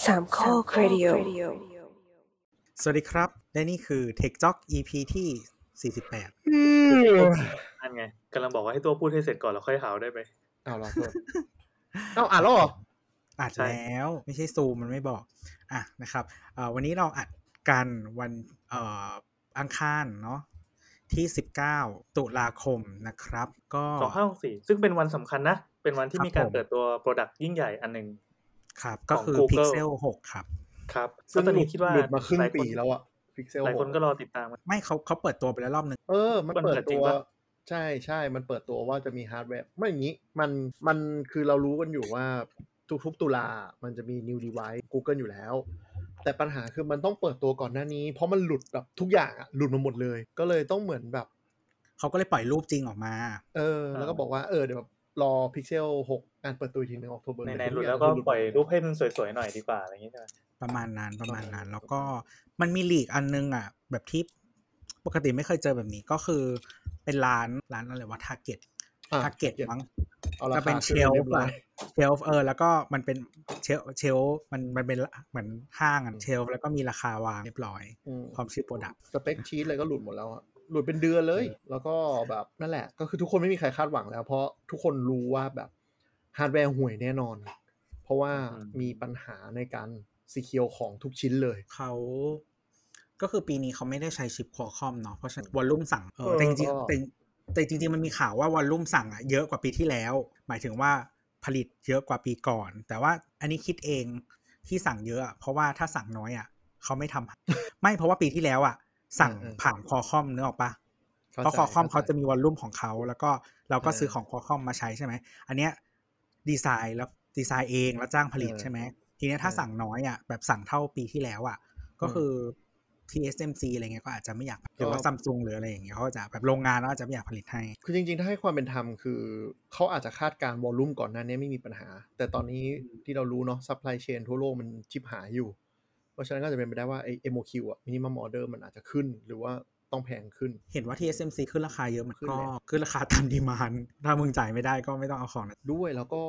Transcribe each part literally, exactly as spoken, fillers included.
สามข้อครดิโอสวัสดีครับและนี่คือ Tech Talk อี พี ที่สี่สิบแปดนั่นไงกำลังบอกว่าให้ตัวพูดให้เสร็จก่อนแล้วค่อยหาวได้ไหมอ้าวรอโทษอ้าวอ่านแล้วเหรออัดแล้วไม่ใช่ซูมมันไม่บอกอ่ะนะครับเอ่อวันนี้เราอัดกันวันเอ่ออังคารเนาะที่สิบเก้าตุลาคมนะครับก็สองพันห้าร้อยหกสิบสี่ซึ่งเป็นวันสำคัญนะเป็นวันที่มีการเปิดตัว product ยิ่งใหญ่อันนึงครับก็คือ Pixel หกครับครับซึ่งตอนนี้คิดว่าหลุดมาครึ่งปีแล้วอ่ะ Pixel หลายคนก็รอติดตามไม่เขาเขาเปิดตัวไปแล้วรอบนึงเออมันเปิดตัวใช่ๆมันเปิดตัวว่าจะมีฮาร์ดแวร์ไม่อย่างงี้มันมันคือเรารู้กันอยู่ว่าทุกๆตุลามันจะมี new device Google อยู่แล้วแต่ปัญหาคือมันต้องเปิดตัวก่อนหน้านี้เพราะมันหลุดแบบทุกอย่างอ่ะหลุดมาหมดเลยก็เลยต้องเหมือนแบบเขาก็เลยปล่อยรูปจริงออกมาเออแล้วก็บอกว่าเออเดี๋ยวรอ Pixel หกงานเปิดตัวอีกทีนึงออกโทเบอร์ในๆหลุดแล้วก็ปล่อยรูปให้มันสวยๆหน่อยดีกว่าอะไรอย่างงี้ใช่มั้ยประมาณนั้นประมาณนั้นแล้วก็มันมีลีกอันนึงอ่ะแบบที่ปกติไม่เคยเจอแบบนี้ก็คือเป็นร้านร้านอะไรวะ Target Target มั้งจะเป็นเชลฟ์เชลฟ์เออแล้วก็มันเป็นเชลเชลมันมันเป็นเหมือนห้างอ่ะเชลฟ์แล้วก็มีราคาวางเรียบร้อยพร้อมชื่อโปรดักต์สเปคชีทอะไรก็หลุดหมดแล้วอ่ะหลุดเป็นเดือนเลยแล้วก็แบบนั่นแหละก็คือทุกคนไม่มีใครคาดหวังแล้วเพราะทุกคนรู้ว่าแบบฮาร์ดแวร์ห่วยแน่นอนเพราะว่ามีปัญหาในการซีเคียวของทุกชิ้นเลยเขาก็คือปีนี้เขาไม่ได้ใช้ชิป Qualcomm เนาะเพราะฉะนั้นวอลลุ่มสั่งเออแต่จริงๆแต่แต่จริงๆมันมีข่าวว่าวอลลุ่มสั่งอ่ะเยอะกว่าปีที่แล้วหมายถึงว่าผลิตเยอะกว่าปีก่อนแต่ว่าอันนี้คิดเองที่สั่งเยอะเพราะว่าถ้าสั่งน้อยอ่ะเขาไม่ทำไม่เพราะว่าปีที่แล้วอ่ะสั่งผ่าน Qualcomm นึกออกปะเพราะ Qualcomm เขาจะมีวอลลุ่มของเขาแล้วก็เราก็ซื้อของ Qualcomm มาใช้ใช่ไหมอันเนี้ยดีไซน์แล้วดีไซน์เองแล้วจ้างผลิตใช่ไหมทีนี้ถ้าสั่งน้อยอ่ะแบบสั่งเท่าปีที่แล้วอ่ะก็คือ ที เอส เอ็ม ซี อะไรเงี้ยก็อาจจะไม่อยากหรือว่า Samsung หรืออะไรอย่างเงี้ยเขาจะแบบโรงงานแล้วอาจจะไม่อยากผลิตให้คือจริงๆถ้าให้ความเป็นธรรมคือเขาอาจจะคาดการณ์วอลลุ่มก่อนหน้านี้ไม่มีปัญหาแต่ตอนนี้ที่เรารู้เนาะ supply chain ทั่วโลกมันชิบหายอยู่เพราะฉะนั้นก็จะเป็นไปได้ว่าไอ้ เอ็ม โอ คิว อ่ะ minimum order มันอาจจะขึ้นหรือว่าต้องแพงขึ้นเห็นว่า ที เอส เอ็ม ซี ขึ้นราคาเยอะมันก็ขึ้นราคาตามดีมานด์ถ้ามึงจ่ายไม่ได้ก็ไม่ต้องเอาของนะด้วยแล้วก็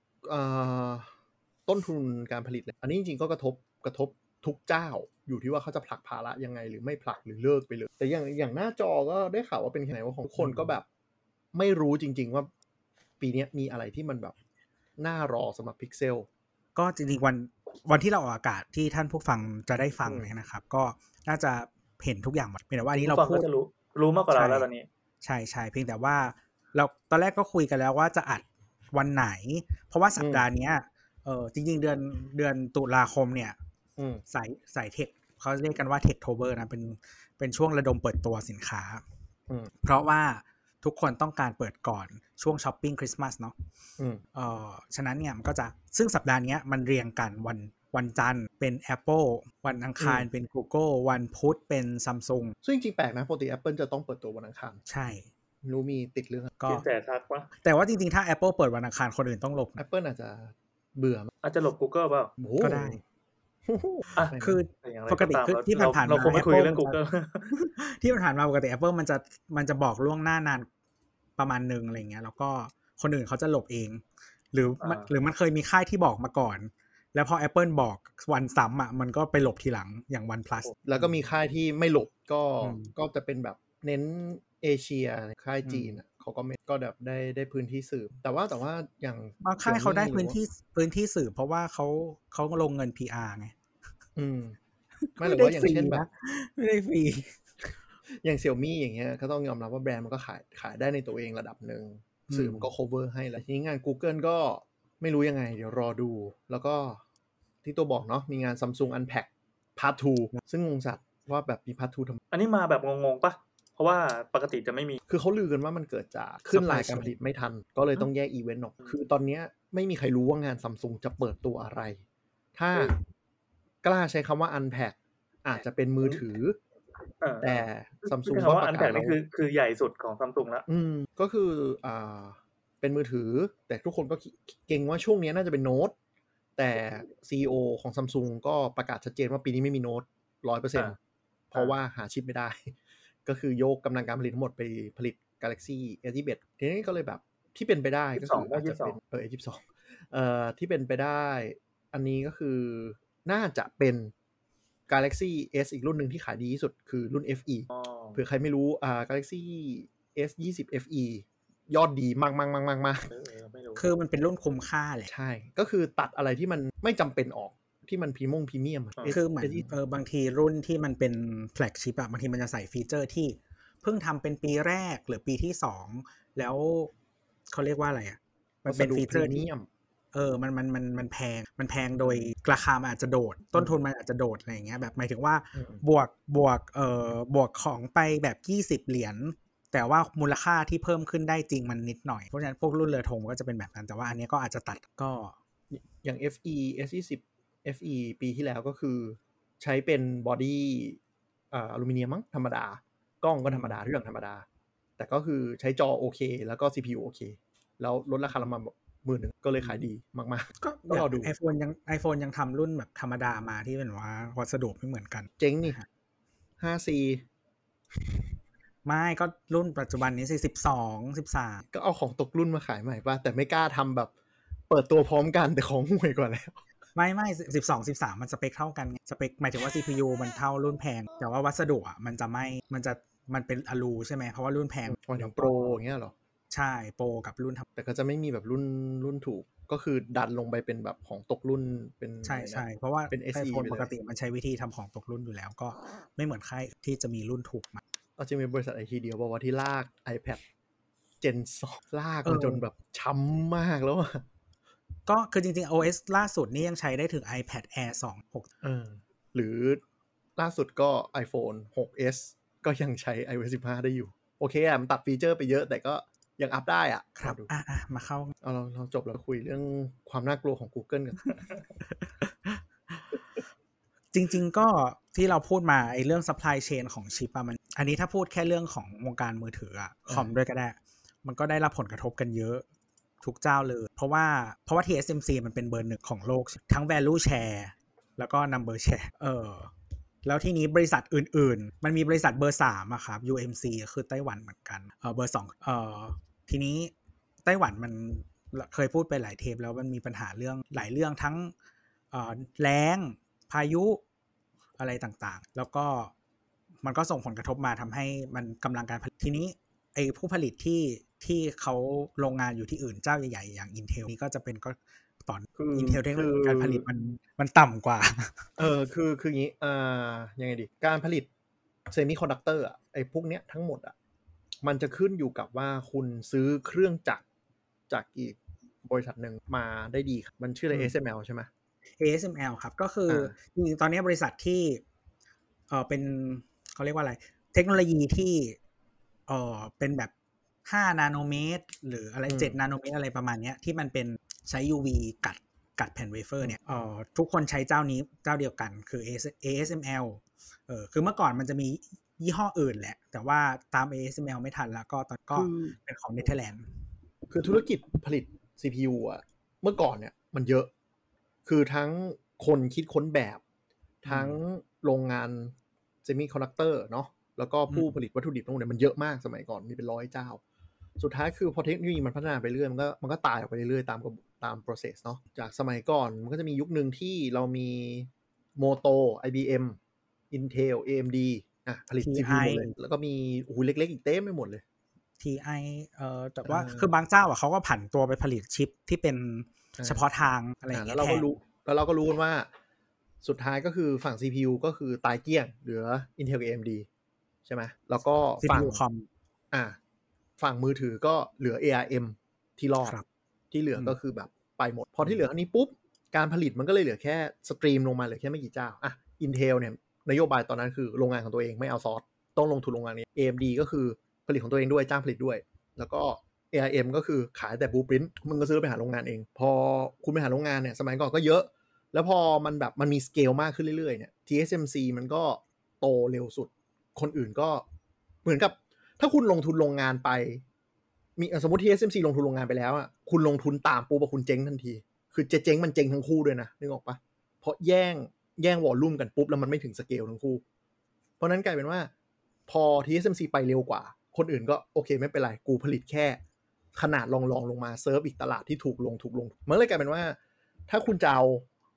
ต้นทุนการผลิตอันนี้จริงๆก็กระทบกระทบทุกเจ้าอยู่ที่ว่าเขาจะผลักภาระยังไงหรือไม่ผลักหรือเลิกไปเลยแต่อย่างอย่างหน้าจอก็ได้ข่าวว่าเป็นแค่ไหนว่าของทุกคนก็แบบไม่รู้จริงๆว่าปีนี้มีอะไรที่มันแบบน่ารอสำหรับ Pixel ก็จริงๆวันวันที่เราออกอากาศที่ท่านผู้ฟังจะได้ฟังเนี่ยนะครับก็น่าจะเห็นทุกอย่างหมดเพียงแต่ว่าอันนี้เราพูดจะรู้รู้มากกว่าเราแล้วตอนนี้ใช่ๆเพียงแต่ว่าเราตอนแรกก็คุยกันแล้วว่าจะอัดวันไหนเพราะว่าสัปดาห์นี้เออจริงๆเดือนเดือนตุลาคมเนี่ยสายสายเทคเขาเรียกกันว่า Techtober นะเป็นเป็นช่วงระดมเปิดตัวสินค้าเพราะว่าทุกคนต้องการเปิดก่อนช่วงช้อปปิ้งคริสต์มาสเนาะเอ่อฉะนั้นเนี่ยมันก็จะซึ่งสัปดาห์นี้มันเรียงกันวันวันจันทร์เป็น Apple วันอังคารเป็น Google วันพุธเป็น Samsung ซึ่งจริงๆแปลกนะปกติ Apple จะต้องเปิดตัววันอังคารใช่รู้มีติดเรื่องก็แต่ทักวะแต่ว่าจริงๆถ้า Apple เปิดวันอังคารคนอื่นต้องหลบ Apple อาจจะเบื่ออาจจะหลบ Google เปล่าก็ได้คือปกติคือที่ผ่านๆมาเราคงไม่คุยเรื่อง Google ที่ผ่านๆมาปกติ Apple มันจะมันจะบอกล่วงหน้านานประมาณนึงอะไรเงี้ยแล้วก็คนอื่นเขาจะหลบเองหรือหรือมันเคยมีค่ายที่บอกมาก่อนแล้วพอ Apple บอกวันซ้ำอ่ะมันก็ไปหลบทีหลังอย่าง OnePlus แล้วก็มีค่ายที่ไม่หลบก็ก็จะเป็นแบบเน้นเอเชียค่ายจีนอ่ะเขาก็ไม่ก็แบบได้ได้พื้นที่สืบแต่ว่าแต่ว่าอย่างบางค่ายเขาได้พื้นที่พื้นที่สืบเพราะว่าเขาเขาลงเงิน พี อาร์ ไงอืมไม่หรือว่าอย่างเช่นแบบไม่ได้ฟรีอย่าง Xiaomi อย่างเงี้ยก็ต้องยอมรับว่าแบรนด์มันก็ขายขายได้ในตัวเองระดับนึงสื่อมันก็ cover ให้แล้วทีนี้งาน Google ก็ไม่รู้ยังไงเดี๋ยวรอดูแล้วก็ที่ตัวบอกเนาะมีงาน Samsung Unpack Part ทูซึ่งงงจัดว่าแบบมี Part ทูทำอันนี้มาแบบงงๆป่ะเพราะว่าปกติจะไม่มีคือเขาลือกันว่ามันเกิดจากขึ้นรายการผลิตไม่ทันก็เลยต้องแยกอีเวนต์ออกคือตอนนี้ไม่มีใครรู้ว่างาน Samsung จะเปิดตัวอะไรถ้ากล้าใช้คำว่า Unpack อาจจะเป็นมือถือแต่ Samsung ก็ประกาศนี่คือคือใหญ่สุดของ Samsung แล้วอืมก็คืออ่าเป็นมือถือแต่ทุกคนก็เก่งว่าช่วงนี้น่าจะเป็นโน้ตแต่ ซี อี โอ ของ Samsung ก็ประกาศชัดเจนว่าปีนี้ไม่มีโน้ต หนึ่งร้อยเปอร์เซ็นต์ เพราะว่าหาชิปไม่ได้ก็คือโยกกำลังการผลิตทั้งหมดไปผลิต Galaxy เอ ยี่สิบเอ็ด ทีนี้ก็เลยแบบที่เป็นไปได้ก็คืออาจจะเป็นเออ ยี่สิบสองเอ่อที่เป็นไปได้อันนี้ก็คือน่าจะเป็น Galaxy S อีกรุ่นหนึ่งที่ขายดีที่สุดคือรุ่น เอฟ อีอ๋อเผื่อใครไม่รู้อ่า Galaxy เอส ยี่สิบ เอฟ อี ยอดดีมากๆๆๆเออไม่รู้คือมันเป็นรุ่นคุ้มค่าแหละใช่ก็คือตัดอะไรที่มันไม่จำเป็นออกที่มันพรีมงพรีเมียมคือเหมือนเออบางทีรุ่นที่มันเป็นแฟลกชิพอะบางทีมันจะใส่ฟีเจอร์ที่เพิ่งทำเป็นปีแรกหรือปีที่สองแล้วเขาเรียกว่าอะไรอะมันเป็นฟีเจอร์ที่เออมันมันมันมันแพงมันแพงโดยราคามันอาจจะโดดต้นทุนมันอาจจะโดดอะไรอย่างเงี้ยแบบหมายถึงว่าบวกบวกเอ่อบวกของไปแบบยี่สิบเหรียญแต่ว่ามูลค่าที่เพิ่มขึ้นได้จริงมันนิดหน่อยเพราะฉะนั้นพวกรุ่นเรือธงก็จะเป็นแบบนั้นแต่ว่าอันนี้ก็อาจจะตัดก็อย่าง เอฟ อี เอส ยี่สิบ เอฟ อี ปีที่แล้วก็คือใช้เป็นบอดี้อ่าอลูมิเนียมมั้งธรรมดากล้องก็ธรรมดาทุกอย่างธรรมดาแต่ก็คือใช้จอโอเคแล้วก็ ซี พี ยู โอเคแล้วลดราคาลงมาแบบหมื่นหนึ่งก็เลยขายดีมากๆก็รอดู iPhone ยัง iPhone ยังทำรุ่นแบบธรรมดามาที่เป็นว่าวัสดุไม่เหมือนกันเจ๊งนี่ ห้าซีไม่ก็รุ่นปัจจุบันนี้สิสิบสอง สิบสามก็เอาของตกรุ่นมาขายใหม่ป่ะแต่ไม่กล้าทำแบบเปิดตัวพร้อมกันแต่ของห่วยกว่าแล้วไม่ไม่สิบสอง สิบสามมันสเปคเท่ากันไงสเปคหมายถึงว่า ซี พี ยู มันเท่ารุ่นแพงแต่ว่าวัสดุอ่ะมันจะไม่มันจะมันเป็นอลูใช่ไหมเพราะว่ารุ่นแพงอย่างโปรอย่างเงี้ยหรอใช่โปรกับรุ่นแต่ก็จะไม่มีแบบรุ่นรุ่นถูกก็คือดันลงไปเป็นแบบของตกรุ่นเป็นใช่ใช่เพราะว่าเป็น เอส อี iPhone ปกติมันใช้วิธีทำของตกรุ่นอยู่แล้วก็ไม่เหมือนค่ายที่จะมีรุ่นถูกมาเอาจริงเป็นบริษัทไอทีเดียวบอกว่าที่ลาก iPad Gen สองลากมาจนแบบช้ำมากแล้วอ่ะก็คือจริงๆ โอ เอส ล่าสุดนี่ยังใช้ได้ถึง iPad Air สอง หกเออหรือล่าสุดก็ iPhone หก เอส ก็ยังใช้ ไอ โอ เอส สิบห้าได้อยู่โอเคอ่ะมันตัดฟีเจอร์ไปเยอะแต่ก็ยังอัพได้อ่ะครับอ่ะๆมาเข้าเอาเราเราจบแล้วคุยเรื่องความน่ากลัวของ Google กันจริงๆก็ที่เราพูดมาไอ้เรื่อง supply chain ของชิปอะมันอันนี้ถ้าพูดแค่เรื่องของวงการมือถืออะคอมด้วยก็ได้มันก็ได้รับผลกระทบกันเยอะทุกเจ้าเลยเพราะว่าเพราะว่า ที เอส เอ็ม ซี มันเป็นเบอร์หนึ่งของโลกทั้ง value share แล้วก็ number share เออแล้วทีนี้บริษัทอื่นๆมันมีบริษัทเบอร์สามอะครับ ยู เอ็ม ซี คือไต้หวันเหมือนกันเออเบอร์สองเออทีนี้ไต้หวันมันเคยพูดไปหลายเทปแล้วมันมีปัญหาเรื่องหลายเรื่องทั้งเอ่อแล้งพายุอะไรต่างๆแล้วก็มันก็ส่งผลกระทบมาทำให้มันกำลังการผลิตทีนี้ไอ้ผู้ผลิตที่ที่เขาโรงงานอยู่ที่อื่นเจ้าใหญ่ๆอย่าง Intel นี่ก็จะเป็นก็ตอน Intel เทคโนโลยีการผลิตมันมันต่ำกว่าเออคือคืออย่างนี้อ่ายังไงดีการผลิตเซมิคอนดักเตอร์อ่ะไอ้พวกเนี้ยทั้งหมดอ่ะมันจะขึ้นอยู่กับว่าคุณซื้อเครื่องจักรจากอีกบริษัทหนึ่งมาได้ดีมันชื่ออะไร เอ เอส เอ็ม แอล ใช่ไหมเอ เอส เอ็ม แอล ครับก็คือจริงๆตอนนี้บริษัทที่เออเป็นเขาเรียกว่าอะไรเทคโนโลยีที่เออเป็นแบบห้านาโนเมตรหรืออะไรเจ็ดนาโนเมตรอะไรประมาณเนี้ยที่มันเป็นใช้ ยู วี กัดกัดแผ่นเวเฟอร์เนี่ยเออทุกคนใช้เจ้านี้เจ้าเดียวกันคือ เอ เอ เอส เอ็ม แอล เออคือเมื่อก่อนมันจะมียี่ห้ออื่นแหละแต่ว่าตาม เอ เอส เอ็ม แอล ไม่ทันแล้วก็ตอนก็เป็นของเนเธอร์แลนด์คือธุรกิจผลิต ซี พี ยู อ่ะเมื่อก่อนเนี่ยมันเยอะคือทั้งคนคิดค้นแบบทั้งโรงงานเซมิคอนดักเตอร์เนาะแล้วก็ผู้ผลิตวัตถุดิบทั้งหมดเนี่ยมันเยอะมากสมัยก่อนมีเป็นร้อยเจ้าสุดท้ายคือพอเทคโนโลยีมันพัฒนาไปเรื่อยมันก็มันก็ตายออกไปเรื่อยๆตามตาม process เนาะจากสมัยก่อนมันก็จะมียุคนึงที่เรามี Moto ไอ บี เอ็ม Intel เอ เอ็ม ดี อ่ะผลิต ซี พี ยู หมดเลยแล้วก็มีโอ้โหเล็กๆอีกเต็มไปหมดเลยที ไอ เอ่อแต่ว่าคือบางเจ้าอ่ะเขาก็ผันตัวไปผลิตชิปที่เป็นเฉพาะทางอะไรอย่างเงี้ยแล้วเราก็รู้แล้วเราก็รู้กันว่าสุดท้ายก็คือฝั่ง ซี พี ยู ก็คือตายเกลี้ยงเหลือ Intel กับ เอ เอ็ม ดี ใช่ไหมแล้วก็ฝั่งอ่าฝั่งมือถือก็เหลือ เอ อาร์ เอ็ม ที่รอดที่เหลือก็คือแบบไปหมดพอที่เหลืออันนี้ปุ๊บการผลิตมันก็เลยเหลือแค่สตรีมลงมาเหลือแค่ไม่กี่เจ้าอ่ะ Intel เนี่ยนโยบายตอนนั้นคือโรงงานของตัวเองไม่เอาซอร์สต้องลงทุนโรงงานนี้ เอ เอ็ม ดี ก็คือผลิตของตัวเองด้วยจ้างผลิตด้วยแล้วก็ เอ อาร์ เอ็ม ก็คือขายแต่บลูพรินท์มึงก็ซื้อไปหาโรงงานเองพอคุณไปหาโรงงานเนี่ยสมัยก่อนก็เยอะแล้วพอมันแบบมันมีสเกลมากขึ้นเรื่อยๆเนี่ย ที เอส เอ็ม ซี มันก็โตเร็วสุดคนอื่นก็เหมือนกับถ้าคุณลงทุนโรงงานไปมีสมมติ ที เอส เอ็ม ซี ลงทุนโรงงานไปแล้วอ่ะคุณลงทุนตามปุ๊บคุณเจ๊งทันทีคือจะเจ๊งมันเจ๊งทั้งคู่ด้วยนะนึกออกปะเพราะแย่งแย่งวอลลุ่มกันปุ๊บแล้วมันไม่ถึงสเกลทั้งคู่เพราะนั้นกลายเป็นว่าพอ ที เอส เอ็ม ซี ไปเร็วกว่าคนอื่นก็โอเคไม่เป็นไรกูผลิตแค่ขนาดลองๆลงมาเซิร์ฟอีกตลาดที่ถูกลงถูกลงมันเลยกลายเป็นว่าถ้าคุณจะเอา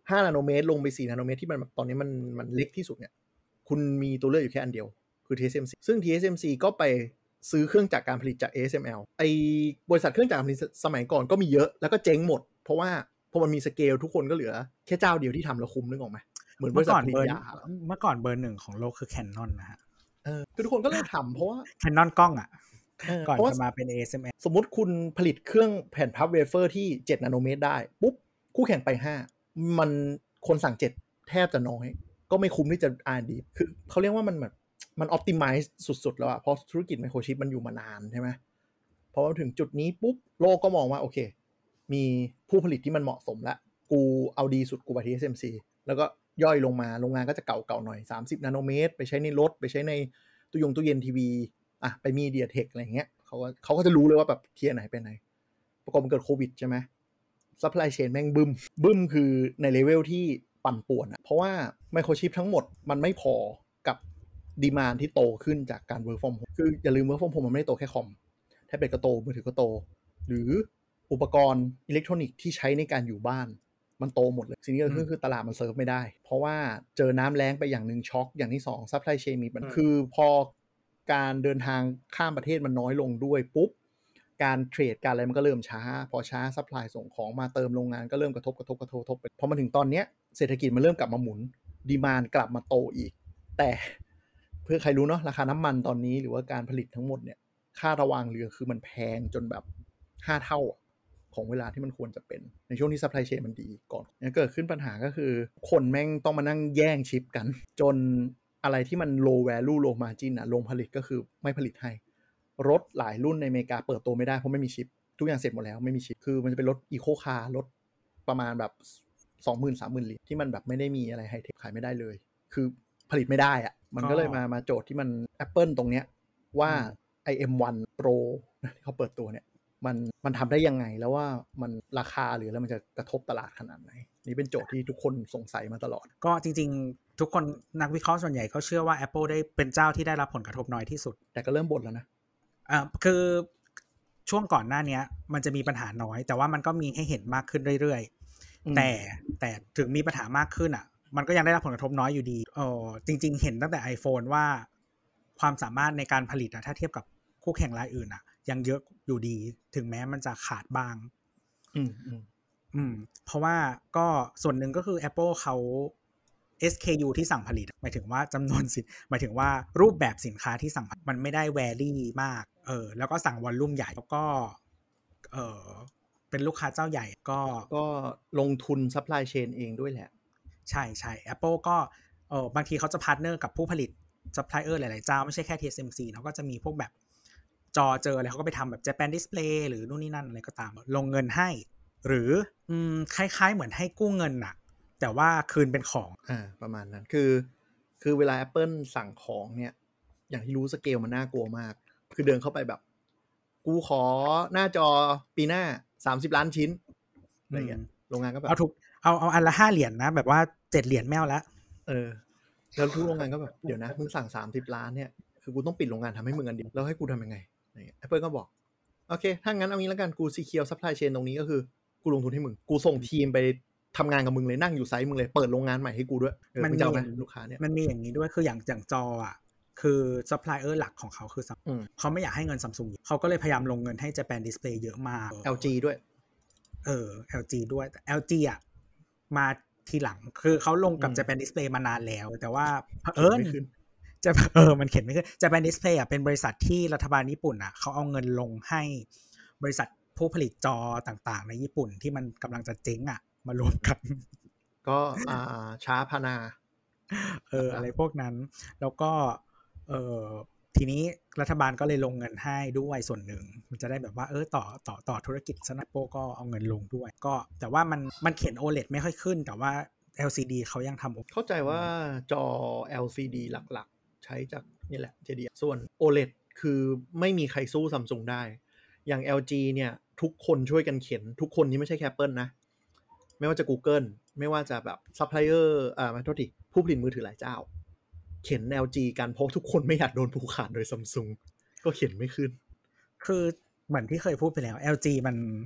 ห้านาโนเมตรลงไปสี่นาโนเมตรที่มันแบบตอนนี้มันมันเล็กที่สุดเนี่ยคุณมีตัวเลือกอยู่แค่อันเดียวคือ ที เอส เอ็ม ซี ซึ่ง ที เอส เอ็ม ซี ก็ไปซื้อเครื่องจักรการผลิตจาก เอ เอส เอ็ม แอล ไอบริษัทเครื่องจักรการผลิตสมัยก่อนก็มีเยอะแล้วก็เจ๊งหมดเพราะว่าพอมันมีสเกลทุกคนก็เหลือแค่เจ้าเดียวที่ทำแล้วคุ้มนึกออกไหมเหมือนบริษัทผลิตยาเมื่อก่อนเบอร์หนึ่งของโลกคือ Canon นะฮะเออคือทุกคนก็เลยทำเพราะว่า Canon กล้องอ่ะก่อนจะมาเป็น เอ เอส เอ็ม แอลสมมุติคุณผลิตเครื่องแผ่นพับเวเฟอร์ที่เจ็ดนาโนเมตรได้ปุ๊บคู่แข่งไปห้ามันคนสั่งเจ็ดแทบจะน้อยก็ไม่คุ้มที่จะ อาร์ แอนด์ ดี คือเขาเรียกว่ามันแบบมันออพติไมซ์สุดๆแล้วอะเพราะธุรกิจไมโครชิปมันอยู่มานานใช่ไหมพอถึงจุดนี้ปุ๊บโลกก็มองว่าโอเคมีผู้ผลิตที่มันเหมาะสมแล้วกูเอาดีสุดกูไปที่ เอส เอ็ม ซี แล้วก็ย่อยลงมาโรงงานก็จะเก่าๆหน่อยสามสิบนาโนเมตรไปใช้ในรถไปใช้ในตู้ยงตู้เย็นทีวีอ่ะไปมีเดียเทคอะไรเงี้ยเขาก็เขาก็จะรู้เลยว่าแบบเทียร์ไหนเป็นไหนประกอบมันเกิดโควิดใช่ไหมซัพพลายเชนแม่งบึ้มบึ้มคือในเลเวลที่ปั่นป่วนอ่ะเพราะว่าไมโครชิปทั้งหมดมันไม่พอกับดีมานด์ที่โตขึ้นจากการ work from home คืออย่าลืม work from home มันไม่ได้โตแค่คอมแท็บเล็ตก็โตมือถือก็โตหรืออุปกรณ์อิเล็กทรอนิกส์ที่ใช้ในการอยู่บ้านมันโตหมดเลยสิ่งที่เกิดขึ้นคือตลาดมันเซิร์ฟไม่ได้เพราะว่าเจอน้ำแล้งไปอย่างนึงช็อกอย่างที่สองซัพพลายเชนมีมันคือพอการเดินทางข้ามประเทศมันน้อยลงด้วยปุ๊บการเทรดการอะไรมันก็เริ่มช้าพอช้าซัพพลายส่งของมาเติมโรงงานก็เริ่มกระทบกระทบกระทบกระทบพอมาถึงตอนเนี้ยเศรษฐกิจมันเริ่มกลับมาหมุนดีมานด์กลับมาโตอีกแต่เพื่อใครรู้เนาะราคาน้ำมันตอนนี้หรือว่าการผลิตทั้งหมดเนี่ยค่าระวางเรือคือมันแพงจนแบบห้าเท่าของเวลาที่มันควรจะเป็นในช่วงที่ซัพพลายเชนมันดีก่อนเนี่ยเกิดขึ้นปัญหาก็คือคนแม่งต้องมานั่งแย่งชิปกันจนอะไรที่มัน low value low margin อะโรงผลิตก็คือไม่ผลิตให้รถหลายรุ่นในอเมริกาเปิดตัวไม่ได้เพราะไม่มีชิปทุกอย่างเสร็จหมดแล้วไม่มีชิปคือมันจะเป็นรถอีโคคาร์รถประมาณแบบ สองหมื่น สามหมื่น ลิตรที่มันแบบไม่ได้มีอะไรไฮเทคขายไม่ได้เลยคือผลิตไม่ได้อะมันก็เลยมามาโจทย์ที่มัน Apple ตรงเนี้ยว่า ไอ เอ็ม วัน Pro ที่เขาเปิดตัวเนี่ยมันมันทำได้ยังไงแล้วว่ามันราคาหรือแล้วมันจะกระทบตลาดขนาดไหนนี่เป็นโจทย์ที่ทุกคนสงสัยมาตลอดก็จริงๆทุกคนนักวิเคราะห์ส่วนใหญ่เขาเชื่อว่า Apple ได้เป็นเจ้าที่ได้รับผลกระทบน้อยที่สุดแต่ก็เริ่มบ่นแล้วนะอ่าคือช่วงก่อนหน้านี้มันจะมีปัญหาน้อยแต่ว่ามันก็มีให้เห็นมากขึ้นเรื่อยๆแต่แต่ถึงมีปัญหามากขึ้นอ่ะมันก็ยังได้รับผลกระทบน้อยอยู่ดีเออจริงๆเห็นตั้งแต่ iPhone ว่าความสามารถในการผลิตอะถ้าเทียบกับคู่แข่งรายอื่นอ่ะยังเยอะอยู่ดีถึงแม้มันจะขาดบ้างอืมอืมอืมเพราะว่าก็ส่วนหนึ่งก็คือ Apple เขา เอส เค ยู ที่สั่งผลิตหมายถึงว่าจำนวนสินหมายถึงว่ารูปแบบสินค้าที่สั่งมันไม่ได้แวรี่มากเออแล้วก็สั่งวอลลุ่มใหญ่แล้วก็เออเป็นลูกค้าเจ้าใหญ่ก็ก็ลงทุนซัพพลายเชนเองด้วยแหละใช่ใช่ Apple ก็เออบางทีเขาจะพาร์ทเนอร์กับผู้ผลิตซัพพลายเออร์หลายๆเจ้าไม่ใช่แค่ ที เอส เอ็ม ซี เนาะก็จะมีพวกแบบจอเจออะไรเขาก็ไปทำแบบ Japan Display หรือนู่นนี่นั่นอะไรก็ตามลงเงินให้หรืออืมคล้ายๆเหมือนให้กู้เงินน่ะแต่ว่าคืนเป็นของอ่าประมาณนั้นคือคือเวลา Apple สั่งของเนี่ยอย่างที่รู้สเกลมันน่ากลัวมากคือเดินเข้าไปแบบกูขอหน้าจอปีหน้าสามสิบล้านชิ้นอะไรเงี้ยโรงงานก็แบบเอาถูกเอาเอาอันละห้าเหรียญ นะแบบว่าเจ็ดเหรียญแมวแล้วเออแล้วทุกโรงงานก็แบบเดี๋ยวนะมึงสั่งสามสิบล้านเนี่ยคือกูต้องปิดโรงงานทำให้มึงอันเดียวแล้วให้กูทำยังไงอะไรเงี้ย Apple ก็บอกโอเคถ้างั้นเอางี้แล้วกันกู secure supply chain ตรงนี้ก็คือกูลงทุนให้มึงกูส่งทีมไปทำงานกับมึงเลยนั่งอยู่ไซต์มึงเลยเปิดโรงงานใหม่ให้กูด้วยมันมีลูกค้าเนี่ยมันมีอย่างนี้ด้วยคืออย่างอย่างจออ่ะคือซัพพลายเออร์หลักของเขาคือเขาไม่อยากให้เงิน Samsung เขาก็เลยพยายามลงเงินให้ Japan Display เยอะมากแอล จี ด้วยเออ แอล จี ด้วยแต่ แอล จี อ่ะมาทีหลังคือเขาลงกับ Japan Display มานานแล้วแต่ว่าเออจะเออมันเข็นไม่ขึ้น Japan Display อ่ะเป็นบริษัทที่รัฐบาลญี่ปุ่นอ่ะเขาเอาเงินลงให้บริษัทผู้ผลิตจอต่างๆในญี่ปุ่นที่มันกำลังจะเจ๊งอ่ะมารวมกันก็อ่าช้าพานาเอออะไรพวกนั้นแล้วก็เออทีนี้รัฐบาลก็เลยลงเงินให้ด้วยส่วนหนึ่งมันจะได้แบบว่าเออต่อต่อต่อธุรกิจ Snapple ก็เอาเงินลงด้วยก็แต่ว่ามันมันเขียน โอ แอล อี ดี ไม่ค่อยขึ้นแต่ว่า แอล ซี ดี เขายังทำเข้าใจว่าจอ แอล ซี ดี หลักๆใช้จากนี่แหละ เจ ดี ส่วน โอ แอล อี ดี คือไม่มีใครสู้ Samsung ได้อย่าง แอล จี เนี่ยทุกคนช่วยกันเขียนทุกคนนี้ไม่ใช่แค่ Apple นะไม่ว่าจะ Google ไม่ว่าจะแบบซัพพลายเออร์อ่ามาโทษทีผู้ผลิตมือถือหลายเจ้าเขียน แอล จี กันเพราะทุกคนไม่อยากโดนผูกขาดโดย Samsung ก็เขียนไม่ขึ้นคือเหมือนที่เคยพูดไปแล้ว แอล จี มันผ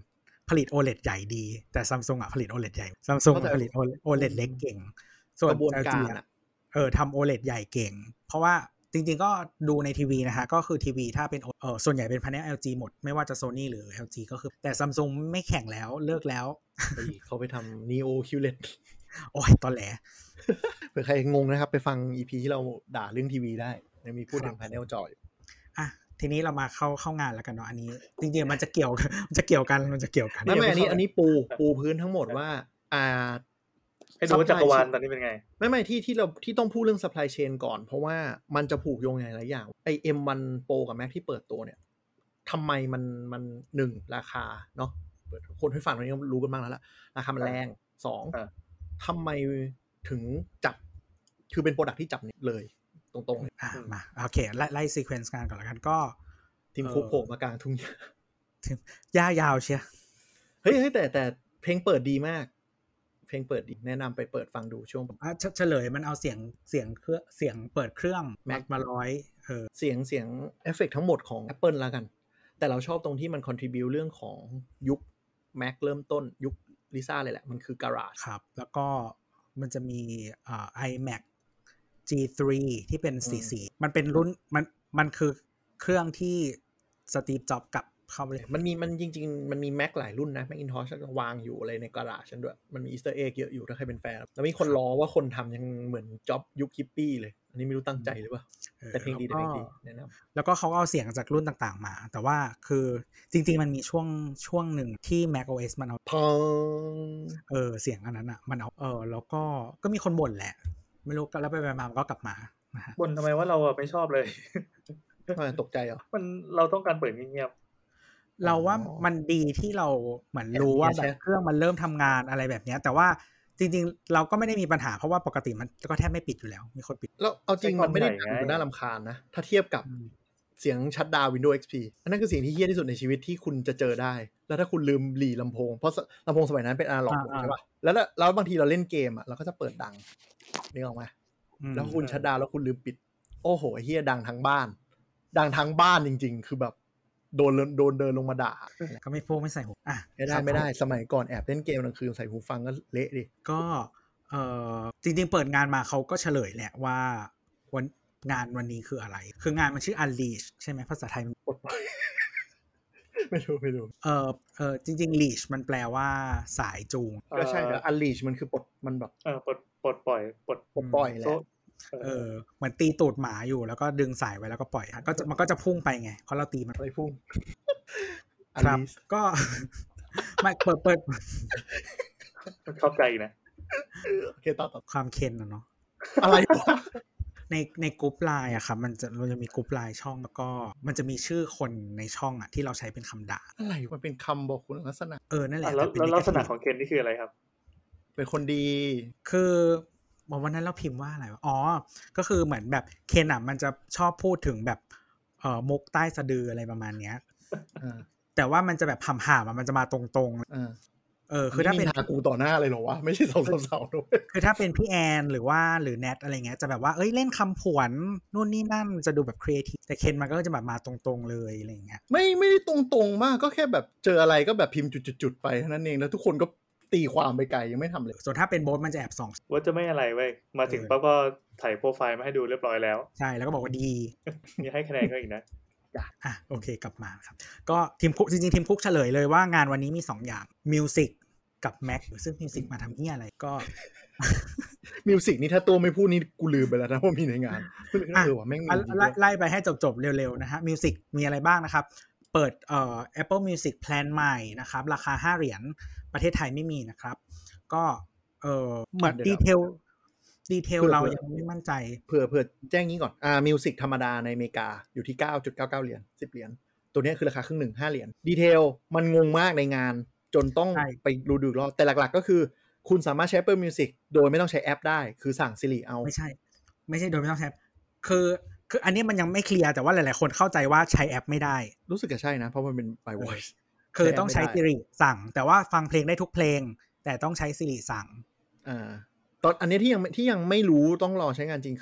ผลิต โอ แอล อี ดี ใหญ่ดีแต่ Samsung อ่ะผลิต โอ แอล อี ดี ใหญ่ Samsung ผลิต โอ แอล อี ดี เล็กเก่งส่วนกระบวนแอลกาจีรอ่ะอ่ะเออทำ โอ แอล อี ดี ใหญ่เก่งเพราะว่าจริงๆก็ดูในทีวีนะฮะก็คือทีวีถ้าเป็นเออส่วนใหญ่เป็น panel แอล จี หมดไม่ว่าจะ Sony หรือ แอล จี ก็คือแต่ Samsung ไม่แข่งแล้วเลิกแล้วเขาไปทำ Neo คิว แอล อี ดีโอ้ยตอนแหลเผื่อใครงงนะครับไปฟัง อี พี ที่เราด่าเรื่องทีวีได้มีพูดถึง panel จออยู่อ่ะทีนี้เรามาเข้าเข้างานแล้วกันเนาะอันนี้จริงๆมันจะเกี่ยวมันจะเกี่ยวกันมันจะเกี่ยวกันไม่ไม่อันนี้อันนี้ปูปูพื้นทั้งหมดว่าอ่าให้ดูจักรวาลตอนนี้เป็นไงไม่ไม่ที่ที่เราที่ต้องพูดเรื่อง supply chain ก่อนเพราะว่ามันจะผูกโยงอย่างหลายอย่างไอ เอ็ม วัน Pro กับ Max ที่เปิดตัวเนี่ยทำไมมันมันหนึ่งราคาเนาะคนที่ฟังตรงนี้รู้กันบ้างแล้วล่ะราคามันแรงสองทำไมถึงจับคือเป็นโปรดักที่จับเลยตรงๆเลยอ่ะมาโอเคไล่ไล่ซีเควนซ์งานก่อนแล้วกันก็ทีมคุกโผล่มากลางทุ่งหญ้ายาวเชียเฮ้ยแต่แต่เพลงเปิดดีมากเพลงเปิดดีแนะนำไปเปิดฟังดูช่วงอ่ะเฉลยมันเอาเสียงเสียงเครื่องเสียงเปิดเครื่องแม็กมาร้อยเออเสียงเสียงเอฟเฟกต์ทั้งหมดของ Apple แล้วกันแต่เราชอบตรงที่มัน contribute เรื่องของยุค Mac เริ่มต้นยุคลิซ่าเลยแหละมันคือ Garage ครับแล้วก็มันจะมีอ่า iMac จี ทรี ที่เป็นสีสีมันเป็นรุ่นมันมันคือเครื่องที่สตีฟจ็อบส์กับเข้าไปเลยมันมีมันจริงๆมันมี Mac หลายรุ่นนะ Macintosh วางอยู่อะไรในกระดาษฉันด้วยมันมีอีสเตอร์เอ็กเยอะอยู่ถ้าใครเป็นแฟนแล้วมีคนล้อว่าคนทำยังเหมือนจ็อบยุคฮิปปี้เลยอันนี้ไม่รู้ตั้งใจหรือเปล่าแต่เพลงดีแต่เพลงดีแนะนำแล้วก็เขาเอาเสียงจากรุ่นต่างๆมาแต่ว่าคือจริงๆมันมีช่วงช่วงหนึ่งที่ macOS มันเอาพังเออเสียงอันนั้นอ่ะมันเอาเออแล้วก็ก็มีคนบ่นแหละไม่รู้แล้วไปๆมามันก็กลับมานะฮะบ่นทำไมว่าเราไม่ชอบเลยตกใจเหรอมันเราต้องการเปิดเงียบๆเราว่ามันดีที่เราเหมือนรู้ว่าแบบเครื่องมันเริ่มทำงานอะไรแบบนี้แต่ว่าจริงๆเราก็ไม่ได้มีปัญหาเพราะว่าปกติมันก็แทบไม่ปิดอยู่แล้วมีคนปิดแล้วเอาจริงมันไม่ได้ดังน่ารำคาญนะถ้าเทียบกับเสียงชัตดาวน์ Windows เอ็กซ์ พี อันนั้นคือเสียงที่เหี้ยที่สุดในชีวิตที่คุณจะเจอได้แล้วถ้าคุณลืมหลีลำโพงเพราะลำโพงสมัยนั้นเป็นอนาล็อกใช่ป่ะแล้วแล้วบางทีเราเล่นเกมอ่ะเราก็จะเปิดดังนึกออกไหมแล้วคุณชัตดาวน์แล้วคุณลืมปิดโอ้โหเหี้ยดังทั้งบ้านดังทั้งบ้านจริงๆคือแบบโดนโดนเดินลงมาด่าก็ไม่พวกไม่ใส่หูอ่ะไม่ได้ไม่ได้สมัยก่อนแอบเล่นเกมกลางคืนใส่หูฟังก็เละดิก็เอ่อจริงๆเปิดงานมาเขาก็เฉลยแหละว่าวันงานวันนี้คืออะไรคืองานมันชื่อ Unleash ใช่ไหมภาษาไทยมันไม่รู้ไม่รู้เออเออจริงๆ leash มันแปลว่าสายจูงก็ใช่แต่ Unleash มันคือปลดมันแบบเออปลดปลดปล่อยปลดปลดปล่อยแหละเออเหมือนตีตูดหมาอยู่แล้วก็ดึงสายไว้แล้วก็ปล่อยก็จะมันก็จะพุ่งไปไงเพราะเราตีมันไปพุ่งครับก็ไม่เปิดเปิดเข้าใจนะโอเคต่อต่อความเค็นนะเนาะอะไรวะในในกรุ๊ปไลน์อะครับมันจะเราจะมีกรุ๊ปไลน์ช่องแล้วก็มันจะมีชื่อคนในช่องอะที่เราใช้เป็นคำด่าอะไรมันเป็นคำบอกคุณลักษณะเออนั่นแหละแล้วแล้วลักษณะของเคนนี่คืออะไรครับเป็นคนดีคือวันนั้นเราพิมพ์ว่าอะไรวะอ๋อก็คือเหมือนแบบเคนอะมันจะชอบพูดถึงแบบเอ่อมุกใต้สะดืออะไรประมาณเนี้ยแต่ว่ามันจะแบบห่ามๆมันจะมาตรงๆเออคือถ้าเป็นกูต่อหน้าเลยเหรอวะไม่ใช่สาวๆด้วยคือถ้าเป็นพี่แอนหรือว่าหรือแนทอะไรเงี้ยจะแบบว่าเอ้ยเล่นคำผวนนู่นนี่นั่นจะดูแบบครีเอทีฟแต่เคนมันก็จะแบบมาตรงๆเลยอะไรเงี้ยไม่ไม่ได้ตรงๆมากก็แค่แบบเจออะไรก็แบบพิมพ์จุดๆไปเท่านั้นเองแล้วทุกคนก็ตีความไปไกลยังไม่ทำเลยส่วนถ้าเป็นโบ๊ทมันจะแอบส่องว่าจะไม่อะไรเว้ยมาถึงปั๊บก็ถ่ายโปรไฟล์มาให้ดูเรียบร้อยแล้วใช่แล้วก็บอกว่าดีมีให้คะแนนก็อีกนะอ่ะโอเคกลับมาครับก็ทีมคุกจริงๆทีมคุกเฉลยเลยว่างานวันนี้มีสองอย่างมิวสิกกับ Mac ซึ่งมิวสิกมาทำเหี้ยอะไรก็มิวสิกนี่ถ้าตัวไม่พูดนี่กูลืมไปแล้วนะว่ามีในงานเออว่ะแม่งไล่ไปให้จบๆเร็วๆนะฮะมิวสิกมีอะไรบ้างนะครับเปิดเอ่อ Apple Music Plan ใหม่นะครับราคาห้าเหรียญประเทศไทยไม่มีนะครับก็เอ่อเหมือนดีเทลดีเทลเรายังไม่มั่นใจเผื่อเผื่อแจ้งงี้ก่อนอ่ามิวสิกธรรมดาในอเมริกาอยู่ที่ เก้าจุดเก้าเก้า เหรียญสิบเหรียญตัวนี้คือราคาครึ่งหนึ่งห้าเหรียญดีเทลมันงงมากในงานจนต้องไปดูดูรอบแต่หลักๆก็คือคุณสามารถใช้ Apple Music โดยไม่ต้องใช้แอปได้คือสั่ง Siri เอาไม่ใช่ไม่ใช่โดยไม่ต้องใช้คือคืออันนี้มันยังไม่เคลียร์แต่ว่าหลายๆคนเข้าใจว่าใช้แอปไม่ได้รู้สึกจะใช่นะเพราะมันเป็น by voice คือต้องใช้ Siri สั่งแต่ว่าฟังเพลงได้ทุกเพลงแต่ต้องใช้ Siri สั่งอ่าตอนอันนี้ที่ยังที่ยังไม่รู้ต้องรอใช้งานจริงคือ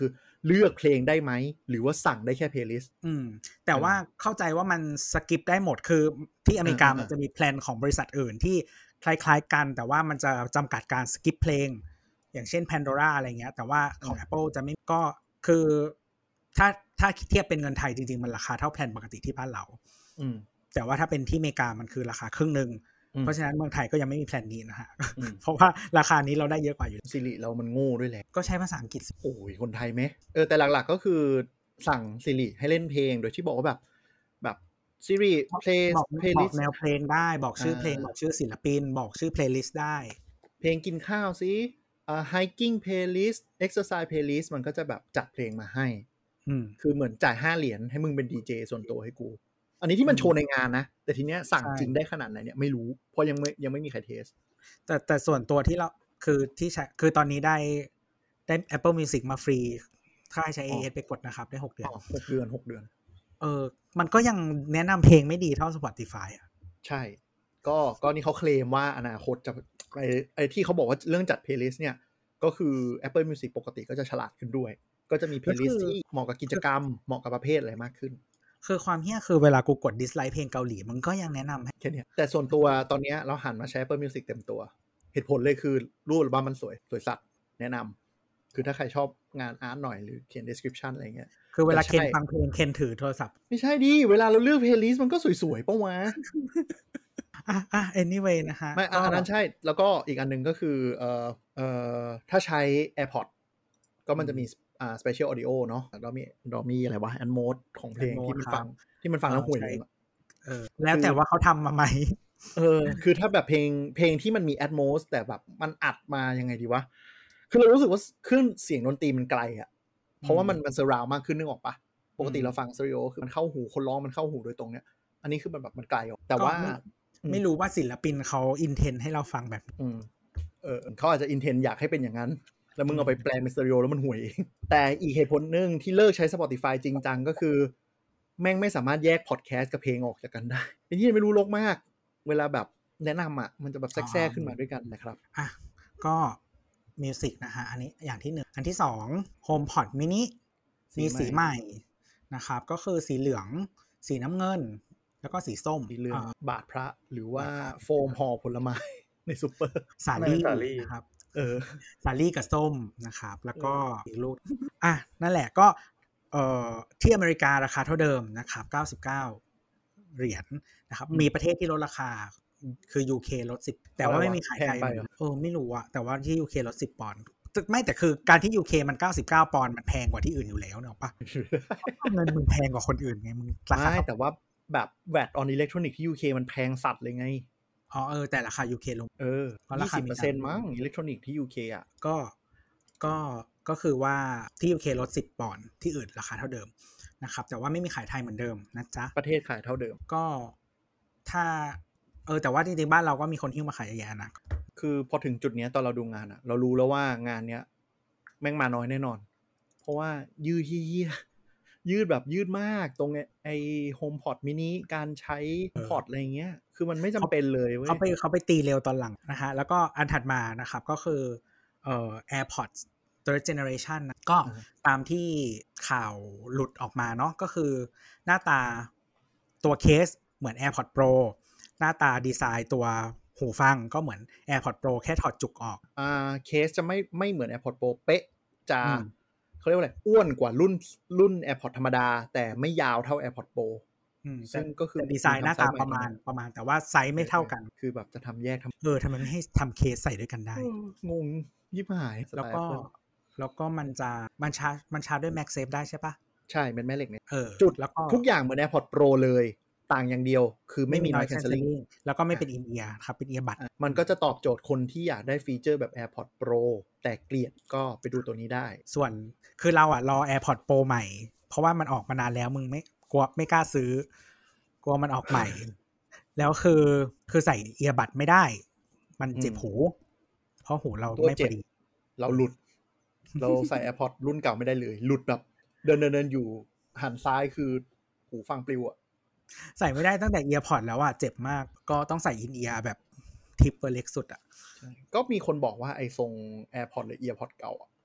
เลือกเพลงได้ไหมหรือว่าสั่งได้แค่ playlist อืมแต่ว่าเข้าใจว่ามันสกิปได้หมดคือที่อเมริกามันจะมีแพลนของบริษัทอื่นที่คล้ายๆกันแต่ว่ามันจะจำกัดการสกิปเพลงอย่างเช่น Pandora อะไรเงี้ยแต่ว่าของ Apple จะไม่ก็คือถ้าถ้าเทียบเป็นเงินไทยจริงๆมันราคาเท่าแพลนปกติที่บ้านเราอืมแต่ว่าถ้าเป็นที่อเมริกามันคือราคาครึ่งนึงเพราะฉะนั้นเมืองไทยก็ยังไม่มีแพลนนี้นะฮะเพราะว่าราคานี้เราได้เยอะกว่าอยู่ซิริเรามันโง่ด้วยแหละก็ใช้ภาษาอังกฤษโอ้ยคนไทยไหมเออแต่หลักๆก็คือสั่งซิริให้เล่นเพลงโดยที่บอกว่าแบบแบบซิริเพลย์เพลย์ลิสต์บอกแนวเพลงได้บอกชื่อเพลงบอกชื่อศิลปินบอกชื่อเพลย์ลิสต์ได้เพลงกินข้าวซิอ่า hiking playlist exercise playlist มันก็จะแบบจัดเพลงมาให้คือเหมือนจ่ายห้าเหรียญให้มึงเป็นดีเจส่วนตัวให้กูอันนี้ที่มันโชว์ในงานนะแต่ทีเนี้ยสั่งจริงได้ขนาดไหนเนี่ยไม่รู้เพราะยังไม่ยังไม่มีใครเทสแต่แต่ส่วนตัวที่เราคือที่ใช้คือตอนนี้ได้ได้ Apple Music มาฟรีถ้าใช้ เอ เอส ไปกดนะครับได้หกเดือนหกเดือนหกเดือนเออมันก็ยังแนะนำเพลงไม่ดีเท่า Spotify อ่ะใช่ก็ก็นี่เขาเคลมว่าอนาคตจะไอ้ไอ้ที่เขาบอกว่าเรื่องจัด playlist เนี่ยก็คือ Apple Music ปกติก็จะฉลาดขึ้นด้วยก็จะมี playlist ที่เหมาะกับกิจกรรมเหมาะกับประเภทอะไรมากขึ้นคือความเหี้ยคือเวลากูกด dislike เพลงเกาหลีมันก็ยังแนะนำให้แค่นี้แต่ส่วนตัวตอนนี้เราหันมาใช้ Apple Music เต็มตัวเหตุผลเลยคือรูปอัลบั้มมันสวยสวยสัตว์แนะนำคือถ้าใครชอบงานอาร์ตหน่อยหรือเขียน description อะไรเงี้ยคือเวลาเคนฟังเพลงเคนถือโทรศัพท์ไม่ใช่ดิเวลาเราเลือก playlist มันก็สวยๆป่ะวะอ่ะอ่ะ anyway นะฮะไม่อันนั้นใช่แล้วก็อีกอันนึงก็คือเอ่อเอ่อถ้าใช้ AirPods ก็มันจะมีอ่า Special Audio เนาะเรามีเรามีอะไรวะ Ad Mode ของเพลงที่มันฟังที่มันฟังแล้วห่วยลงเออแล้วแต่ว่าเขาทำมาไหมเออคือถ้าแบบเพลงเพลงที่มันมี Ad Mode แต่แบบมันอัดมายังไงดีวะคือเรารู้สึกว่าคลื่นเสียงดนตรีมันไกลอ่ะเพราะว่ามันมันเซอร์ราวด์มากขึ้นนึกออกปะปกติเราฟังสเตอริโอคือมันเข้าหูคนร้องมันเข้าหูโดยตรงเนี้ยอันนี้คือมันแบบมันไกลออกแต่ว่าไม่รู้ว่าศิลปินเขาอินเทนให้เราฟังแบบอืมเออเขาอาจจะอินเทนอยากให้เป็นอย่างนั้นแล้วมึงเอาไปแปลงเป็นสเตอริโอแล้วมันห่วยเองแต่อีกเหตุผลนึงที่เลิกใช้ Spotify จริงจังก็คือแม่งไม่สามารถแยกพอดแคสต์กับเพลงออกจากกันได้ไอ้นี่ไม่รู้โลกมากเวลาแบบแนะนำอ่ะมันจะแบบแทรกขึ้นมาด้วยกันนะครับอ่ะก็มิวสิกนะฮะอันนี้อย่างที่หนึ่งอันที่สอง HomePod mini มีสีใหม่นะครับก็คือสีเหลืองสีน้ำเงินแล้วก็สีส้มสีเหลืองบาทพระหรือว่าโฟมห่อผลไม้ในซุปเปอร์สาลี่นะครับเออสาลี่กับส้มนะครับแล้วก็อีกลูกอ่ะนั่นแหละก็เอ่อที่อเมริการาคาเท่าเดิมนะครับเก้าสิบเก้าเหรียญนะครับมีประเทศที่ลดราคาคือ ยู เค ลดสิบแต่ว่าไม่มีขายไทยเออไม่รู้อะแต่ว่าที่ ยู เค ลดสิบปอนด์ไม่แต่คือการที่ ยู เค มันเก้าสิบเก้าปอนด์มันแพงกว่าที่อื่นอยู่แล้วเนาะป่ะเงินมึงแพงกว่าคนอื่นไงมึงราคาแต่ว่าแบบ แวต on electronic ที่ ยู เค มันแพงสัตว์เลยไงอ๋อเออแต่ราคา ยู เค ลงเออ ยี่สิบเปอร์เซ็นต์ มั้งอิเล็กทรอนิกส์ที่ ยู เค อ่ะก็ก็ก็คือว่าที่ ยู เค ลดสิบปอนด์ที่อื่นราคาเท่าเดิมนะครับแต่ว่าไม่มีขายไทยเหมือนเดิมนะจ๊ะประเทศขายเท่าเดิมก็ถ้าเออแต่ว่าจริงๆบ้านเราก็มีคนหิ้วมาขายเยอะแยะนะคือพอถึงจุดนี้ตอนเราดูงานอ่ะเรารู้แล้วว่างานเนี้ยแม่งมาน้อยแน่นอนเพราะว่ายืดเยี่ยยืดแบบยืดมากตรงไอ้ HomePod mini การใช้ HomePod อะไรเงี้ยคือมันไม่จำเป็นเลยเว้ยเขาไปเขาไปตีเร็วตอนหลังนะฮะแล้วก็อันถัดมานะครับก็คือเอ่อ AirPods third generation นะก็ตามที่ข่าวหลุดออกมาเนาะก็คือหน้าตาตัวเคสเหมือน AirPods Pro หน้าตาดีไซน์ตัวหูฟังก็เหมือน AirPods Pro แค่ถอดจุกออกอ่าเคสจะไม่ไม่เหมือน AirPods Pro เป๊ะจะเขาเรียกว่าอะไรอ้วนกว่ารุ่นรุ่น AirPods ธรรมดาแต่ไม่ยาวเท่า AirPods Pro ซึ่งก็คือดีไซน์หน้าตาประมาณประมาณแต่ว่าไซส์ไม่เท่ากันคือแบบจะทำแยกทำเออทำไมไม่ให้ทำเคสใส่ด้วยกันได้งงยิบหายแล้วก็แล้วก็มันจะมันชาร์จมันชาร์จด้วย MagSafe ได้ใช่ปะใช่เป็นแม่เหล็กเนี่ยเออจุดแล้วก็ทุกอย่างเหมือน AirPods Pro เลยต่างอย่างเดียวคือไม่มี noise cancelling แล้วก็ไม่เป็น in ear ครับเป็น earbud มันก็จะตอบโจทย์คนที่อยากได้ฟีเจอร์แบบ AirPods Pro แต่เกลียดก็ไปดูตัวนี้ได้ส่วนคือเราอ่ะรอ AirPods Pro ใหม่เพราะว่ามันออกมานานแล้วมึงไม่กลัวไม่กล้าซื้อกลัวมันออกใหม่แล้วคือคือใส่ earbud ไม่ได้มันเจ็บหูเพราะหูเราไม่พอดีเราหลุดเราใส่ AirPods รุ่นเก่าไม่ได้เลยหลุดแบบเดินเดินเดินอยู่หันซ้ายคือหูฟังปลิวอ่ะใส่ไม่ได้ตั้งแต่ earpod แล้วอ่ะเจ็บมากก็ต้องใส่ in ear แบบทิปเปอร์เล็กสุดอ่ะก็มีคนบอกว่าไอ้ทรง AirPod หรือ earpod เก่าอ่ะ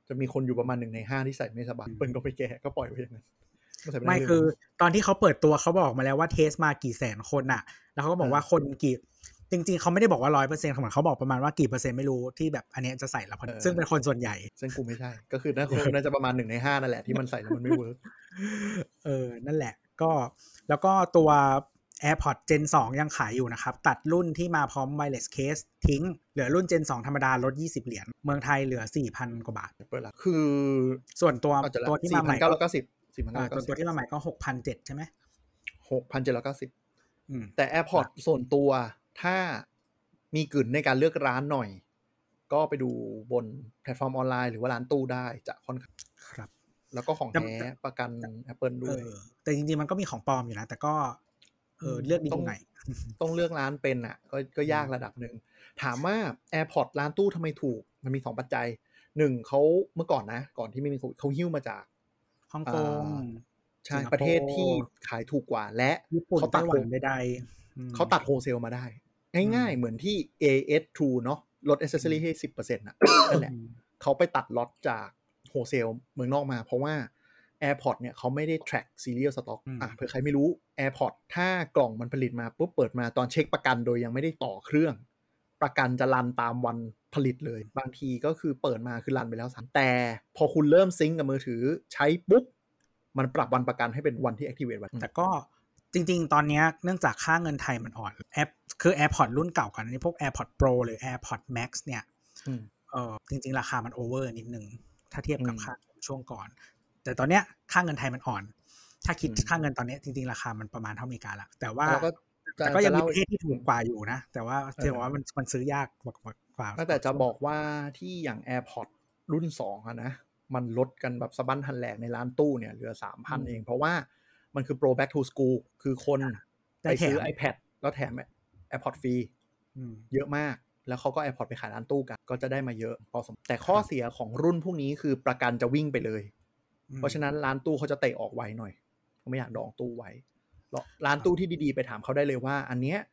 จะมีคนอยู่ประมาณหนึ่งในห้าที่ใส่ไม่สบายเปิ้ลก็ไปแก้ก็ปล่อยไว้อย่างนั้นไม่คือตอนที่เขาเปิดตัวเขาบอกมาแล้วว่าเทสมากี่แสนคนน่ะแล้วเขาก็บอกว่าคนกี่จริงๆเขาไม่ได้บอกว่า ร้อยเปอร์เซ็นต์ เหมือนเขาบอกประมาณว่ากี่เปอร์เซ็นต์ไม่รู้ที่แบบอันนี้จะใส่แล้วซึ่งเป็นคนส่วนใหญ่ซึ่งกูไม่ใช่ก็คือน่าน่าจะประมาณหนึ่งในห้านั่นแหละที่มันใส่แล้วมันไม่เวิร์คเออนั่นแหละก็แล้วก็ตัว AirPods Gen สองยังขายอยู่นะครับตัดรุ่นที่มาพร้อม Wireless Case ทิ้งเหลือรุ่น Gen สองธรรมดาลดยี่สิบเหรียญเมืองไทยเหลือ สี่พัน กว่าบาทเปิดละคือส่วนตัวตัวที่มาใหม่ก็สี่พันเก้าร้อยเก้าสิบ สี่พันเก้าร้อยเก้าสิบตัวที่มาใหม่ก็ หกพันเจ็ดร้อย ใช่มั้ยหกพันเจ็ดร้อยเก้าสิบอืมแต่ AirPods ส่วนตัวถ้ามีกึ่นในการเลือกร้านหน่อยก็ไปดูบนแพลตฟอร์มออนไลน์หรือว่าร้านตู้ได้จะค่อนข้างครับแล้วก็ของแท้ประกัน Apple ด้วยแต่จริงๆมันก็มีของปลอมอยู่นะแต่ก็เออเลือกดีหน่อยต้องเลือกร้านเป็นอ่ะก็ก็ยากระดับนึงถามว่า AirPods ร้านตู้ทำไมถูกมันมีสองปัจจัยหนึ่งเขาเมื่อก่อนนะก่อนที่ไม่มีโควิดเขาหิ้วมาจากฮ่องกงใช่ประเทศที่ขายถูกกว่าและเขาตัดโฮมได้เขาตัดโฮเซลมาได้ง่ายๆเหมือนที่ เอ เอส True เนาะลด accessory ให้ สิบเปอร์เซ็นต์ น่ะนั่นแหละเขาไปตัดล็อตจากโฮเซลเมืองนอกมาเพราะว่า AirPods เนี่ยเขาไม่ได้ track serial stock อ่ะเผื่อใครไม่รู้ AirPods ถ้ากล่องมันผลิตมาปุ๊บเปิดมาตอนเช็คประกันโดยยังไม่ได้ต่อเครื่องประกันจะรันตามวันผลิตเลยบางทีก็คือเปิดมาคือรันไปแล้วสามแต่พอคุณเริ่มซิงก์กับมือถือใช้ปุ๊บมันปรับวันประกันให้เป็นวันที่ activate วันแต่ก็จริงๆตอนนี้เนื่องจากค่าเงินไทยมันอ่อนแอปคือ AirPods รุ่นเก่ากันนี่พวก AirPods Pro หรือ AirPods Max เนี่ยเออจริงๆราคามันโอเวอร์นิดนึงถ้าเทียบกับค่าช่วงก่อนแต่ตอนเนี้ยค่าเงินไทยมันอ่อนถ้าคิดค่าเงินตอนนี้จริงๆราคามันประมาณเท่าอเมริกาละแต่ว่าแต่ก็ยังมีประเทศที่ถูกกว่าอยู่นะแต่ว่าเชื่อว่ามันมันซื้อยากกว่ากว่าแต่จะบอกว่าที่อย่าง AirPods รุ่นสองอ่ะนะมันลดกันแบบสะบั้นทันแหลกในร้านตู้เนี่ยเหลือ สามพัน เองเพราะว่ามันคือ Pro Back to School คือคนไปซื้อ iPad แล้วแถม AirPods ฟรีเยอะมากแล้วเขาก็ AirPods ไปขายร้านตู้กันก็จะได้มาเยอะพอสมแต่ข้อเสียของรุ่นพวกนี้คือประกันจะวิ่งไปเลยเพราะฉะนั้นร้านตู้เขาจะเตะออกไวหน่อยเขาไม่อยากดองตู้ไว้ร้านตู้ที่ดีๆไปถามเขาได้เลยว่าอันเนี้ย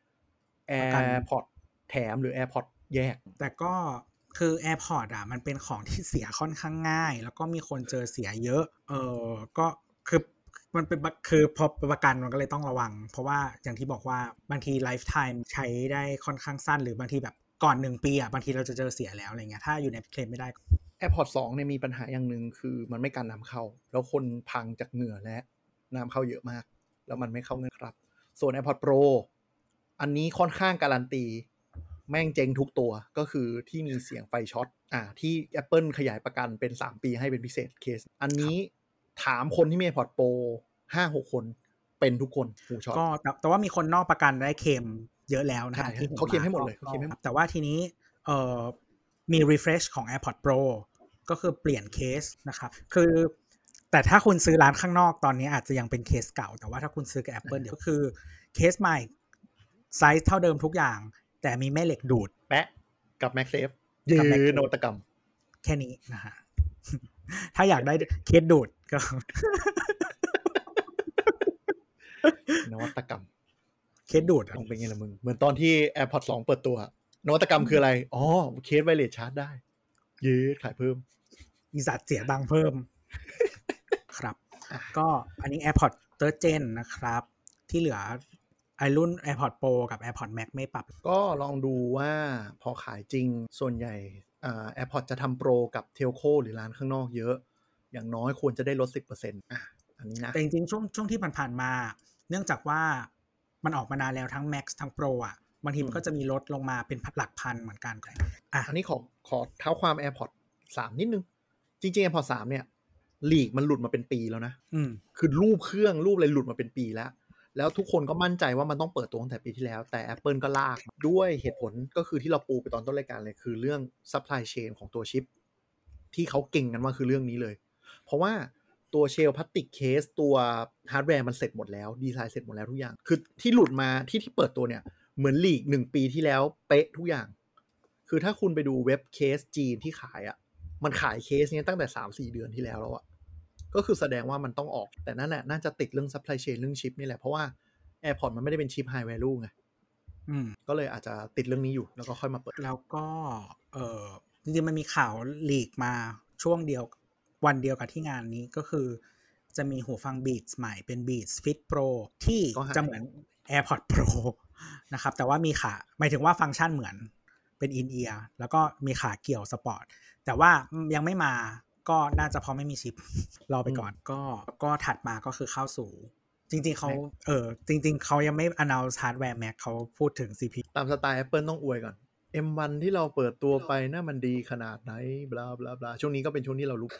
AirPods แถมหรือ AirPods แยกแต่ก็คือ AirPods อ่ะมันเป็นของที่เสียค่อนข้างง่ายแล้วก็มีคนเจอเสียเยอะเออก็คือมันเป็นคือพอประกันมันก็เลยต้องระวังเพราะว่าอย่างที่บอกว่าบางทีไลฟ์ไทม์ใช้ได้ค่อนข้างสั้นหรือบางทีแบบก่อนหนึ่งปีอ่ะบางทีเราจะเจอเสียแล้วอะไรเงี้ยถ้าอยู่ในเคลมไม่ได้ AirPods สองเนี่ยมีปัญหาอย่างนึงคือมันไม่กันน้ำเข้าแล้วคนพังจากเหงื่อและน้ำเข้าเยอะมากแล้วมันไม่เข้าเงินครับส่วน AirPods Pro อันนี้ค่อนข้างการันตีแม่งเจ๊งทุกตัวก็คือที่มีเสียงไฟช็อตอ่าที่ Apple ขยายประกันเป็นสามปีให้เป็นพิเศษเคสอันนี้ถามคนที่มี AirPods Pro ห้าหก คนเป็นทุกคนหูช็อตก็แต่ว่ามีคนนอกประกันได้เคลมเยอะแล้วนะที่เขาเคลมให้หมดเลยเขาเคลมให้หมดแต่ว่าทีนี้เอ่อมี refresh ของ AirPods Pro ก็คือเปลี่ยนเคสนะครับคือแต่ถ้าคุณซื้อร้านข้างนอกตอนนี้อาจจะยังเป็นเคสเก่าแต่ว่าถ้าคุณซื้อกับ Apple เดี๋ยวก็คือเคสใหม่ไซส์เท่าเดิมทุกอย่างแต่มีแม่เหล็กดูดแปะกับ MagSafe ยืนนวัตกรรมแค่นี้นะฮะถ้าอยากได้เคสดูดก็นวัตกรรมเคสดูดต้องเป็นไงล่ะมึงเหมือนตอนที่ AirPods สองเปิดตัวนวัตกรรมคืออะไรอ๋อเคสไวเลสชาร์จได้ยืดขายเพิ่มอีสัตว์เสียตังค์เพิ่มครับก็อันนี้ AirPods third Gen นะครับที่เหลือไอรุ่น AirPods Pro กับ AirPods Max ไม่ปรับก็ลองดูว่าพอขายจริงส่วนใหญ่อ่า AirPods จะทำ Pro กับ Telco หรือร้านข้างนอกเยอะอย่างน้อยควรจะได้ลด สิบเปอร์เซ็นต์ อ่ะอันนี้นะแต่จริงๆช่วงช่วงที่ผ่านๆมาเนื่องจากว่ามันออกมานานแล้วทั้ง Max ทั้ง Pro อ่ะบางทีมันก็จะมีลดลงมาเป็นหลักพันเหมือนกันอ่ะอันนี้ขอขอเท้าความ AirPods สามนิดนึงจริงๆ AirPods สามเนี่ยลีกมันหลุดมาเป็นปีแล้วนะคือรูปเครื่องรูปอะไรหลุดมาเป็นปีแล้วแล้วทุกคนก็มั่นใจว่ามันต้องเปิดตัวตั้งแต่ปีที่แล้วแต่ Apple ก็ลากด้วยเหตุผลก็คือที่เราปูไปตอนต้นรายการเลยคือเรื่อง supply chain ของตัวชิปที่เขาเก่งกันว่าคือเรื่องนี้เลยเพราะว่าตัวเชลพลาสติกเคสตัวฮาร์ดแวร์มันเสร็จหมดแล้วดีไซน์เสร็จหมดแล้วทุกอย่างคือที่หลุดมาที่ที่เปิดตัวเนี่ยเหมือนลีกหนึ่งปีที่แล้วเป๊ะทุกอย่างคือถ้าคุณไปดูเว็บเคสจีนที่ขายอ่ะมันขายเคสนี้ตั้งแต่ สามสี่ เดือนที่แล้วแล้วอ่ะก็คือแสดงว่ามันต้องออกแต่นั่นแหละน่าจะติดเรื่อง supply chain เรื่องชิปนี่แหละเพราะว่า AirPods มันไม่ได้เป็นชิป high value ไงก็เลยอาจจะติดเรื่องนี้อยู่แล้วก็ค่อยมาเปิดแล้วก็เออจริงๆมันมีข่าวลีกมาช่วงเดียววันเดียวกับที่งานนี้ก็คือจะมีหูฟัง Beats ใหม่เป็น Beats Fit Pro ที่จะเหมือน AirPods Pro นะครับแต่ว่ามีขาหมายถึงว่าฟังก์ชันเหมือนเป็น in ear แล้วก็มีขาเกี่ยวสปอร์ตแต่ว่ายังไม่มาก็น่าจะเพราะไม่มีชิป รอไปก่อนก็ก็ถัดมาก็คือเข้าสู่จริงๆเขาเออจริงๆเขายังไม่ announce hardware Mac เขาพูดถึง ซี พี ยูตามสไตล์ Apple ต้องอวยก่อน เอ็ม วัน ที่เราเปิดตัวไปน่ามันดีขนาดไหนบลาบลาบลาช่วงนี้ก็เป็นช่วงที่เราลุก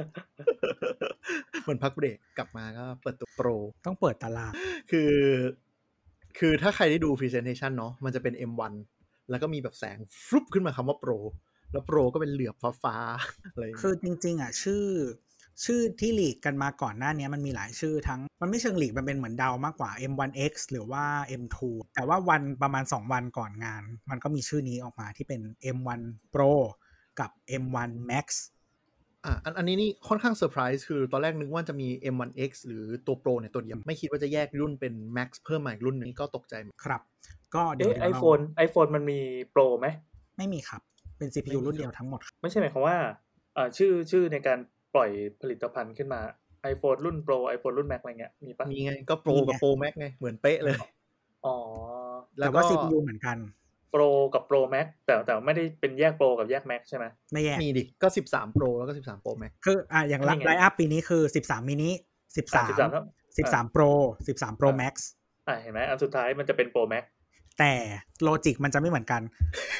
เหมือนพักเบรกกลับมาก็เปิดตัว Pro ต้องเปิดตลาดคือคือถ้าใครได้ดู Presentation เนาะมันจะเป็น เอ็ม วัน แล้วก็มีแบบแสงฟลุปขึ้นมาคำว่า Pro แล้ว Pro ก็เป็นเหลือบฟ้าๆอะไรคือจริงๆอ่ะชื่อชื่อที่ลีกกันมาก่อนหน้านี้มันมีหลายชื่อทั้งมันไม่เชิงลีกมันเป็นเหมือนเดามากกว่า เอ็ม วัน เอ็กซ์ หรือว่า เอ็ม ทู แต่ว่าวันประมาณสองวันก่อนงานมันก็มีชื่อนี้ออกมาที่เป็น เอ็ม วัน Pro กับ เอ็ม วัน Max อ่ะอันนี้นี่ค่อนข้างเซอร์ไพรส์คือตอนแรกนึกว่าจะมี เอ็ม วัน เอ็กซ์ หรือตัว Pro เนี่ยตัวเดียวไม่คิดว่าจะแยกรุ่นเป็น Max เพิ่มมาอีกรุ่นนึงก็ตกใจครับก็เดี๋ยว iPhone iPhone มันมี Pro ไหมไม่มีครับเป็น ซี พี ยู รุ่นเดียวทั้งหมดไม่ใช่หมายความว่าอ่าชื่อชื่อในการปล่อยผลิตภัณฑ์ขึ้นมา iPhone รุ่น Pro iPhone รุ่น Max อะไรเงี้ยมีปะมีไงก็ Pro กับ Pro Max ไงเหมือนเป๊ะเลยอ๋อแต่ว่า ซี พี ยู เหมือนกัน Pro กับ Pro Max แต่แต่ไม่ได้เป็นแยก Pro กับแยก Max ใช่ไหมไม่แยกมีดิก็สิบสาม Pro แล้วก็สิบสาม Pro Max คืออ่ะอย่างไลน์อัพปีนี้คือสิบสาม mini สิบสาม สิบสาม Pro สิบสาม Pro Max อ่ะเห็นไหมอันสุดท้ายมันจะเป็น Pro Max แต่โลจิกมันจะไม่เหมือนกัน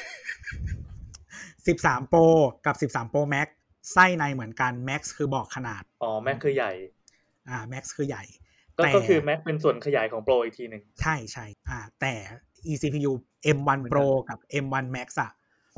สิบสาม Pro กับสิบสาม Pro Max ไส้ในเหมือนกัน Max คือบอกขนาดอ๋อ Max คือใหญ่อ่า Max คือใหญ่ก็คือ Max เป็นส่วนขยายของ Pro อีกทีนึงใช่ๆอ่าแต่ อี ซี พี ยู เอ็ม วัน Pro กับ เอ็ม วัน Max อ่ะ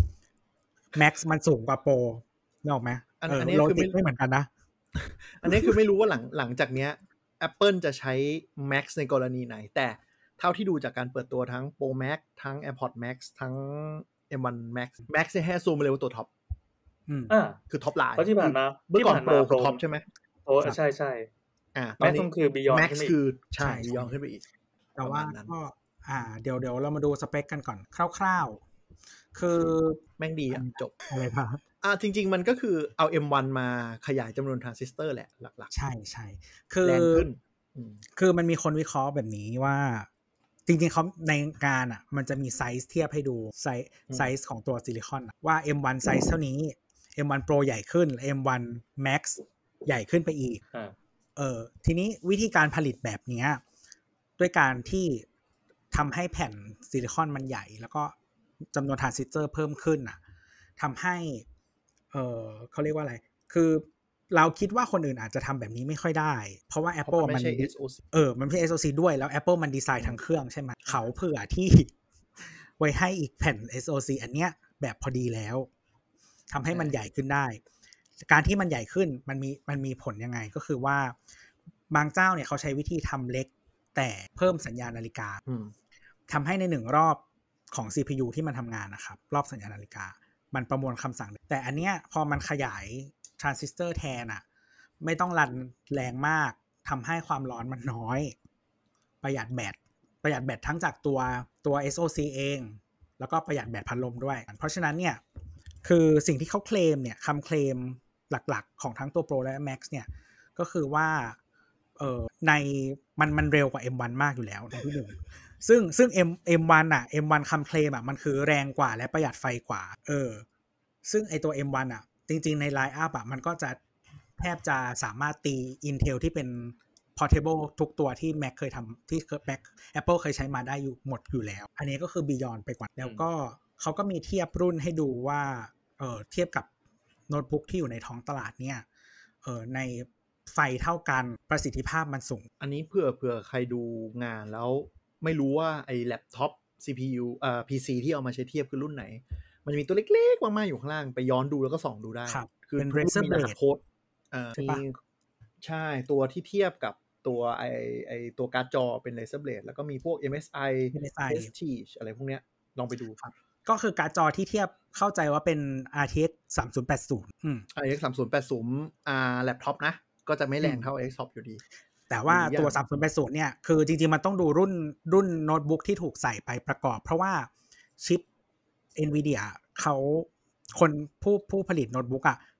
Max มันสูงกว่า Pro นึกออกมั้ยอันนี้คือไม่เหมือนกันนะอันนี้คือไม่รู้ว่าหลังหลังจากเนี้ย Apple จะใช้ Max ในกรณีไหนแต่เท่าที่ดูจากการเปิดตัวทั้ง Pro Max ทั้ง AirPods Max ทั้ง เอ็ม วัน Max Max เนี่ยให้ซูมมาเลยว่าตัวท็อปอืมอ่าคือท็อปไลน์เพราะที่ผ่านมาเมื่อก่อน Pro คือท็อปใช่ไหมโอ้ใช่ๆอ่าตอนนี้คือ Beyond Max คือใช่ Beyond ขึ้นไปอีกแต่ว่าก็อ่าเดี๋ยวเดี๋ยวเรามาดูสเปคกันก่อนคร่าวๆคือแม่งดีอ่ะจบอะไรครับอ่าจริงๆมันก็คือเอา เอ็ม วัน มาขยายจำนวนทรานซิสเตอร์แหละหลักๆใช่ๆคือแรงขึ้นคือมันมีคนวิเคราะห์แบบนี้ว่าจริงๆเขาในงานอ่ะมันจะมีไซส์เทียบให้ดูไซส์ไซส์ของตัวซิลิคอนว่า เอ็ม วัน ไซส์เท่านี้ เอ็ม วัน Pro ใหญ่ขึ้น เอ็ม วัน Max ใหญ่ขึ้นไปอีกเออทีนี้วิธีการผลิตแบบนี้ด้วยการที่ทำให้แผ่นซิลิคอนมันใหญ่แล้วก็จำนวนทรานซิสเตอร์เพิ่มขึ้นอ่ะทำให้เออเขาเรียกว่าอะไรคือเราคิดว่าคนอื่นอาจจะทำแบบนี้ไม่ค่อยได้เพราะว่า Apple มันเออมันไม่ใช่ เอส โอ ซี ด้วยแล้ว Apple มันดีไซน์ทั้งเครื่องใช่ไหมเขาเผื่อที่ไว้ให้อีกแผ่น เอส โอ ซี อันเนี้ยแบบพอดีแล้วทำให้มันใหญ่ขึ้นได้การที่มันใหญ่ขึ้นมันมีมันมีผลยังไงก็คือว่าบางเจ้าเนี่ยเขาใช้วิธีทำเล็กแต่เพิ่มสัญญาณนาฬิกาทำให้ในหนึ่งรอบของ ซี พี ยู ที่มันทำงานนะครับรอบสัญญาณนาฬิกามันประมวลคำสั่งแต่อันเนี้ยพอมันขยายทรานซิสเตอร์แทนอ่ะไม่ต้องรันแรงมากทำให้ความร้อนมันน้อยประหยัดแบตประหยัดแบตทั้งจากตัวตัว เอส โอ ซี เองแล้วก็ประหยัดแบตพัดลมด้วยเพราะฉะนั้นเนี่ยคือสิ่งที่เขาเคลมเนี่ยคำเคลมหลักๆของทั้งตัว Pro และ Max เนี่ยก็คือว่าเอ่อในมันมันเร็วกว่า เอ็ม วัน มากอยู่แล้วในที่หนึ่งซึ่งซึ่ง M เอ็ม วัน อ่ะ เอ็ม วัน คำเคลมอ่ะมันคือแรงกว่าและประหยัดไฟกว่าเออซึ่งไอตัว เอ็ม วัน อ่ะจริงๆในไลน์อัพอ่ะมันก็จะแทบจะสามารถตี Intel ที่เป็น portable ทุกตัวที่ Mac เคยทำที่ Mac Apple เคยใช้มาได้อยู่หมดอยู่แล้วอันนี้ก็คือ Beyond ไปกว่าแล้วก็เขาก็มีเทียบรุ่นให้ดูว่าเออเทียบกับโน้ตบุ๊กที่อยู่ในท้องตลาดเนี่ยเออในไฟเท่ากันประสิทธิภาพมันสูงอันนี้เผื่อเผื่อใครดูงานแล้วไม่รู้ว่าไอ้แล็ปท็อป ซี พี ยู เอ่อ พี ซี ที่เอามาใช้เทียบคือรุ่นไหนมันจะมีตัวเล็กๆมากๆอยู่ข้างล่างไปย้อนดูแล้วก็ส่องดูได้คือเป็น Razer Blade โค้ดเอ่อมีใช่ตัวที่เทียบกับตัวไอไอตัวการ์ดจอเป็น Razer Blade แล้วก็มีพวก เอ็ม เอส ไอ Prestige อะไรพวกเนี้ยลองไปดูครับก็คือการ์ดจอที่เทียบเข้าใจว่าเป็น อาร์ ที เอ็กซ์ สามศูนย์แปดศูนย์ อืมอาร์ ที เอ็กซ์ สามศูนย์แปดศูนย์อ่าแล็ปท็อปนะก็จะไม่แรงเท่า Xbox อยู่ดีแต่ว่าตัวสามศูนย์แปดศูนย์เนี่ยคือจริงๆมันต้องดูรุ่นรุ่นโน้ตบุ๊กที่ถูกใส่ไปประกอบเพราะว่าชิป Nvidia เขาคนผู้ผู้ผลิตโน้ตบุ๊กอ่ะ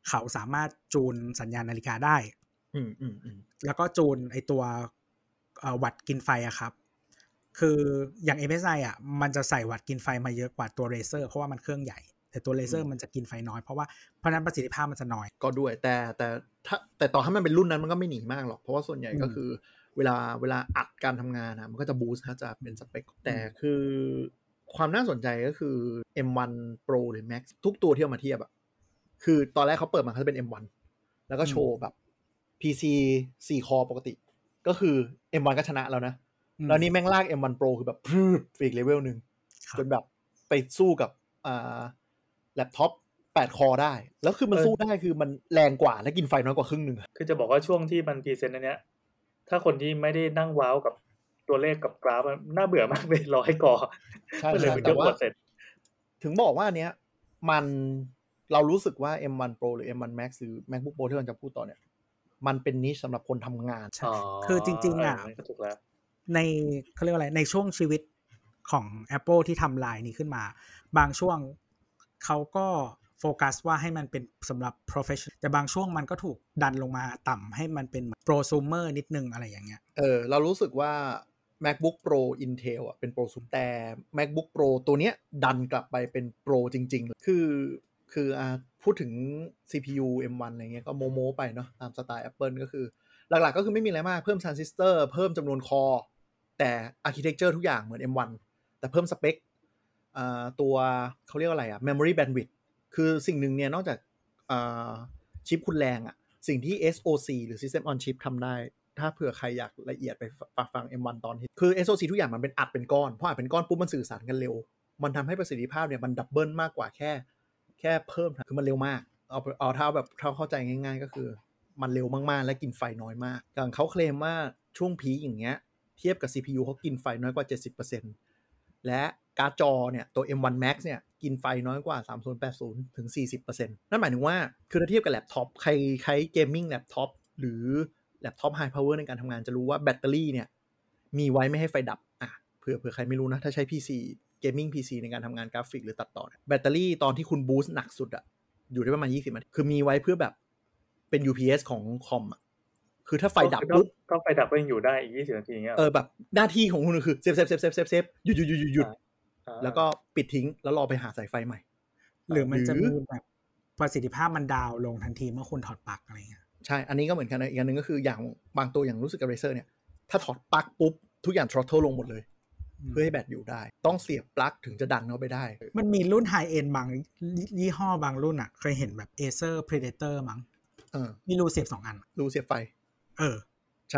เขาสามารถจูนสัญญาณนาฬิกาได้อืมอืมอืมแล้วก็จูนไอตัววัตต์กินไฟอะครับคืออย่าง เอ็ม เอส ไอ อ่ะมันจะใส่วัตต์กินไฟมาเยอะกว่าตัว Razer เพราะว่ามันเครื่องใหญ่แต่ตัว Razer มันจะกินไฟน้อยเพราะว่าเพราะนั้นประสิทธิภาพมันจะน้อยก็ด้วยแต่แต่ถ้าแต่ต่อให้มันเป็นรุ่นนั้นมันก็ไม่หนีมากหรอกเพราะว่าส่วนใหญ่ก็คือเวลาเวลาอัดการทำงานนะมันก็จะบูสต์ถ้าจะเป็นสเปคแต่คือความน่าสนใจก็คือ เอ็ม วัน Pro หรือ Max ทุกตัวที่เอามาเทียบอะคือตอนแรกเขาเปิดมาเขาจะเป็น เอ็ม วัน แล้วก็โชว์แบบ พี ซี สี่ คอปกติก็คือ เอ็ม วัน ก็ชนะแล้วนะแล้วนี่แม่งลาก เอ็ม วัน Pro คือแบบพรึบอีกเลเวลนึงจนแบบไปสู้กับอ่าแล็ปท็อปแปดคอได้แล้วคือมันสู้ได้คือมันแรงกว่าและกินไฟน้อยกว่าครึ่งนึงคือจะบอกว่าช่วงที่มันพรีเซนต์อันเนี้ยถ้าคนที่ไม่ได้นั่งว้าวกับตัวเลขกับกราฟมันน่าเบื่อมากเลยรอให้กอใช่เลยแต่ว่าถึงบอกว่าอันเนี้ยมันเรารู้สึกว่า เอ็ม วัน Pro หรือ เอ็ม วัน Max หรือ MacBook Pro ที่เราจะพูดต่อเนี่ยมันเป็นนิชสำหรับคนทำงานคือจริงๆอ่ะในเขาเรียกว่าอะไรในช่วงชีวิตของ Apple ที่ทำลายนี้ขึ้นมาบางช่วงเขาก็โฟกัสว่าให้มันเป็นสำหรับ professional แต่บางช่วงมันก็ถูกดันลงมาต่ำให้มันเป็น prosumer นิดนึงอะไรอย่างเงี้ยเออเรารู้สึกว่า MacBook Pro Intel อ่ะเป็น prosumer แต่ MacBook Pro ตัวเนี้ยดันกลับไปเป็น Pro จริงๆเลยคือคืออ่าพูดถึง ซี พี ยู เอ็ม วัน อะไรเงี้ยก็โมโมไปเนาะตามสไตล์ Apple ก็คือหลักๆก็คือไม่มีอะไรมากเพิ่มทรานซิสเตอร์เพิ่มจำนวนคอร์แต่ architecture ทุกอย่างเหมือน เอ็ม วัน แต่เพิ่มสเปคอ่าตัวเขาเรียกว่าอะไรอ่ะ memory bandwidth คือสิ่งหนึ่งเนี่ยนอกจากอ่าชิปคุณแรงอ่ะสิ่งที่ เอส โอ ซี หรือ System on Chip ทำได้ถ้าเผื่อใครอยากละเอียดไปฟัง เอ็ม วัน ตอนที่คือ เอส โอ ซี ทุกอย่างมันเป็นอัดเป็นก้อนพออัดเป็นก้อนปุ๊บมันสื่อสารกันเร็วมันทำให้ประสิทธิภาพเนี่ยมันดับเบิลมากกว่าแค่แค่เพิ่มคือมันเร็วมากเอาเอาเท่าแบบเท่าเข้าใจง่ายๆก็คือมันเร็วมากๆและกินไฟน้อยมากอย่างเขาเคลมว่าช่วงพีคอย่างเงี้ยเทียบกับ ซี พี ยู เขากินไฟน้อยกว่า เจ็ดสิบเปอร์เซ็นต์ และการ์ดจอเนี่ยตัว เอ็ม วัน Max เนี่ยกินไฟน้อยกว่า สามพันแปดสิบ ถึง สี่สิบเปอร์เซ็นต์ นั่นหมายถึงว่าคือถ้าเทียบกับแล็ปท็อปใครใช้เกมมิ่งแล็ปท็อปหรือแล็ปท็อปไฮพาวเวอร์ในการทำงานจะรู้ว่าแบตเตอรี่เนี่ยมีไว้ไม่ให้ไฟดับอ่ะเผื่อเผื่อใครไม่รู้นะถ้าใช้ พี ซี เกมมิ่ง พี ซี ในการทำงานกราฟิกหรือตัดต่อแบตเตอรี่ตอนที่คุณบูสต์หนักสุดอะอยู่ได้ประมาณยี่สิบนาทีคือมีไว้เพื่อแบบเป็น ยู พี เอส ของคอมอะคือถ้าไฟดับปุ๊บก็ไฟดับก็ยังอยู่ได้อีกยี่สิบนาทีอย่างเงี้ยเออแบบหน้าที่ของคุณคือเซฟเซฟเซฟเซฟเซฟเซฟหยุดหยุดหยุดหยุดหยุดแล้วก็ปิดทิ้งแล้วรอไปหาสายไฟใหม่หรือมันจะมีแบบประสิทธิภาพมันดาวลงทันทีเมื่อคุณถอดปลั๊กอะไรเงี้ยใช่อันนี้ก็เหมือนกันอีกอันนึงก็คืออย่างบางตัวอย่างรู้สึกกับ Razer เนี่ยถ้าถอดปลั๊กปุ๊บทุกอย่าง throttle ลงหมดเลยเพื่อให้แบตอยู่ได้ต้องเสียบปลั๊กถึงจะดันเข้าไปได้มันมีรุ่นไฮเอ็นบางยี่ห้อบางรุ่นอ่ะเคยเห็นแบบ Acer Predator มั้งเออมีรูเสียบสองอันรูเสียบไฟเออใช่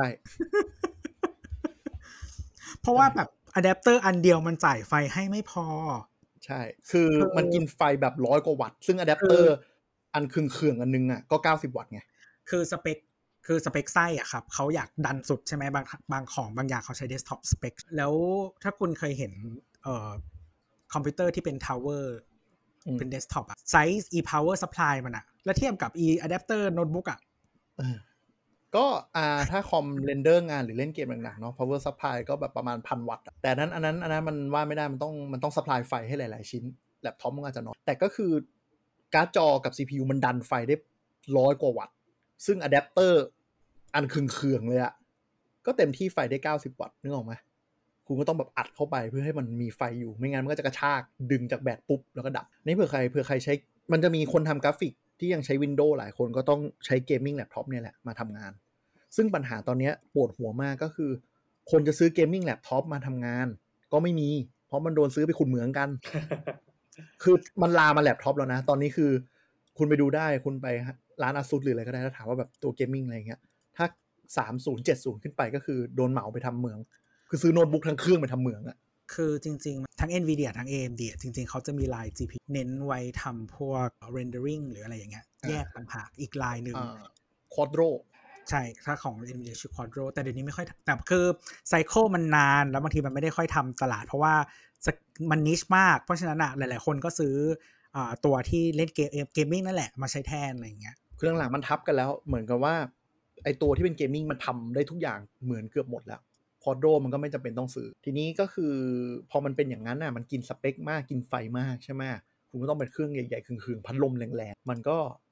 เพราะว่าแบบอะแดปเตอร์อันเดียวมันจ่ายไฟให้ไม่พอใช่คือมันกินไฟแบบร้อยกว่าวัตต์ซึ่งอะแดปเตอร์อันเครื่องๆอันนึงอ่ะก็เก้าสิบวัตต์ไงคือสเปคคือสเปคไส้อ่ะครับเขาอยากดันสุดใช่ไหมบางบางของบางอย่างเขาใช้เดสก์ท็อปสเปคแล้วถ้าคุณเคยเห็นเอ่อคอมพิวเตอร์ที่เป็นทาวเวอร์เป็นเดสก์ท็อปอะไซส์ e power supply มันอะแล้วเทียบกับ e adapter notebook อะก็อ่าถ้าคอมเรนเดอร์งานหรือเล่นเกมหนักๆเนาะ power supply ก็แบบประมาณ หนึ่งพัน วัตต์แต่นั้นอันนั้นอันนั้นมันว่าไม่ได้มันต้องมันต้อง supply ไฟให้หลายๆชิ้นแล็ปท็อปมันอาจจะน้อยแต่ก็คือการ์ดจอกับ ซี พี ยู มันดันไฟได้ร้อยกว่าวัตต์ซึ่งอะแดปเตอร์อันเคืองๆเลยอะก็เต็มที่ไฟได้เก้าสิบวัตต์นึกออกไหมคุณก็ต้องแบบอัดเข้าไปเพื่อให้มันมีไฟอยู่ไม่งั้นมันก็จะกระชากดึงจากแบตปุ๊บแล้วก็ดับนี่เผื่อใครเผื่อใครใช้มันจะมีคนทำกราฟิกที่ยังใช้ Windows หลายคนก็ต้องใช้เกมมิ่งแล็ปท็อปเนี่ยแหละมาทำงานซึ่งปัญหาตอนนี้ปวดหัวมากก็คือคนจะซื้อเกมมิ่งแล็ปท็อปมาทำงานก็ไม่มีเพราะมันโดนซื้อไปขุดเหมืองกัน คือมันลามาแล็ปท็อปแล้วนะตอนนี้คือคุณไปดูได้คุณไปร้าน Asus หรืออะไรก็ได้แล้วถามว่าแบบตัวเกมมิ่งอะไรเงี้ยถ้าสามสิบ เจ็ดสิบขึ้นไปก็คือโดนเหมาไปทำเหมืองคือซื้อโน้ตบุ๊กทั้งเครื่องไปทำเหมืองอะคือจริงๆทั้ง Nvidia ทั้ง เอ เอ็ม ดี จริงๆเขาจะมีลาย จี พี ยู เน้นไว้ทำพวก rendering หรืออะไรอย่างเงี้ยแยกต่างหากอีกลายนึง Quadro ใช่ถ้าของ Nvidia ชื่อ Quadro แต่เดี๋ยวนี้ไม่ค่อยแต่คือไซเคิลมันนานแล้วบางทีมันไม่ได้ค่อยทำตลาดเพราะว่ามันนิชมากเพราะฉะนั้นอ่ะหลายๆคนก็ซื้ออ่าตัวที่เล่นเกมเกมมิ่งนั่นแหละมาใช้แทนอะไรอย่างเงี้ยคือหลังๆมันทับกันแล้วเหมือนกับว่าไอตัวที่เป็นเกมมิ่งมันทำได้ทุกอย่างเหมือนเกือบหมดแล้วQuadro มันก็ไม่จำเป็นต้องซื้อทีนี้ก็คือพอมันเป็นอย่างนั้นน่ะมันกินสเปคมากกินไฟมากใช่ไหมคุณก็ต้องเป็นเครื่องใหญ่ๆคืนๆพัดลมแรงๆมันก็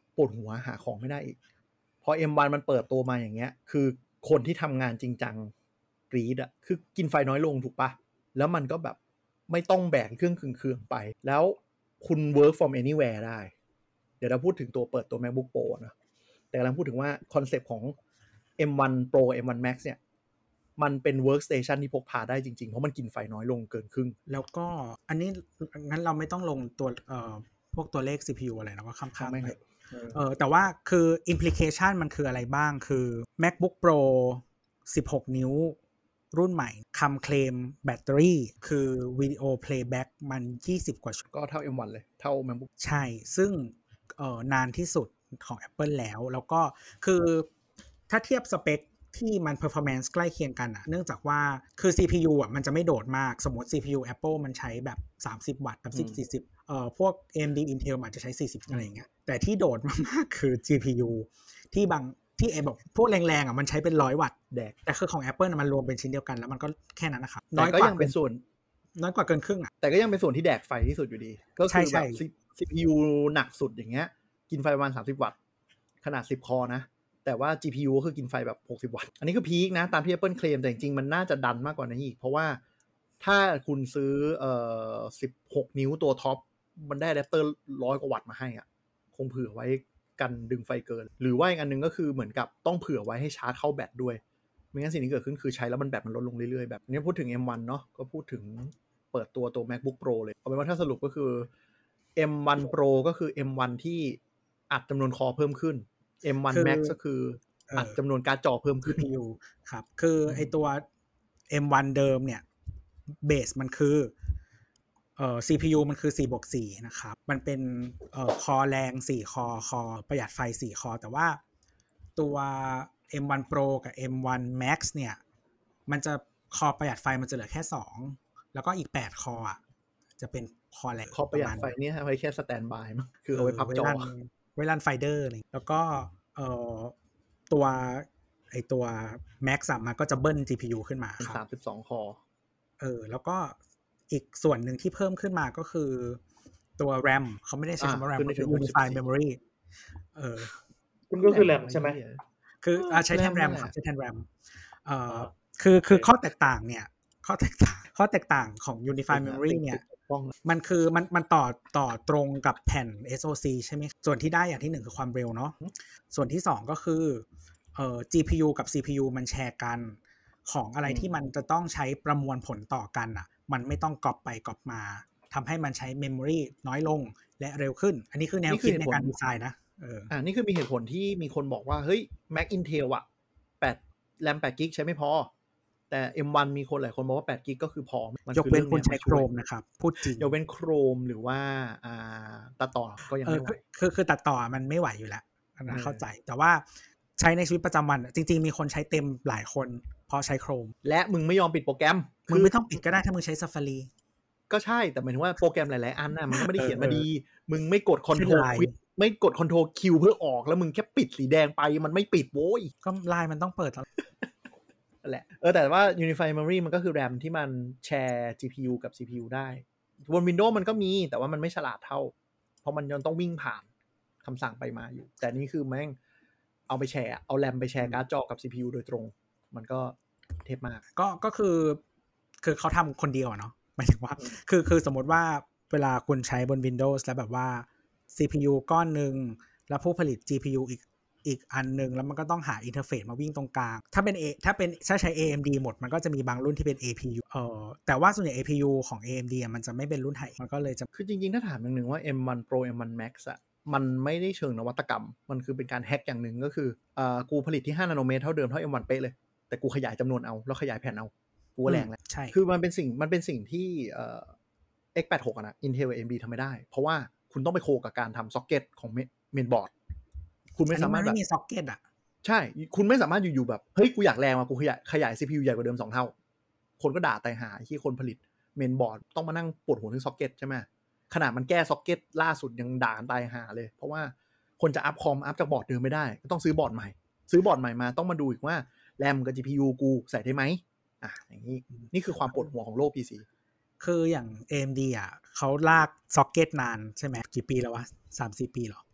ปวดหัวหาของไม่ได้อีกพอ เอ็ม วัน มันเปิดตัวมาอย่างเงี้ยคือคนที่ทำงานจริงจังกรีดอ่ะคือกินไฟน้อยลงถูกปะแล้วมันก็แบบไม่ต้องแบกเครื่องเครื่องไปแล้วคุณ work from anywhere ได้เดี๋ยวเราพูดถึงตัวเปิดตัว MacBook Pro นะแต่กำลังพูดถึงว่าคอนเซปต์ของ เอ็ม วัน Pro เอ็ม วัน Max เนี่ยมันเป็น workstation ที่พกพาได้จริงๆเพราะมันกินไฟน้อยลงเกินครึ่งแล้วก็อันนี้งั้นเราไม่ต้องลงตัวเอ่อพวกตัวเลข ซี พี ยู อะไรนะว่าข้ามๆไปเออแต่ว่าคือ implication มันคืออะไรบ้างคือ MacBook Pro สิบหกนิ้วรุ่นใหม่คำเคลมแบตเตอรี่คือวิดีโอ playback มันยี่สิบกว่าชั่วโมงก็เท่า เอ็ม วัน เลยเท่า MacBook ใช่ซึ่งเอ่อนานที่สุดของ Apple แล้วแล้วก็คือถ้าเทียบสเปคที่มัน performance ใกล้เคียงกันอ่ะเนื่องจากว่าคือ ซี พี ยู อ่ะมันจะไม่โดดมากสมมติ ซี พี ยู Apple มันใช้แบบสามสิบวัตต์แบบสิบ สี่สิบเอ่อพวก เอ เอ็ม ดี Intel อาจจะใช้สี่สิบอะไรอย่างเงี้ยแต่ที่โดดมากๆคือ จี พี ยู ที่บางที่ไอ้บอกพวกแรงๆอ่ะมันใช้เป็นร้อยวัตต์แดกแต่คือของ Apple น่ะมันรวมเป็นชิ้นเดียวกันแล้วมันก็แค่นั้นนะครับน้อยกว่ายังเป็นส่วนน้อยกว่าเกินครึ่งอ่ะแต่ก็ยังเป็นส่วนที่แดกไฟที่สุดอยู่ดีก็คือแบบ ซี พี ยู หนักสุดอย่างเงี้ยกินไฟประมาณสามสิบวัตต์ขนาดสิบคอนะแต่ว่า จี พี ยู ก็คือกินไฟแบบหกสิบวัตต์อันนี้คือพีคนะตามที่ Apple เคลมแต่จริงๆมันน่าจะดันมากกว่านี้อีกเพราะว่าถ้าคุณซื้อเอ่อสิบหกนิ้วตัวท็อปมันได้อะแดปเตอร์ร้อยกว่าวัตต์มาให้อ่ะคงเผื่อไว้กันดึงไฟเกินหรือว่าอีกอันนึงก็คือเหมือนกับต้องเผื่อไว้ให้ชาร์จเข้าแบตด้วยไม่งั้นสิ่งที่เกิดขึ้นคือใช้แล้วมันแบตมันลดลงเรื่อยๆแบบนี้พูดถึง เอ็ม วัน เนาะก็พูดถึงเปิดตัวตัว MacBook Pro เลยเอาเป็นว่าถ้าสรุปก็คือ เอ็ม วัน Pro ก็คือ เอ็ม วัน ที่อัดจำนวนคอเพิ่มขึ้น เอ็ม วัน Max ก็คืออัดจำนวนการ์ดจอเพิ่มขึ้นซี พี ยู ครับคือไอตัว เอ็ม วัน เดิมเนี่ยเบสมันคือเอ่อ ซี พี ยู มันคือสี่บวกสี่นะครับมันเป็นเอ่อคอแรงสี่คอคอประหยัดไฟสี่คอแต่ว่าตัว เอ็ม วัน Pro กับ เอ็ม วัน Max เนี่ยมันจะคอประหยัดไฟมันจะเหลือแค่สองแล้วก็อีกแปดคออ่ะจะเป็นคอแรงคอประหยัดไฟนี่ไว้แค่สแตนด์บายมั้งคือเอาไว้พับจอไว้รันไฟเดอร์นี่แล้วก็เอ่อตัวไอตัว Max อ่ะมันก็จะเบิ้ล จี พี ยู ขึ้นมาครับสามสิบสองคอเออแล้วก็อีกส่วนหนึ่งที่เพิ่มขึ้นมาก็คือตัว RAM เขาไม่ได้ใช้คำว่า RAM คือ Unified Memory เออคุณก็คือ RAM ใช่ไหมคืออ่าใช้แทน RAM ครับใช้แทน RAM เอ่อคือคือข้อแตกต่างเนี่ยข้อแตกต่างข้อแตกต่างของ Unified Memory เนี่ยมันคือมันมันต่อต่อตรงกับแผ่น เอส โอ ซี ใช่ไหมส่วนที่ได้อย่างที่หนึ่งคือความเร็วเนาะส่วนที่สองก็คือเอ่อ จี พี ยู กับ ซี พี ยู มันแชร์กันของอะไรที่มันจะต้องใช้ประมวลผลต่อกันอ่ะมันไม่ต้องก๊อปไปก๊อปมาทำให้มันใช้ memory น้อยลงและเร็วขึ้นอันนี้คือแนวคิดในการดีไซน์นะเอออ่านี่คือมีเหตุผลที่มีคนบอกว่าเฮ้ย Mac Intel อ่ะแปด RAM แปดกิกะไบต์ใช้ไม่พอแต่ เอ็ม วัน มีคนหลายคนบอกว่าแปดกิกะไบต์ก็คือพอยกเว้นคนใช้ Chrome นะครับพูดจริงยกเว้น Chrome หรือว่าอ่าตัดต่อก็ยังไม่ไหวคือคือตัดต่อมันไม่ไหวอยู่แล้วนะเข้าใจแต่ว่าใช้ในชีวิตประจำวันจริงๆมีคนใช้เต็มหลายคนเพราะใช้ Chrome และมึงไม่ยอมปิดโปรแกรมมึงไม่ต้องปิดก็ได้ถ้ามึงใช้ Safari ก็ใช่แต่หมายถึงว่าโปรแกรมหลายๆอันน่ะมันก็ไม่ได้เขียนมาดีมึงไม่กด Control Quit ไม่กด Control Q เพื่อออกแล้วมึงแค่ปิดสีแดงไปมันไม่ปิดโว้ยก็ไลน์มันต้องเปิดแล้วนั่นแหละเออแต่ว่า Unified Memory มันก็คือ RAM ที่มันแชร์ จี พี ยู กับ ซี พี ยู ได้บน Windows มันก็มีแต่ว่ามันไม่ฉลาดเท่าเพราะมันยังต้องวิ่งผ่านคำสั่งไปมาอยู่แต่นี่คือแม่งเอาไปแชร์เอา RAM ไปแชร์การ์ดจอกับ ซี พี ยู โดยตรงมันก็เทพมากก็ก็คือคือเขาทำคนเดียวเนาะหมายถึงว่าคือคือสมมติว่าเวลาคุณใช้บน Windows แล้วแบบว่า ซี พี ยู ก้อนนึงแล้วผู้ผลิต จี พี ยู อีกอีกอันนึงแล้วมันก็ต้องหาอินเทอร์เฟซมาวิ่งตรงกลางถ้าเป็น A ถ้าเป็นถ้าใช้ เอ เอ็ม ดี หมดมันก็จะมีบางรุ่นที่เป็น เอ พี ยู เอ่อแต่ว่าส่วนใหญ่ เอ พี ยู ของ เอ เอ็ม ดี อ่ะมันจะไม่เป็นรุ่นไฮมันก็เลยจะคือจริงๆถ้าถามอย่างนึงว่า เอ็ม วัน Pro เอ็ม วัน Max อ่ะมันไม่ได้เชิงนวัตกรรมมันคือเป็นการแฮกอย่างนึงก็คืออ่ากูผลิตที่ห้านาโนเมตรเท่าเดิมเท่า เอ็ม วัน เป๊ะเลยแต่กูขยายจำนวนเอาแล้วขยายแผ่นเอากูแรงแล้วใช่คือมันเป็นสิ่งมันเป็นสิ่งที่เอ่อ เอ็กซ์ แปดสิบหก อ่ะนะ Intel กับ เอ เอ็ม ดี ทำไม่ได้เพราะว่าคุณต้องไปโคกับการทำซ็อกเก็ตของเมนบอร์ดคุณไม่สามารถแบบไม่มีซ็อกเก็ตอ่ะใช่คุณไม่สามารถอยู่ๆแบบเฮ้ยกูอยากแรงมากูขยายขยาย ซี พี ยู ใหญ่กว่าเดิมสองเท่าคนก็ด่าตายหาที่คนผลิตเมนบอร์ดต้องมานั่งปวดหัวถึงซ็อกเก็ตใช่ไหมขนาดมันแก้ซ็อกเก็ตล่าสุดยังด่าตายหาเลยเพราะว่าคนจะอัพคอมอัพจากบอร์ดเดิมไม่ได้ก็ต้องซื้อบอร์ดใหม่ซื้อบอร์ดใหม่มาต้องมาดูอีกว่าแรมกับ จี พี ยู กูใส่ได้ไหมอ่ะอย่างนี้นี่คือความปวดหัวของโลก พี ซีคืออย่าง เอ เอ็ม ดี อ่ะเขาลากซ็อกเก็ตนานใช่ไหมกี่ปีแล้ววะ สามสี่ ปีหรอ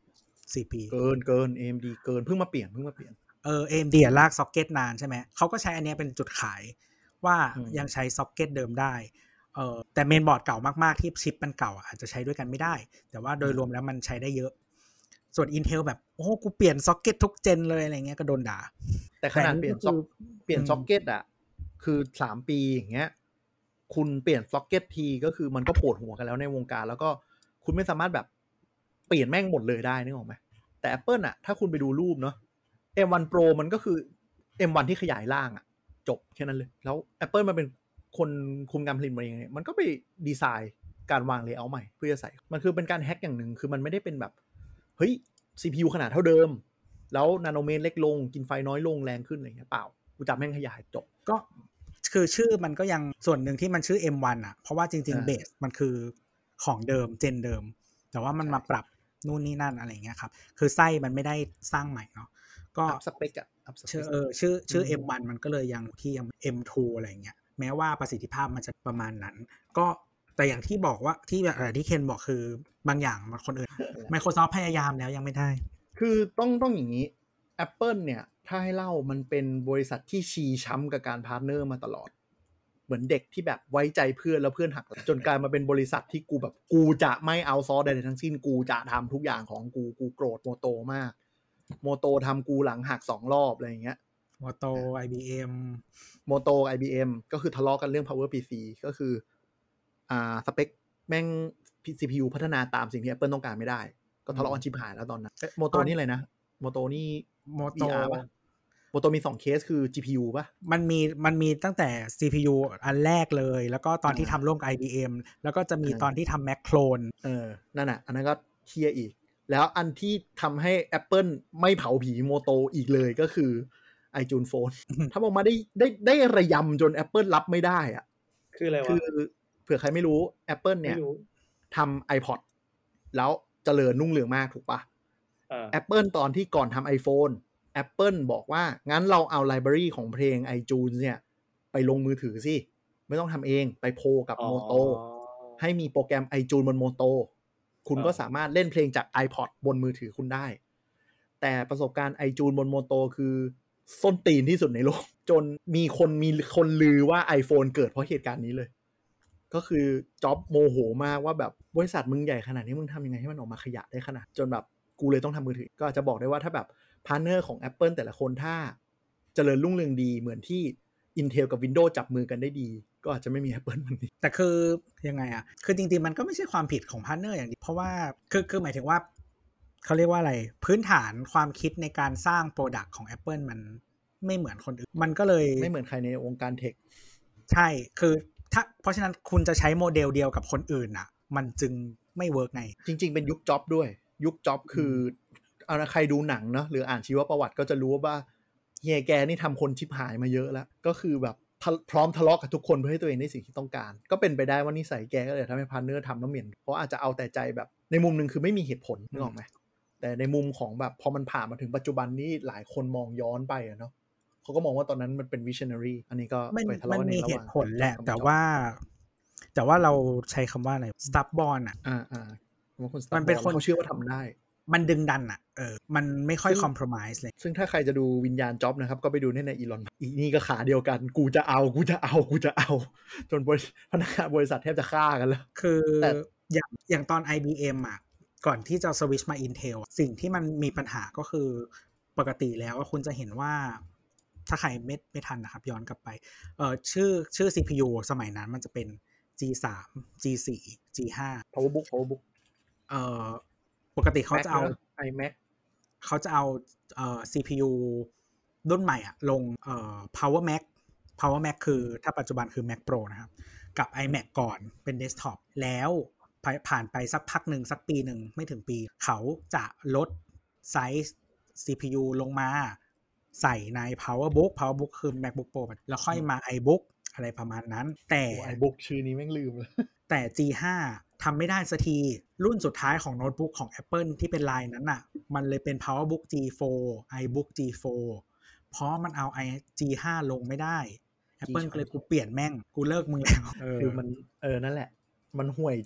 สี่ปีเกินเกิน เอ เอ็ม ดี เกินเพิ่งมาเปลี่ยนเพิ่งมาเปลี่ยนเออ เอ เอ็ม ดี อ่ะลากซ็อกเก็ตนานใช่ไหมเขาก็ใช้อันนี้เป็นจุดขายว่ายังใช้ซ็อกเก็ตเดิมได้เออแต่เมนบอร์ดเก่ามากๆที่ชิปมันเก่าอาจจะใช้ด้วยกันไม่ได้แต่ว่าโดยรวมแล้วมันใช้ได้เยอะส่วน Intel แบบโอ้กูเปลี่ยนซ็อกเก็ตทุกเจนเลยอะไรเงี้ยก็โดนด่าแต่ขนาดเปลี่ยนซ็อกเปลี่ยนซ็อกเก็ตอ่ะคือสามปีอย่างเงี้ยคุณเปลี่ยนซ็อกเก็ตทีก็คือมันก็ปวดหัวกันแล้วในวงการแล้วก็คุณไม่สามารถแบบเปลี่ยนแม่งหมดเลยได้นึกออกไหมแต่ Apple อ่ะถ้าคุณไปดูรูปเนาะ เอ็ม วัน Pro มันก็คือ เอ็ม วัน ที่ขยายร่างอ่ะจบแค่นั้นเลยแล้ว Apple มันเป็นคนคุมการผลิตมาเองมันก็ไปดีไซน์การวางเลเยอร์ใหม่เพื่อจะใส่มันคือเป็นการแฮ็กอย่างหนึ่งคือมันไม่ได้เป็นแบบเฮ้ย ซี พี ยู ขนาดเท่าเดิมแล้วนาโนเมตรเล็กลงกินไฟน้อยลงแรงขึ้นอะไรเงี้ยเปล่ากูจับแม่งขยายจบก็คือชื่อมันก็ยังส่วนหนึ่งที่มันชื่อ เอ็ม วัน อ่ะเพราะว่าจริงๆเบสมันคือของเดิมเจนเดิมแต่ว่ามันมาปรับนู่นนี่นั่นอะไรเงี้ยครับคือไส้มันไม่ได้สร้างใหม่เนาะก็อัพสเปคอะอัพสเปคชื่อเออชื่อชื่อ เอ็ม วัน มันก็เลยยังที่ยัง เอ็ม ทู อะไรเงี้ยแม้ว่าประสิทธิภาพมันจะประมาณนั้นก็แต่อย่างที่บอกว่าที่แบบที่เคนบอกคือบางอย่างมันคนอื่น Microsoft พยายามแล้วยังไม่ได้คือต้องต้องอย่างนี้ Apple เนี่ยถ้าให้เล่ามันเป็นบริษัทที่ชีช้ำกับการพาร์ทเนอร์มาตลอดเหมือนเด็กที่แบบไว้ใจเพื่อนแล้วเพื่อนหักจนกลายมาเป็นบริษัทที่กูแบบกูจะไม่เอาซอสใดๆทั้งสิ้นกูจะทำทุกอย่างของกูกูโกรธโมโตมากโมโตทำกูหลังหักสองรอบอะไรอย่างเงี้ยโมโต ไอ บี เอ็มโมโต ไอ บี เอ็ม ก็คือทะเลาะกันเรื่อง Power พี ซี ก็คืออ่าสเปคแม่ง ซี พี ยู พัฒนาตามสิ่งที่ Apple ต้องการไม่ได้ก็ทะเลาะกันชิบหายแล้วตอนนั้นโมโตนี่อะไรนะโมโตนี่โมโตป่ะโมโตมีสองเคสคือ จี พี ยู ป่ะมันมีมันมีตั้งแต่ ซี พี ยู อันแรกเลยแล้วก็ตอนที่ทำร่วมกับ ไอ บี เอ็ม แล้วก็จะมีตอนที่ทำ Mac Clone เออนั่นน่ะอันนั้นก็เคียอีกแล้วอันที่ทำให้ Apple ไม่เผาผีโมโตอีกเลยก็คือ iTunes Phone ทำออกมาได้ได้ได้ระยำจน Apple รับไม่ได้อ่ะคืออะไรวะคือเผื่อใครไม่รู้ Apple เนี่ยทำ iPod แล้วเจริญรุ่งเรืองมากถูกปะ Apple ตอนที่ก่อนทำ iPhone Apple บอกว่างั้นเราเอาไลบรารีของเพลง iTunes เนี่ยไปลงมือถือสิไม่ต้องทำเองไปโพลกับโมโตให้มีโปรแกรม iTunes บนโมโตคุณก็สามารถเล่นเพลงจาก iPod บนมือถือคุณได้แต่ประสบการณ์ iTunes บนโมโตคือส้นตีนที่สุดในโลกจนมีคนมีคนลือว่า iPhone เกิดเพราะเหตุการณ์นี้เลยก็คือจ็อบโมโหมากว่าแบบบริษัทมึงใหญ่ขนาดนี้มึงทำยังไงให้มันออกมาขยะได้ขนาดจนแบบกูเลยต้องทำมือถือก็จะบอกได้ว่าถ้าแบบพาร์ทเนอร์ของ Apple แต่ละคนถ้าเจริญรุ่งเรืองดีเหมือนที่ Intel กับ Windows จับมือกันได้ดีก็อาจจะไม่มี Apple วันนี้แต่คือยังไงอ่ะคือจริงๆมันก็ไม่ใช่ความผิดของพาร์ทเนอร์อย่างนี้เพราะว่าคือคือหมายถึงว่าเขาเรียกว่าอะไรพื้นฐานความคิดในการสร้างโปรดักต์ของ Apple มันไม่เหมือนคนอื่นมันก็เลยไม่เหมือนใครในวงการเทคใช่คือถ้าเพราะฉะนั้นคุณจะใช้โมเดลเดียวกับคนอื่นอ่ะมันจึงไม่เวิร์กไงจริงๆเป็นยุคจ็อบด้วยยุคจ็อบคือเอาใครดูหนังเนาะหรืออ่านชีวประวัติก็จะรู้ว่าเฮียแกนี่ทำคนชิบหายมาเยอะแล้วก็คือแบบพร้อมทะเลาะกับทุกคนเพื่อให้ตัวเองได้สิ่งที่ต้องการก็เป็นไปได้ว่านิสัยแกก็เลยทำให้พาร์ทเนอร์ทำน้ำเหม็นเพราะอาจจะเอาแต่ใจแบบในมุมนึงคือไม่มีเหตุผลนึกออกไหมแต่ในมุมของแบบพอมันผ่านมาถึงปัจจุบันนี้หลายคนมองย้อนไปอะเนาะเขาก็มองว่าตอนนั้นมันเป็น visionary อันนี้ก็ไปทะเลาะในระหว่างมันมีเหตุผลแหละแต่ว่าแต่ว่าเราใช้คำว่าอะไร stubborn อ่ะอ่าอ่ามันเป็นคนเขาเชื่อว่าทำได้มันดึงดันอ่ะเออมันไม่ค่อย compromise เลยซึ่งถ้าใครจะดูวิญญาณจ็อบนะครับก็ไปดูในอีลอนอีนี่ก็ขาเดียวกันกูจะเอากูจะเอากูจะเอาจนพนักงานบริษัทแทบจะฆ่ากันแล้วคืออย่างอย่างตอน ไอ บี เอ็ม อ่ะก่อนที่จะสวิชมา Intel สิ่งที่มันมีปัญหาก็คือปกติแล้วคุณจะเห็นว่าถ้าใครไม่ไม่ทันนะครับย้อนกลับไปเอ่อชื่อชื่อ ซี พี ยู สมัยนั้นมันจะเป็น จี ทรี จี โฟร์ จี ไฟว์ PowerBook PowerBook เอ่อปกติเขาจะเอา iMac เขาจะเอาเอ่อ ซี พี ยู รุ่นใหม่อ่ะลงเอ่อ Power Mac Power Mac คือถ้าปัจจุบันคือ Mac Pro นะครับกับ iMac ก่อนเป็นเดสก์ท็อปแล้วผ่านไปสักพักหนึ่งสักปีหนึ่งไม่ถึงปีเขาจะลดไซส์ ซี พี ยู ลงมาใส่ใน PowerBook PowerBook คือ MacBook Pro แล้วค่อยมา iBook อะไรประมาณนั้นแต่ iBook ชื่อนี้แม่งลืมเลยแต่ จี ไฟว์ ทำไม่ได้สักทีรุ่นสุดท้ายของโน้ตบุ๊กของ Apple ที่เป็นไลน์นั้นน่ะมันเลยเป็น PowerBook จี โฟร์ iBook จี โฟร์ เพราะมันเอา จี ไฟว์ ลงไม่ได้ Apple ก็เลยกูเปลี่ยนแม่งกูเลิกมึงแล้วคือมันเออนั่นแหละมันห่วยจนแบบ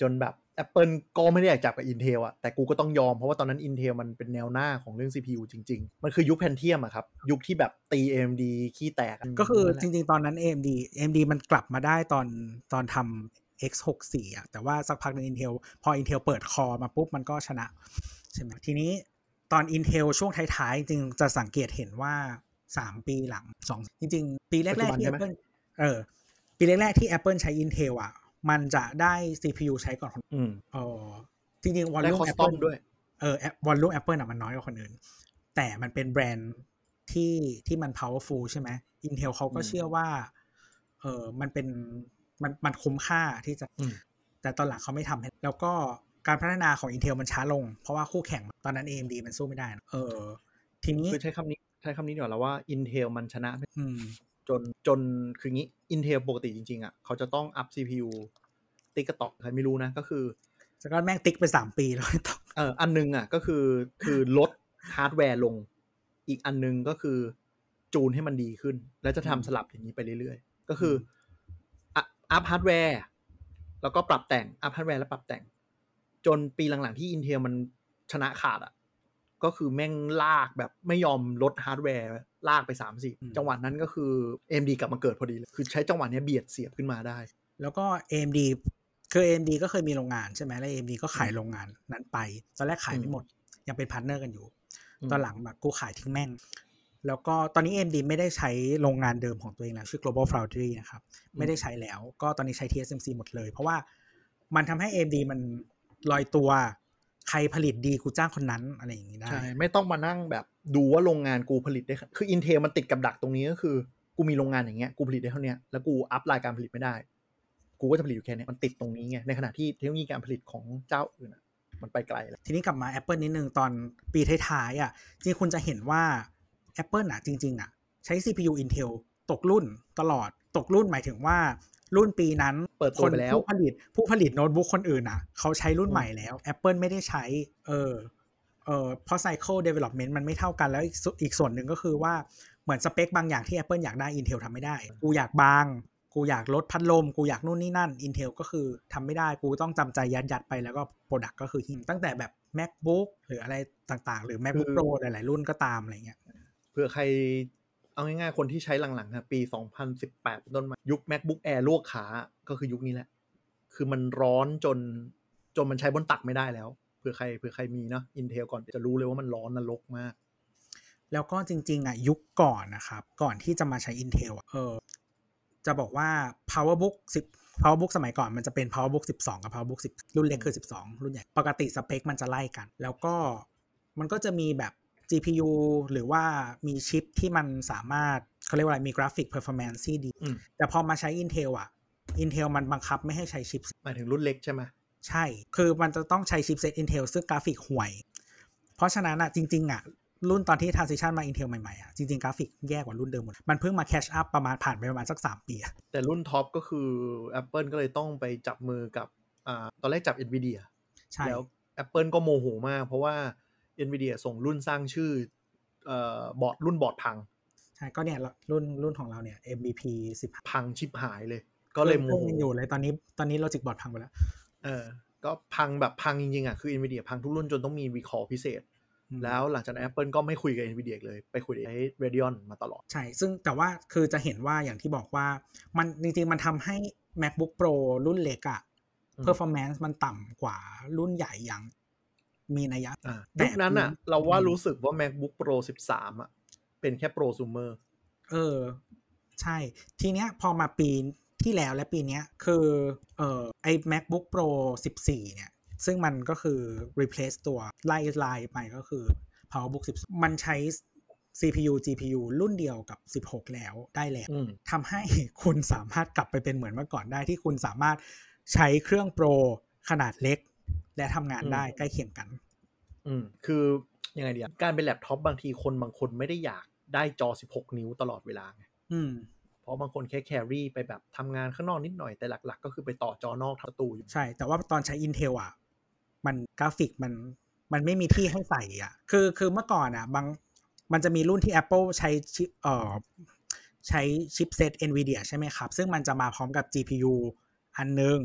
Apple ก็ไม่ได้อยากจับกับ Intel อ่ะแต่กูก็ต้องยอมเพราะว่าตอนนั้น Intel มันเป็นแนวหน้าของเรื่อง ซี พี ยู จริงๆมันคือยุค Pentium อ่ะครับยุคที่แบบตี เอ เอ็ม ดี ขี้แตกก็คือจริงๆตอนนั้น เอ เอ็ม ดี เอ เอ็ม ดี มันกลับมาได้ตอนตอนทำ เอ็กซ์ หกสิบสี่ อ่ะแต่ว่าสักพักนึง Intel พอ Intel เปิดคอมาปุ๊บมันก็ชนะใช่ไหมทีนี้ตอน Intel ช่วงท้ายๆจริงๆจะสังเกตเห็นว่าสามปีหลังสองจริงๆปีแรกๆที่ Apple เออปีแรกๆที่ Apple ใช้ Intel อ่ะมันจะได้ ซี พี ยู ใช้ก่อนคนอื่นเออจริงๆ Volume Apple ด้วยเออ Volume Apple อ่ะมันน้อยกว่าคนอื่นแต่มันเป็นแบรนด์ที่ที่มัน powerful ใช่ไหม Intel เขาก็เชื่อว่าเออมันเป็นมันมันคุ้มค่าที่จะแต่ตอนหลังเขาไม่ทำให้แล้วก็การพัฒนาของ Intel มันช้าลงเพราะว่าคู่แข่งตอนนั้น เอ เอ็ม ดี มันสู้ไม่ได้เออทีนี้คือใช้คำนี้ใช้คำนี้ดีกว่าแล้วว่า Intel มันชนะอืมจนจนคืองี้ Intel ปกติจริงๆอ่ะเขาจะต้องอัพ ซี พี ยู ติ๊กกระตอกใครไม่รู้นะก็คือจะก็แม่งติ๊กไปสามปีแล้วเอออันนึงอ่ะก็คือคือลดฮาร์ดแวร์ลงอีกอันนึงก็คือจูนให้มันดีขึ้นแล้วจะทำสลับอย่างนี้ไปเรื่อยๆก็คืออัพฮาร์ดแวร์แล้วก็ปรับแต่งอัพฮาร์ดแวร์แล้วปรับแต่งจนปีหลังๆที่ Intel มันชนะขาดอ่ะก็คือแม่งลากแบบไม่ยอมลดฮาร์ดแวร์ลากไป สามสี่ จังหวะนั้นก็คือ เอ เอ็ม ดี กลับมาเกิดพอดีเลยคือใช้จังหวะนี้เบียดเสียบขึ้นมาได้แล้วก็ เอ เอ็ม ดี คือ เอ เอ็ม ดี ก็เคยมีโรงงานใช่ไหมแล้ว เอ เอ็ม ดี ก็ขายโรงงานนั้นไปตอนแรกขายไม่หมดยังเป็นพาร์ทเนอร์กันอยู่ตอนหลังแบบกูขายทิ้งแม่งแล้วก็ตอนนี้ เอ เอ็ม ดี ไม่ได้ใช้โรงงานเดิมของตัวเองแล้วชื่อ Global Foundry นะครับไม่ได้ใช้แล้วก็ตอนนี้ใช้ ที เอส เอ็ม ซี หมดเลยเพราะว่ามันทำให้ เอ เอ็ม ดี มันลอยตัวใครผลิตดีกูจ้างคนนั้นอะไรอย่างนี้ได้ใช่ไม่ต้องมานั่งแบบดูว่าโรงงานกูผลิตได้คือ Intel มันติดกับดักตรงนี้ก็คือกูมีโรงงานอย่างเงี้ยกูผลิตได้เท่านี้แล้วกูอัพไลน์การผลิตไม่ได้กูก็จะผลิตอยู่แค่นี้มันติดตรงนี้ไงในขณะที่เทคโนโลยีการผลิตของเจ้าอื่นมันไปไกลแล้วทีนี้กลับมา Apple นิดนึงตอนปีท้ายๆอ่ะจริงคุณจะเห็นว่า Apple อ่ะจริงๆอ่ะใช้ ซี พี ยู Intel ตกรุ่นตลอดตกรุ่นหมายถึงว่ารุ่นปีนั้นเปิดตัวไปแล้วผู้ผลิตผู้ผลิตโน้ตบุ๊กคนอื่นอ่ะเขาใช้รุ่นใหม่แล้ว Apple ไม่ได้ใช้เออเออเพราะ cycle development มันไม่เท่ากันแล้วอีกอีกส่วนหนึ่งก็คือว่าเหมือนสเปคบางอย่างที่ Apple อยากได้ Intel ทำไม่ได้กูอยากบางกูอยากลดพัดลมกูอยากนู่นนี่นั่น Intel ก็คือทำไม่ได้กูต้องจำใจยัดยัดไปแล้วก็ Product ก็คือหินตั้งแต่แบบ MacBook หรืออะไรต่างๆหรือ MacBook Pro หลายๆรุ่นก็ตามอะไรเงี้ยเพื่อใครเอาง่ายๆคนที่ใช้หลังๆครับปีสองพันสิบแปดต้นมายุค MacBook Air ลวกขาก็คือยุคนี้แหละคือมันร้อนจนจนมันใช้บนตักไม่ได้แล้วเผื่อใครเผื่อใครมีเนาะ Intel ก่อนจะรู้เลยว่ามันร้อนนรกมากแล้วก็จริงๆอ่ะยุคก่อนนะครับก่อนที่จะมาใช้ Intel อ่ะเออจะบอกว่า PowerBook สิบ PowerBook สมัยก่อนมันจะเป็น PowerBook สิบสองกับ PowerBook สิบรุ่นเล็กคือสิบสองรุ่นใหญ่ปกติสเปคมันจะไล่กันแล้วก็มันก็จะมีแบบ จี พี ยู หรือว่ามีชิปที่มันสามารถเขาเรียกว่าอะไรมีกราฟิก performance ที่ดีแต่พอมาใช้ Intel อ่ะ Intel มันบังคับไม่ให้ใช้ชิปหมายถึงรุ่นเล็กใช่ไหมใช่คือมันจะต้องใช้ชิปเซต Intel ซึ่งกราฟิกห่วยเพราะฉะนั้นอ่ะจริงๆอ่ะรุ่นตอนที่ transition มา Intel ใหม่ๆอ่ะจริงๆกราฟิกแย่กว่ารุ่นเดิมหมดมันเพิ่งมา catch up ประมาณผ่านไปประมาณสักสามปีแต่รุ่นท็อปก็คือ Apple ก็เลยต้องไปจับมือกับอ่าตอนแรกจับ Nvidia ใช่แล้ว Apple ก็โมโหมากเพราะว่า Nvidia ส่งรุ่นสร้างชื่อเอ่อบอร์ดรุ่นบอร์ดพังใช่ก็เนี่ยรุ่นรุ่นของเราเนี่ย เอ็ม วี พี สิบพังชิบหายเลยก็เลยโมโหอยู่เลยตอนนี้ตอนนี้ Logic Board พังไปแล้วเออก็พังแบบพังจริงๆอ่ะคือ Nvidia พังทุกรุ่นจนต้องมี recall พิเศษแล้วหลังจากนั้น Apple ก็ไม่คุยกับ Nvidia เลยไปคุยกับ Radeon มาตลอดใช่ซึ่งแต่ว่าคือจะเห็นว่าอย่างที่บอกว่ามันจริงๆมันทำให้ MacBook Pro รุ่นเล็กอ่ะ performance มันต่ำกว่ารุ่นใหญ่อย่างมีนัยยะยุคนั้นอ่ะเราว่ารู้สึกว่า MacBook Pro สิบสามอ่ะเป็นแค่ prosumer เออใช่ทีเนี้ยพอมาปีที่แล้วและปีเนี้ยคือเอ่อไอ้ MacBook Pro สิบสี่เนี่ยซึ่งมันก็คือ replace ตัวไล่ไลน์ไปก็คือ PowerBook สิบมันใช้ ซี พี ยู จี พี ยู รุ่นเดียวกับสิบหกแล้วได้แล้วทำให้คุณสามารถกลับไปเป็นเหมือนเมื่อก่อนได้ที่คุณสามารถใช้เครื่องโปรขนาดเล็กและทำงานได้ใกล้เคียงกันอืมคือยังไงดีอ่ะการเป็นแล็ปท็อปบางทีคนบางคนไม่ได้อยากได้จอสิบหกนิ้วตลอดเวลาไงอืมเพราะบางคนแค่แครี่ไปแบบทำงานข้างนอกนิดหน่อยแต่หลักๆก็คือไปต่อจอนอกประตูอยู่ใช่แต่ว่าตอนใช้ Intel อ่ะมันกราฟิกมันมันไม่มีที่ให้ใส่อ่ะคือคือเมื่อก่อนอ่ะบางมันจะมีรุ่นที่ Apple ใช้ชิปเอ่อใช้ชิปเซต Nvidia ใช่ไหมครับซึ่งมันจะมาพร้อมกับ จี พี ยู อันนึง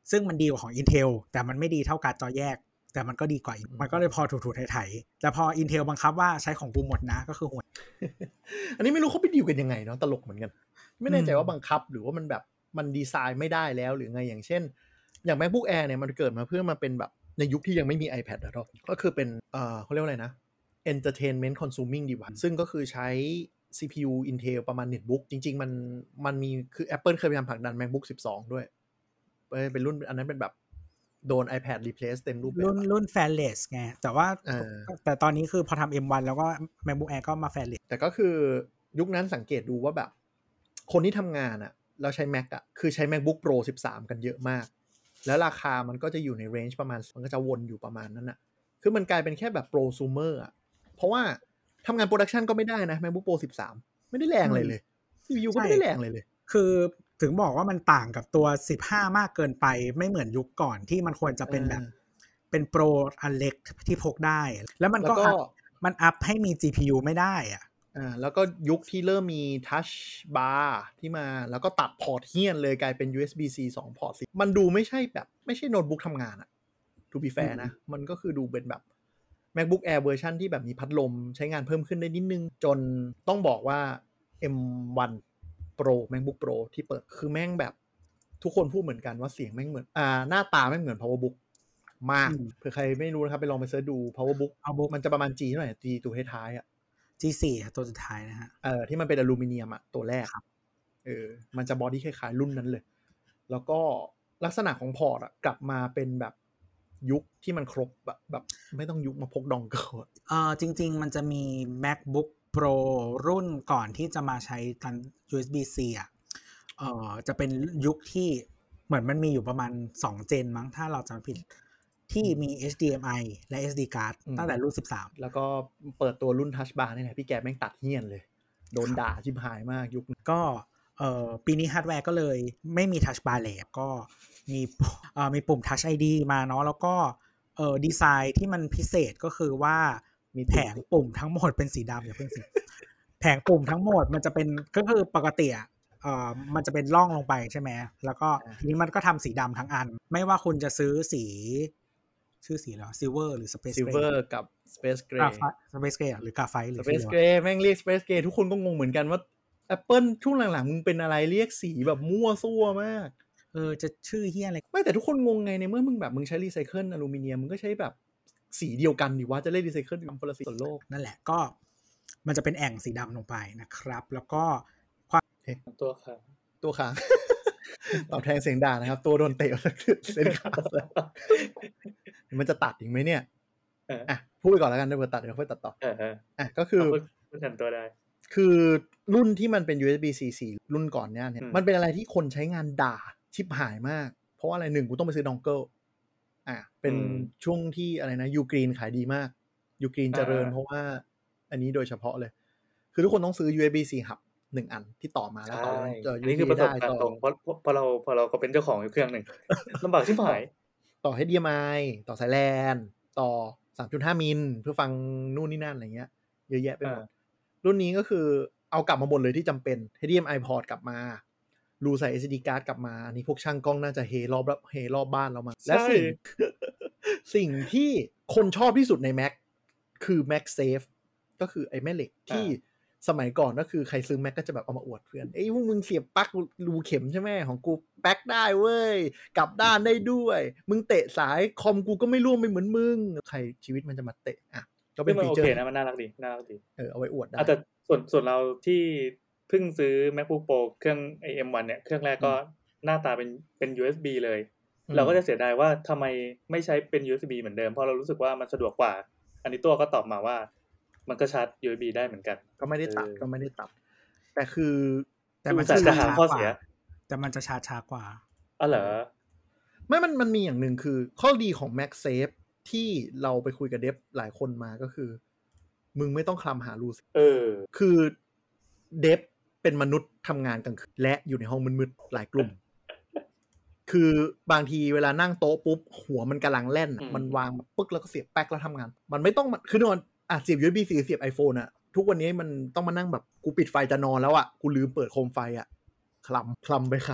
ซึ่งมันดีกว่าของ Intel แต่มันไม่ดีเท่าการ์ดจอแยกแต่มันก็ดีกว่ามันก็เลยพอถูๆไถๆแต่พอ Intel บังคับว่าใช้ของกูหมดนะก็คือหมดอันนี้ไม่รู้เขาไปดีลกันยังไงเนาะตลกเหมือนกันไม่แน่ใจว่าบังคับหรือว่ามันแบบมันดีไซน์ไม่ได้แล้วหรือไงอย่างเช่นอย่าง MacBook Air เนี่ยมันเกิดมาเพื่อมาเป็นแบบในยุคที่ยังไม่มี iPad อะเนาะก็คือเป็นเอ่อเขาเรียกว่าอะไรนะ entertainment consuming device ซึ่งก็คือใช้ ซี พี ยู Intel ประมาณ Netbook จริงๆมันมันมีคือ Apple เคยพยายามผลักดัน MacBook สิบสองด้วยเป็นรุ่นอันนั้นเป็นแบบโดน iPad replace เต็มรูปแบบรุ่นรุ่น Fanless ไงแต่ว่าแต่ตอนนี้คือพอทำ เอ็ม วัน แล้วก็ MacBook Air ก็มา Fanless แต่ก็คือยุคนั้นสังเกตดูว่าแบบคนที่ทำงานอะแล้วใช้ Mac อะคือใช้ MacBook Pro สิบสามกันเยอะมากแล้วราคามันก็จะอยู่ในเรนจ์ประมาณมันก็จะวนอยู่ประมาณนั้นอะคือมันกลายเป็นแค่แบบ prosumer อะเพราะว่าทำงานโปรดักชันก็ไม่ได้นะ MacBook Pro สิบสามไม่ได้แรงเลยเลย ซี พี ยู ก็ไม่ได้แรงเลยเลยคือถึงบอกว่ามันต่างกับตัวสิบห้ามากเกินไปไม่เหมือนยุคก่อนที่มันควรจะเป็นแบบเป็นโปรอันเล็กที่พกได้แล้วมันก็มันอัพให้มี จี พี ยู ไม่ได้อ่ะอ่าแล้วก็ยุคที่เริ่มมีทัชบาร์ที่มาแล้วก็ตัดพอร์ตเฮี้ยนเลยกลายเป็น ยู เอส บี ซี สองพอร์ตมันดูไม่ใช่แบบไม่ใช่โน้ตบุ๊กทำงานอะ to be fair นะมันก็คือดูเป็นแบบ MacBook Air เวอร์ชันที่แบบมีพัดลมใช้งานเพิ่มขึ้นได้นิดนึงจนต้องบอกว่า เอ็ม วัน Pro MacBook Pro ที่เปิดคือแม่งแบบทุกคนพูดเหมือนกันว่าเสียงแม่งเหมือนอ่าหน้าตาแม่งเหมือน PowerBook มากเผื่อใครไม่รู้นะครับไปลองไปเสิร์ชดู PowerBook มันจะประมาณ G เท่าไหร่ G ตัวท้ายๆอ่ะจี โฟร์ ตัวสุดท้ายนะฮะเออที่มันเป็นอลูมิเนียมอ่ะตัวแรกเออมันจะบอดี้คล้ายๆรุ่นนั้นเลยแล้วก็ลักษณะของพอร์ตอ่ะกลับมาเป็นแบบยุคที่มันครบแบบแบบไม่ต้องยุคมาพกดองเกิลเออจริงๆมันจะมี MacBook Pro รุ่นก่อนที่จะมาใช้กัน ยู เอส บี ซี อ่ะเออจะเป็นยุคที่เหมือนมันมีอยู่ประมาณสองเจนมั้งถ้าเราจำผิดที่มี เอช ดี เอ็ม ไอ และ เอส ดี card ตั้งแต่รุ่นสิบสามแล้วก็เปิดตัวรุ่น Touch Bar นี่แหละพี่แกแม่งตัดเหี้ยนเลยโดนด่าชิบหายมากยุคก็เอ่อปีนี้ฮาร์ดแวร์ก็เลยไม่มี Touch Bar แล้วก็มีเอ่อมีปุ่ม Touch ไอ ดี มาเนาะแล้วก็เอ่อดีไซน์ที่มันพิเศษก็คือว่ามีแผงปุ่มทั้งหมดเป็นสีดำอย่าเพิ่งสิแผงปุ่มทั้งหมดมันจะเป็นก็คือปกติอ่ะเอ่อมันจะเป็นร่องลงไปใช่ไหมแล้วก็ทีนี้มันก็ทำสีดำทั้งอันไม่ว่าคุณจะซื้อสีชื่อสีแล้วซิลเวอร์หรือสเปซซิลเวอร์กับสเปซเกรย์สเปซเกรย์หรือกาไฟหรือสเปซเกรย์แม่งเรียกสเปซเกรย์ทุกคนก็งงเหมือนกันว่า Apple ช่วงหลังๆมึงเป็นอะไรเรียกสีแบบมั่วซั่วมากเออจะชื่อเหี้ยอะไรไม่แต่ทุกคนงงไงในเมื่อมึงแบบมึงใช้รีไซเคิลอลูมิเนียมมึงก็ใช้แบบสีเดียวกันดิว่าจะเล่นรีไซเคิลกับคนละสีส่วนโลกนั่นแหละก็มันจะเป็นแอ่งสีดำลงไปนะครับแล้วก็ความตัวค้างตัวค้างตอบแทนเสียงด่านะครับตัวโดนเตะเส้นขาดมันจะตัดอีกไหมเนี่ยอ่ะพูดไปก่อนแล้วกันเดี๋ยวตัดเดี๋ยวค่อยตัดต่ออ่ะก็คือพูดทันตัวได้คือรุ่นที่มันเป็น ยู เอส บี ซี สี่ รุ่นก่อนเนี่ยมันเป็นอะไรที่คนใช้งานด่าชิบหายมากเพราะว่าอะไรหนึ่งกูต้องไปซื้อดองเกิลอ่ะเป็นช่วงที่อะไรนะยูกรีนขายดีมากยูกรีนเจริญเพราะว่าอันนี้โดยเฉพาะเลยคือทุกคนต้องซื้อ ยู เอส บี ซี Hub หนึ่งอันที่ต่อมาแล้วต่อนี่คือประสบการณ์ตรงเพราะพอเราพอเราก็เป็นเจ้าของเครื่องหนึ่งลำบากชิบหายต่อ เอช ดี เอ็ม ไอ ต่อสายแลนต่อ สามจุดห้า มิลเพื่อฟังนู่นนี่นั่นอะไรเงี้ยเยอะแยะไปหมดรุ่นนี้ก็คือเอากลับมาหมดเลยที่จำเป็น เอช ดี เอ็ม ไอ port กลับมารูใส่ เอส ดี card กลับมาอันนี้พวกช่างกล้องน่าจะเฮรอบเฮรอบบ้านเรามาและสิ่ง สิ่งที่คนชอบที่สุดใน Mac คือ Mac Safe ก็คือไอ้แม่เหล็กที่สมัยก่อนก็คือใครซื้อ Mac ก็จะแบบเอามาอวดเพื่อนเอ้ยพวกมึงเสียบปลั๊กรูเข็มใช่ไหมของกูแป๊กได้เว้ยกลับด้านได้ด้วยมึงเตะสายคอมกูก็ไม่ร่วงไปเหมือนมึงใครชีวิตมันจะมาเตะอ่ะก็เป็นฟีเจอร์โอเคนะมันน่ารักดีน่ารักดีเออเอาไว้อวดได้แต่ส่วนส่วนเราที่เพิ่งซื้อ MacBook Pro เครื่อง เอ็ม วัน เนี่ยเครื่องแรกก็หน้าตาเป็นเป็น ยู เอส บี เลยเราก็จะเสียดายว่าทำไมไม่ใช้เป็น ยู เอส บี เหมือนเดิมเพราะเรารู้สึกว่ามันสะดวกกว่าอันนี้ตัวก็ตอบมาว่ามันก็ชาร์จ ยู เอส บี ได้เหมือนกันก็ไม่ได้ตัดก็ไม่ได้ตัดแต่คือแต่มันจะหาข้อเสียแต่มันจะชาร์จช้ากว่าอ๋อเหรอไม่มันมันมีอย่างหนึ่งคือข้อดีของ Mac Safe ที่เราไปคุยกับเดฟหลายคนมาก็คือมึงไม่ต้องคลำหารูเออคือเดฟเป็นมนุษย์ทำงานกลางคืนและอยู่ในห้องมืดๆหลายกลุ่มคือบางทีเวลานั่งโต๊ะปุ๊บหัวมันกำลังแล่นมันวางปึ๊กแล้วก็เสียบแป๊กแล้วทำงานมันไม่ต้องคือนอนอ่ะเสียบ ยู เอส บี เสียบ iPhone อ่ะทุกวันนี้มันต้องมานั่งแบบกูปิดไฟจะนอนแล้วอ่ะกูลืมเปิดโคมไฟอ่ะคลำคลำไปค่ะแท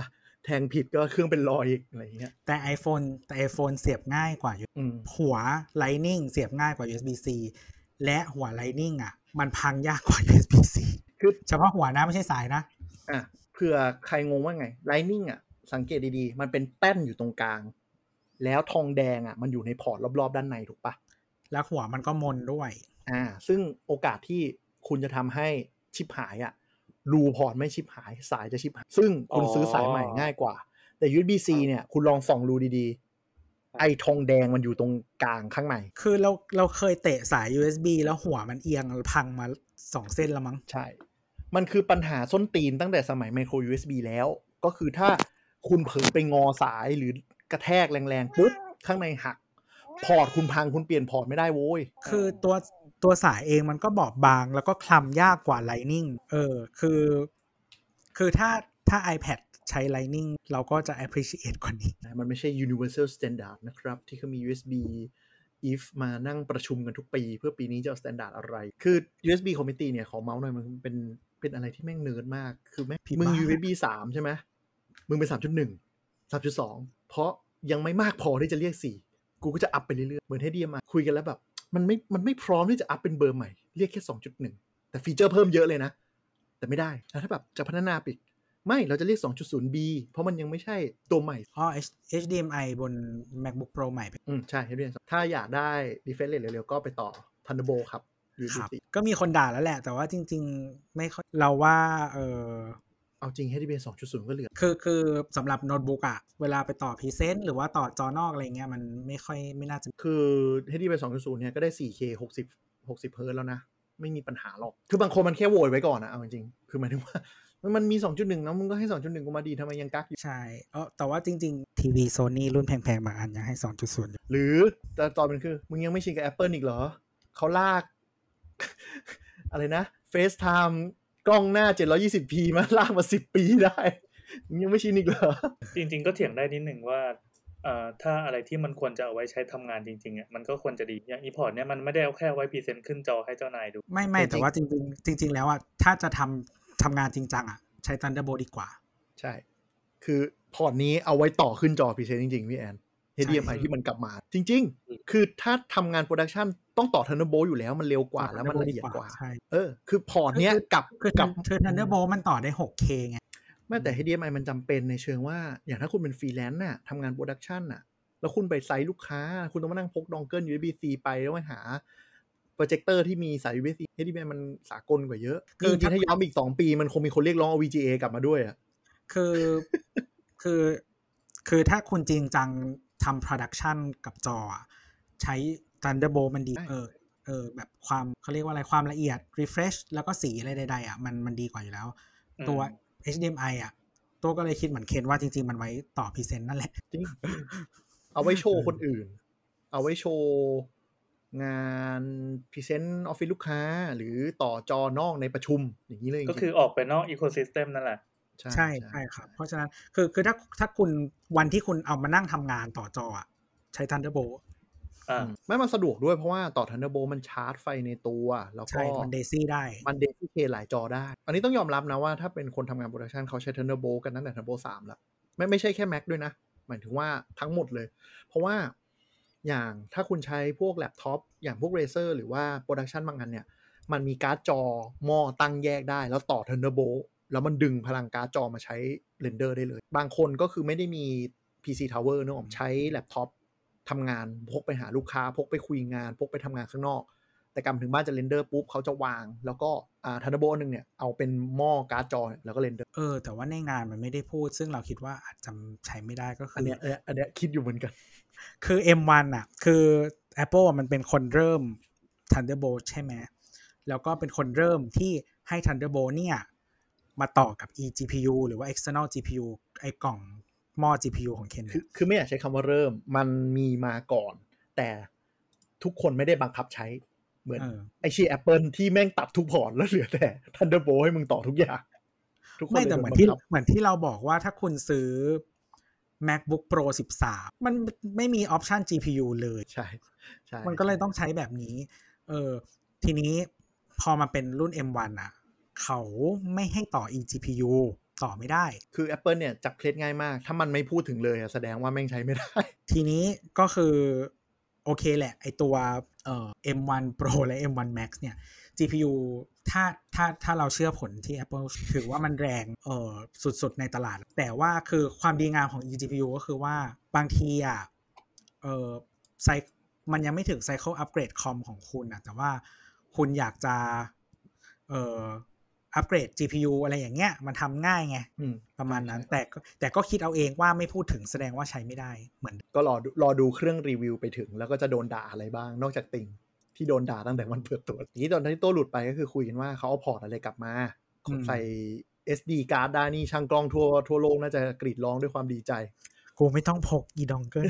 แทงผิดก็เครื่องเป็นรอยอีกอะไรเงี้ยแต่ iPhone แต่ iPhone เสียบง่ายกว่าหัว Lightning เสียบง่ายกว่า ยู เอส บี C และหัว Lightning อ่ะมันพังยากกว่า ยู เอส บี C คือเฉพาะหัวนะไม่ใช่สายนะอ่ะเผื่อใครงงว่าไง Lightning อ่ะสังเกตดีๆมันเป็นแป้นอยู่ตรงกลางแล้วทองแดงอ่ะมันอยู่ในพอร์ตรอบๆด้านในถูกปะแล้วหัวมันก็มนด้วยอ่าซึ่งโอกาสที่คุณจะทำให้ชิปหายอ่ะรูพอร์ตไม่ชิปหายสายจะชิปหายซึ่งคุณซื้อสายใหม่ง่ายกว่าแต่ ยู เอส บี C เนี่ยคุณลองส่องรูดีๆไอ้ทองแดงมันอยู่ตรงกลางข้างในคือเราเราเคยเตะสาย ยู เอส บี แล้วหัวมันเอียงพังมาสองเส้นแล้วมั้งใช่มันคือปัญหาส้นตีนตั้งแต่สมัยไมโคร ยู เอส บี แล้วก็คือถ้าคุณเผลอไปงอสายหรือกระแทกแรงๆปุ๊บข้างในหักพอร์ตคุณพังคุณเปลี่ยนพอร์ตไม่ได้โว้ยคือตัวตัวสายเองมันก็บอบบางแล้วก็คลำยากกว่า Lightning เออคือคือถ้าถ้า iPad ใช้ Lightning เราก็จะ appreciate กว่านี้มันไม่ใช่ universal standard นะครับที่เขามี ยู เอส บี if มานั่งประชุมกันทุกปีเพื่อปีนี้จะเอา standard อะไรคือ ยู เอส บี committee เนี่ยขอเมาส์หน่อยมันเป็นเป็นอะไรที่แม่งเนิร์ดมากคือแม่งมึง ยู เอส บี สามใช่ไหมมึงเป็น สามจุดหนึ่ง สามจุดสอง เพราะยังไม่มากพอที่จะเรียกสี่กูก็จะอัพไปเรื่อยๆเหมือนให้ดีมาคุยกันแล้วแบบมันไม่มันไม่พร้อมที่จะอัพเป็นเบอร์ใหม่เรียกแค่ สองจุดหนึ่ง แต่ฟีเจอร์เพิ่มเยอะเลยนะแต่ไม่ได้แล้วถ้าแบบจะพัฒนาปิดไม่เราจะเรียก สองจุดศูนย์ บี เพราะมันยังไม่ใช่ตัวใหม่อ๋อ เอช ดี เอ็ม ไอ บน MacBook Pro ใหม่อืมใช่ถ้าอยากได้ refresh rate เร็วๆก็ไปต่อ Thunderbolt ครับครับก็มีคนด่าแล้วแหละแต่ว่าจริงๆไม่ค่อยเราว่าเออเอาจริง เอช ดี บี ไอ สองจุดศูนย์ ก็เหลือคือคือสำหรับโน้ตบุ๊กอะเวลาไปต่อ Present หรือว่าต่อจอนอกอะไรเงี้ยมันไม่ค่อยไม่น่าจะคือ เอช ดี บี ไอ สองจุดศูนย์ เนี่ยก็ได้ โฟร์เค หกสิบ หกสิบ เฮิร์ตซ์แล้วนะไม่มีปัญหาหรอกคือบางคนมันแค่โวยไว้ก่อนนะเอาจริงๆคือหมายถึงว่ามันมี สองจุดหนึ่ง นะมึงก็ให้ สองจุดหนึ่ง กูมาดีทำไมยังกักอยู่ใช่เออแต่ว่าจริงๆทีวี Sony รุ่นแพงๆบางอันยังให้ สองจุดศูนย์หรือแต่ตอนเป็นคือมึงยังไม่ชินกับ Apple อีกเหรอเขาลาก อะไรนะ FaceTime กล้องหน้า เจ็ดร้อยยี่สิบพี มาลากมาสิบปีได้มึงยังไม่ชินอีกเหรอจริงๆก็เถียงได้นิดนึงว่าเอ่อถ้าอะไรที่มันควรจะเอาไว้ใช้ทำงานจริงๆอ่ะมันก็ควรจะดีอย่างอีพอร์ตเนี่ยมันไม่ได้เอาแค่ไว้พรีเซนต์ขึ้นจอให้เจ้านายดูไม่ไม่แต่ว่าจริงๆจริงๆแล้วอ่ะถ้าจะทำทำงานจริงจังอ่ะใช้ Thunderbolt ดีกว่าใช่คือพอร์ตนี้เอาไว้ต่อขึ้นจอพรีเซนต์จริงๆพี่แอน เอช ดี เอ็ม ไอ ที่มันกลับมาจริงๆคือถ้าทำงานโปรดักชันต้องต่อ Thunderbolt อยู่แล้วมันเร็วกว่าแล้วมันละเอียดกว่าเออคือพอร์ตเนี้ยกับกับ Thunderbolt มันต่อได้ หกเค ไงไม่แต่ เอช ดี เอ็ม ไอ มันจำเป็นในเชิงว่าอย่างถ้าคุณเป็นฟรีแลนซ์น่ะทำงานโปรดักชันน่ะแล้วคุณไปไซต์ลูกค้าคุณต้องมานั่งพกดองเกิล ยู เอส บี C ไปแล้วไปหาโปรเจคเตอร์ที่มีสาย ยู เอส บี C เอช ดี เอ็ม ไอ มันสากลกว่าเยอะคือจริงๆถ้าย้อนอีกสองปีมันคงมีคนเรียกร้องเอา วี จี เอ กลับมาด้วยอ่ะคือคือคือถ้าคุณจริงจังทำโปรดักชันกับจอใช้ Thunderbolt มันดีเออเออแบบความเขาเรียกว่าอะไรความละเอียด refresh แล้วก็สีอะไรใดๆอ่ะมันมันดีกว่าอยู่แล้วตัว เอช ดี เอ็ม ไอ อ่ะตัวก็เลยคิดเหมือนเคนว่าจริงๆมันไว้ต่อพรีเซนต์นั่นแหละจริงเอาไว้โชว์คนอื่นเอาไว้โชว์งานพรีเซนต์ออฟฟิศลูกค้าหรือต่อจอนอกในประชุมอย่างนี้เลยก็คือออกไปนอกอีโคซิสเต็มนั่นแหละใช่ใช่ครับเพราะฉะนั้นคือคือถ้าถ้าคุณวันที่คุณเอามานั่งทำงานต่อจออ่ะใช้ Thunderbolt อ่าไม่มันสะดวกด้วยเพราะว่าต่อ Thunderbolt มันชาร์จไฟในตัวแล้วก็มันเดซี่ได้มันเดซี่เคหลายจอได้อันนี้ต้องยอมรับนะว่าถ้าเป็นคนทำงานโปรดักชันเขาใช้ Thunderbolt กันตั้งแต่ Thunderbolt สามแล้วไม่ไม่ใช่แค่ Mac ด้วยนะหมายถึงว่าทั้งหมดเลยเพราะว่าอย่างถ้าคุณใช้พวกแล็ปท็อปอย่างพวก Razer หรือว่าโปรดักชันบางอันเนี่ยมันมีการ์ดจอหม้อตั้งแยกได้แล้วต่อ Thunderbolt แล้วมันดึงพลังการ์ดจอมาใช้เรนเดอร์ได้เลยบางคนก็คือไม่ได้มี พี ซี Tower เนอะใช้แล็ปท็อปทำงานพกไปหาลูกค้าพกไปคุยงานพกไปทำงานข้างนอกแต่กลับถึงบ้านจะเรนเดอร์ปุ๊บเขาจะวางแล้วก็อ่า Thunderbolt นึงเนี่ยเอาเป็นหม้อการ์ดจอแล้วก็เรนเดอร์เออแต่ว่าในงานมันไม่ได้พูดซึ่งเราคิดว่าอาจจะใช้ไม่ได้ก็คืออันเนี้ยอันเนี้ยคิดอยู่เหมือนกันคือ เอ็ม วัน อ่ะคือ Apple มันเป็นคนเริ่ม Thunderbolt ใช่ไหมแล้วก็เป็นคนเริ่มที่ให้ Thunderbolt เนี่ยมาต่อกับ eGPU หรือว่า external จี พี ยู ไอ้กล่องหม้อ จี พี ยู ของเคนคือคือไม่อยากใช้คำว่าเริ่มมันมีมาก่อนแต่ทุกคนไม่ได้บังคับใช้เหมือนไอชี Apple ที่แม่งตัดทุกพอร์ตแล้วเหลือแต่ Thunderbolt ให้มึงต่อทุกอย่างทุกคนไม่แต่เหมือนที่เหมือนที่เราบอกว่าถ้าคุณซื้อ MacBook Pro สิบสามมันไม่มีออปชัน จี พี ยู เลยใช่ใช่มันก็เลยต้องใช้แบบนี้เออทีนี้พอมาเป็นรุ่น เอ็ม วัน อ่ะเขาไม่ให้ต่อ eGPU ต่อไม่ได้คือ Apple เนี่ยจับเคล็ดง่ายมากถ้ามันไม่พูดถึงเลยแสดงว่าแม่งใช้ไม่ได้ทีนี้ก็คือโอเคแหละไอตัวเอ่อ เอ็ม วัน Pro และ เอ็ม วัน Max เนี่ย จี พี ยู ถ้าถ้าถ้าเราเชื่อผลที่ Apple ถือว่ามันแรงเอ่อสุดๆในตลาดแต่ว่าคือความดีงามของ จี พี ยู ก็คือว่าบางทีอ่ะเอ่อไซมันยังไม่ถึงไซเคิลอัปเกรดคอมของคุณนะแต่ว่าคุณอยากจะเอ่ออัปเกรด จี พี ยู อะไรอย่างเงี้ยมันทำง่ายไงประมาณนั้นแต่แต่ก็คิดเอาเองว่าไม่พูดถึงแสดงว่าใช้ไม่ได้เหมือนก็รอรอดูเครื่องรีวิวไปถึงแล้วก็จะโดนด่าอะไรบ้างนอกจากติ่งที่โดนด่าตั้งแต่วันเปิดตัวนี้ตอนที่โต้หลุดไปก็คือคุยกันว่าเขาเอาพอร์ตอะไรกลับมาใส่ เอส ดี card ได้นี่ช่างกล้องทั่วทั่วโลกน่าจะกรีดร้องด้วยความดีใจกูไม่ต้องพกอีดองเกิล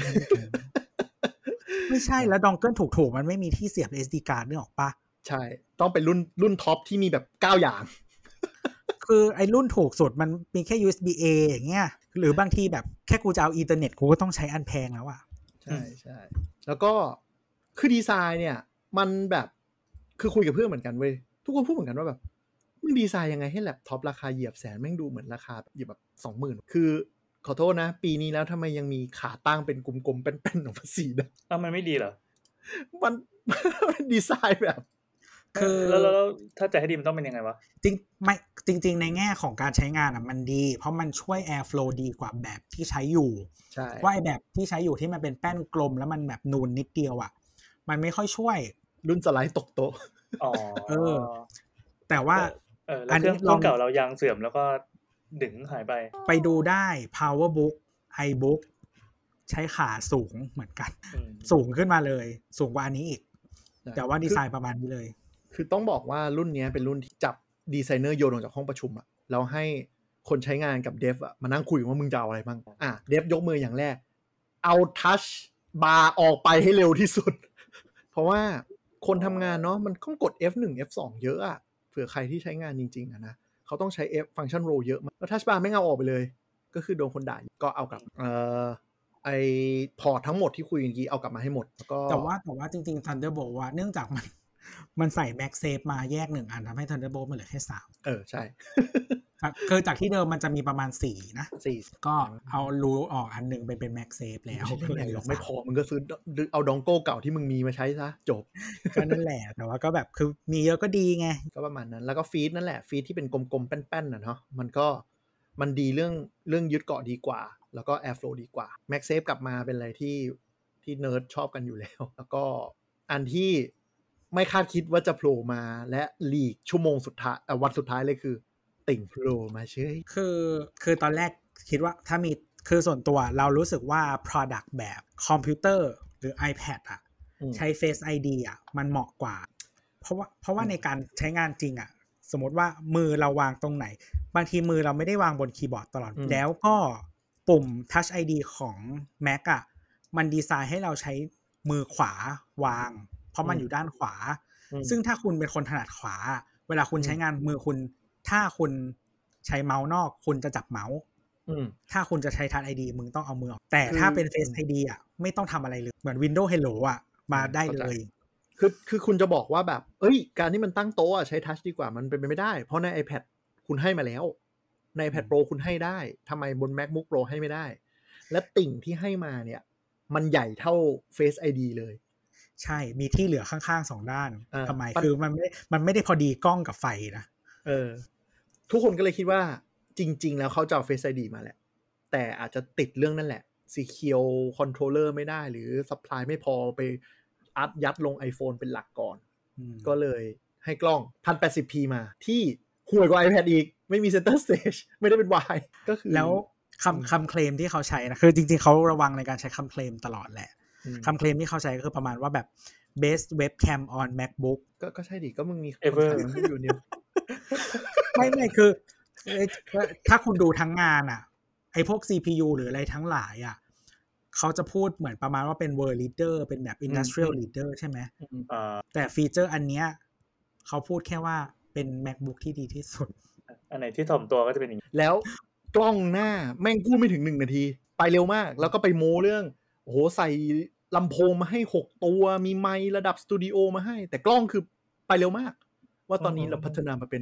ไม่ใช่แล้วดองเกิลถูกๆมันไม่มีที่เสียบ เอส ดี card นึกออกปะใช่ต้องเป็นรุ่นรุ่นท็อปที่มีแบบเก้าอย่างคือไอ้รุ่นถูกสุดมันมีแค่ ยู เอส บี เอ อย่างเงี้ยหรือบางทีแบบแค่กูจะเอาอินเทอร์เน็ตกูก็ต้องใช้อันแพงแล้วอ่ะใช่ใช่แล้วก็คือดีไซน์เนี่ยมันแบบคือคุยกับเพื่อนเหมือนกันเว้ยทุกคนพูดเหมือนกันว่าแบบมึงดีไซน์ยังไงให้แล็ปท็อปราคาเหยียบแสนแม่งดูเหมือนราคาเหยียบแบบ สองหมื่น คือขอโทษนะปีนี้แล้วทำไมยังมีขาตั้งเป็นกลมๆแป้นๆออกมาสีดำอ้าวมันไม่ดีเหรอมันดีไซน์แบบคือแล้วแล้วถ้าจะให้ดีมันต้องเป็นยังไงวะจริงไม่จริงๆในแง่ของการใช้งานอ่ะมันดีเพราะมันช่วย Airflow ดีกว่าแบบที่ใช้อยู่ใช่ว่าไอ้แบบที่ใช้อยู่ที่มันเป็นแป้นกลมแล้วมันแบบนูนนิดเดียวอ่ะมันไม่ค่อยช่วยรุ่นสไลด์ตกโต๊ะอ๋อเออแต่ว่าเออแล้วเครื่องรุ่นเก่าเรายางเสื่อมแล้วก็ดึงหายไปไปดูได้ PowerBook iBook ใช้ขาสูงเหมือนกันสูงขึ้นมาเลยสูงกว่าอันนี้อีกแต่ว่าดีไซน์ประมาณนี้เลยคือต้องบอกว่ารุ่นนี้เป็นรุ่นที่จับดีไซเนอร์โยนออกจากห้องประชุมอะแล้วให้คนใช้งานกับเดฟอะมานั่งคุยว่ามึงจะเอาอะไรบ้างอ่ะเดฟยกมืออย่างแรกเอาทัชบาร์ออกไปให้เร็วที่สุดเพราะว่าคนทำงานเนาะมันต้องกด เอฟ หนึ่ง เอฟ สอง เยอะอะเผื่อใครที่ใช้งานจริงๆอะนะเขาต้องใช้ F function row เยอะมากแล้วทัชบาร์ไม่เอาออกไปเลยก็คือโดนคนด่าก็เอากลับเอ่อไอพอร์ตทั้งหมดที่คุยกันกี้เอากลับมาให้หมดแล้วก็แต่ว่าแต่ว่าจริงๆ Thunderbolt ว่าเนื่องจากมันมันใส่ MagSafe มาแยกหนึ่งอันทำให้ Thunderbolt มันเหลือแค่สามเออใช่คือจากที่เดิมมันจะมีประมาณสี่นะสี่ก็เอารูออกอันนึงไปเป็น MagSafe แล้วก็เลยไม่พอมึงก็ซื้อเอาดองโก้เก่าที่มึงมีมาใช้ซะจบก็นั่นแหละแต่ว่าก็แบบคือมีเยอะก็ดีไงก็ประมาณนั้นแล้วก็ฟีดนั่นแหละฟีดที่เป็นกลมๆแป้นๆน่ะเนาะมันก็มันดีเรื่องเรื่องยึดเกาะดีกว่าแล้วก็ Airflow ดีกว่า MagSafe กลับมาเป็นอะไรที่ที่เนิร์ดชอบกันอยู่แล้วแล้วก็อันที่ไม่คาดคิดว่าจะโผล่มาและลีกชั่วโมงสุดท้ายวันสุดท้ายเลยคือติ่งโผล่มาเฉยคือคือตอนแรกคิดว่าถ้ามีคือส่วนตัวเรารู้สึกว่า product แบบคอมพิวเตอร์หรือ iPad อ่ะใช้ Face ไอ ดี อ่ะมันเหมาะกว่าเพราะว่าเพราะว่าในการใช้งานจริงอ่ะสมมติว่ามือเราวางตรงไหนบางทีมือเราไม่ได้วางบนคีย์บอร์ดตลอดแล้วก็ปุ่ม Touch ไอ ดี ของ Mac อ่ะมันดีไซน์ให้เราใช้มือขวาวางเพราะมันอยู่ด้านขวาซึ่งถ้าคุณเป็นคนถนัดขวาเวลาคุณใช้งานมือคุณถ้าคุณใช้เมาส์นอกคุณจะจับเมาส์ถ้าคุณจะใช้ Touch ไอ ดี มึงต้องเอามือออกแต่ถ้าเป็น Face ไอ ดี อ่ะไม่ต้องทำอะไรเลยเหมือน Windows Hello อ่ะมาได้เลยคือคือคุณจะบอกว่าแบบเอ้ยการที่มันตั้งโต๊ะอ่ะใช้ Touch ดีกว่ามันเป็นไปไม่ได้เพราะใน iPad คุณให้มาแล้วใน iPad Pro คุณให้ได้ทำไมบน MacBook Pro ให้ไม่ได้และติ่งที่ให้มาเนี่ยมันใหญ่เท่า Face ไอ ดี เลยใช่มีที่เหลือข้างๆสองด้านทำไมคือมันไม่มันไม่ได้พอดีกล้องกับไฟนะเออทุกคนก็เลยคิดว่าจริงๆแล้วเขาจะเอา Face ไอ ดี มาแหละแต่อาจจะติดเรื่องนั่นแหละ Secure Controller ไม่ได้หรือ Supply ไม่พอไปอัดยัดลง iPhone เป็นหลักก่อนก็เลยให้กล้อง หนึ่งพันแปดสิบพี มาที่ห่วยกว่า iPad อีกไม่มี Center Stage ไม่ได้เป็น Wide ก็คือแล้วคำคำเคลมที่เขาใช้นะคือจริงๆเขาระวังในการใช้คำเคลมตลอดแหละคำเคลมที่เขาใช้ก็คือประมาณว่าแบบ best webcam on MacBook ก็ก็ใช่ดิก็มึงมี ever อยู่นิวไม่ไม่คือถ้าคุณดูทั้งงานอ่ะไอพวก ซี พี ยู หรืออะไรทั้งหลายอ่ะเขาจะพูดเหมือนประมาณว่าเป็น world leader เป็นแบบ industrial leader ใช่ไหมแต่ฟีเจอร์อันเนี้ยเขาพูดแค่ว่าเป็น MacBook ที่ดีที่สุดอันไหนที่ถ่อมตัวก็จะเป็นอย่างนี้แล้วกล้องหน้าแม่งพูดไม่ถึงหนึ่งนาทีไปเร็วมากแล้วก็ไปโม้เรื่องโอ้โหใส่ลำโพงมาให้หกตัวมีไมค์ระดับสตูดิโอมาให้แต่กล้องคือไปเร็วมากว่าตอนนี้เราพัฒนามาเป็น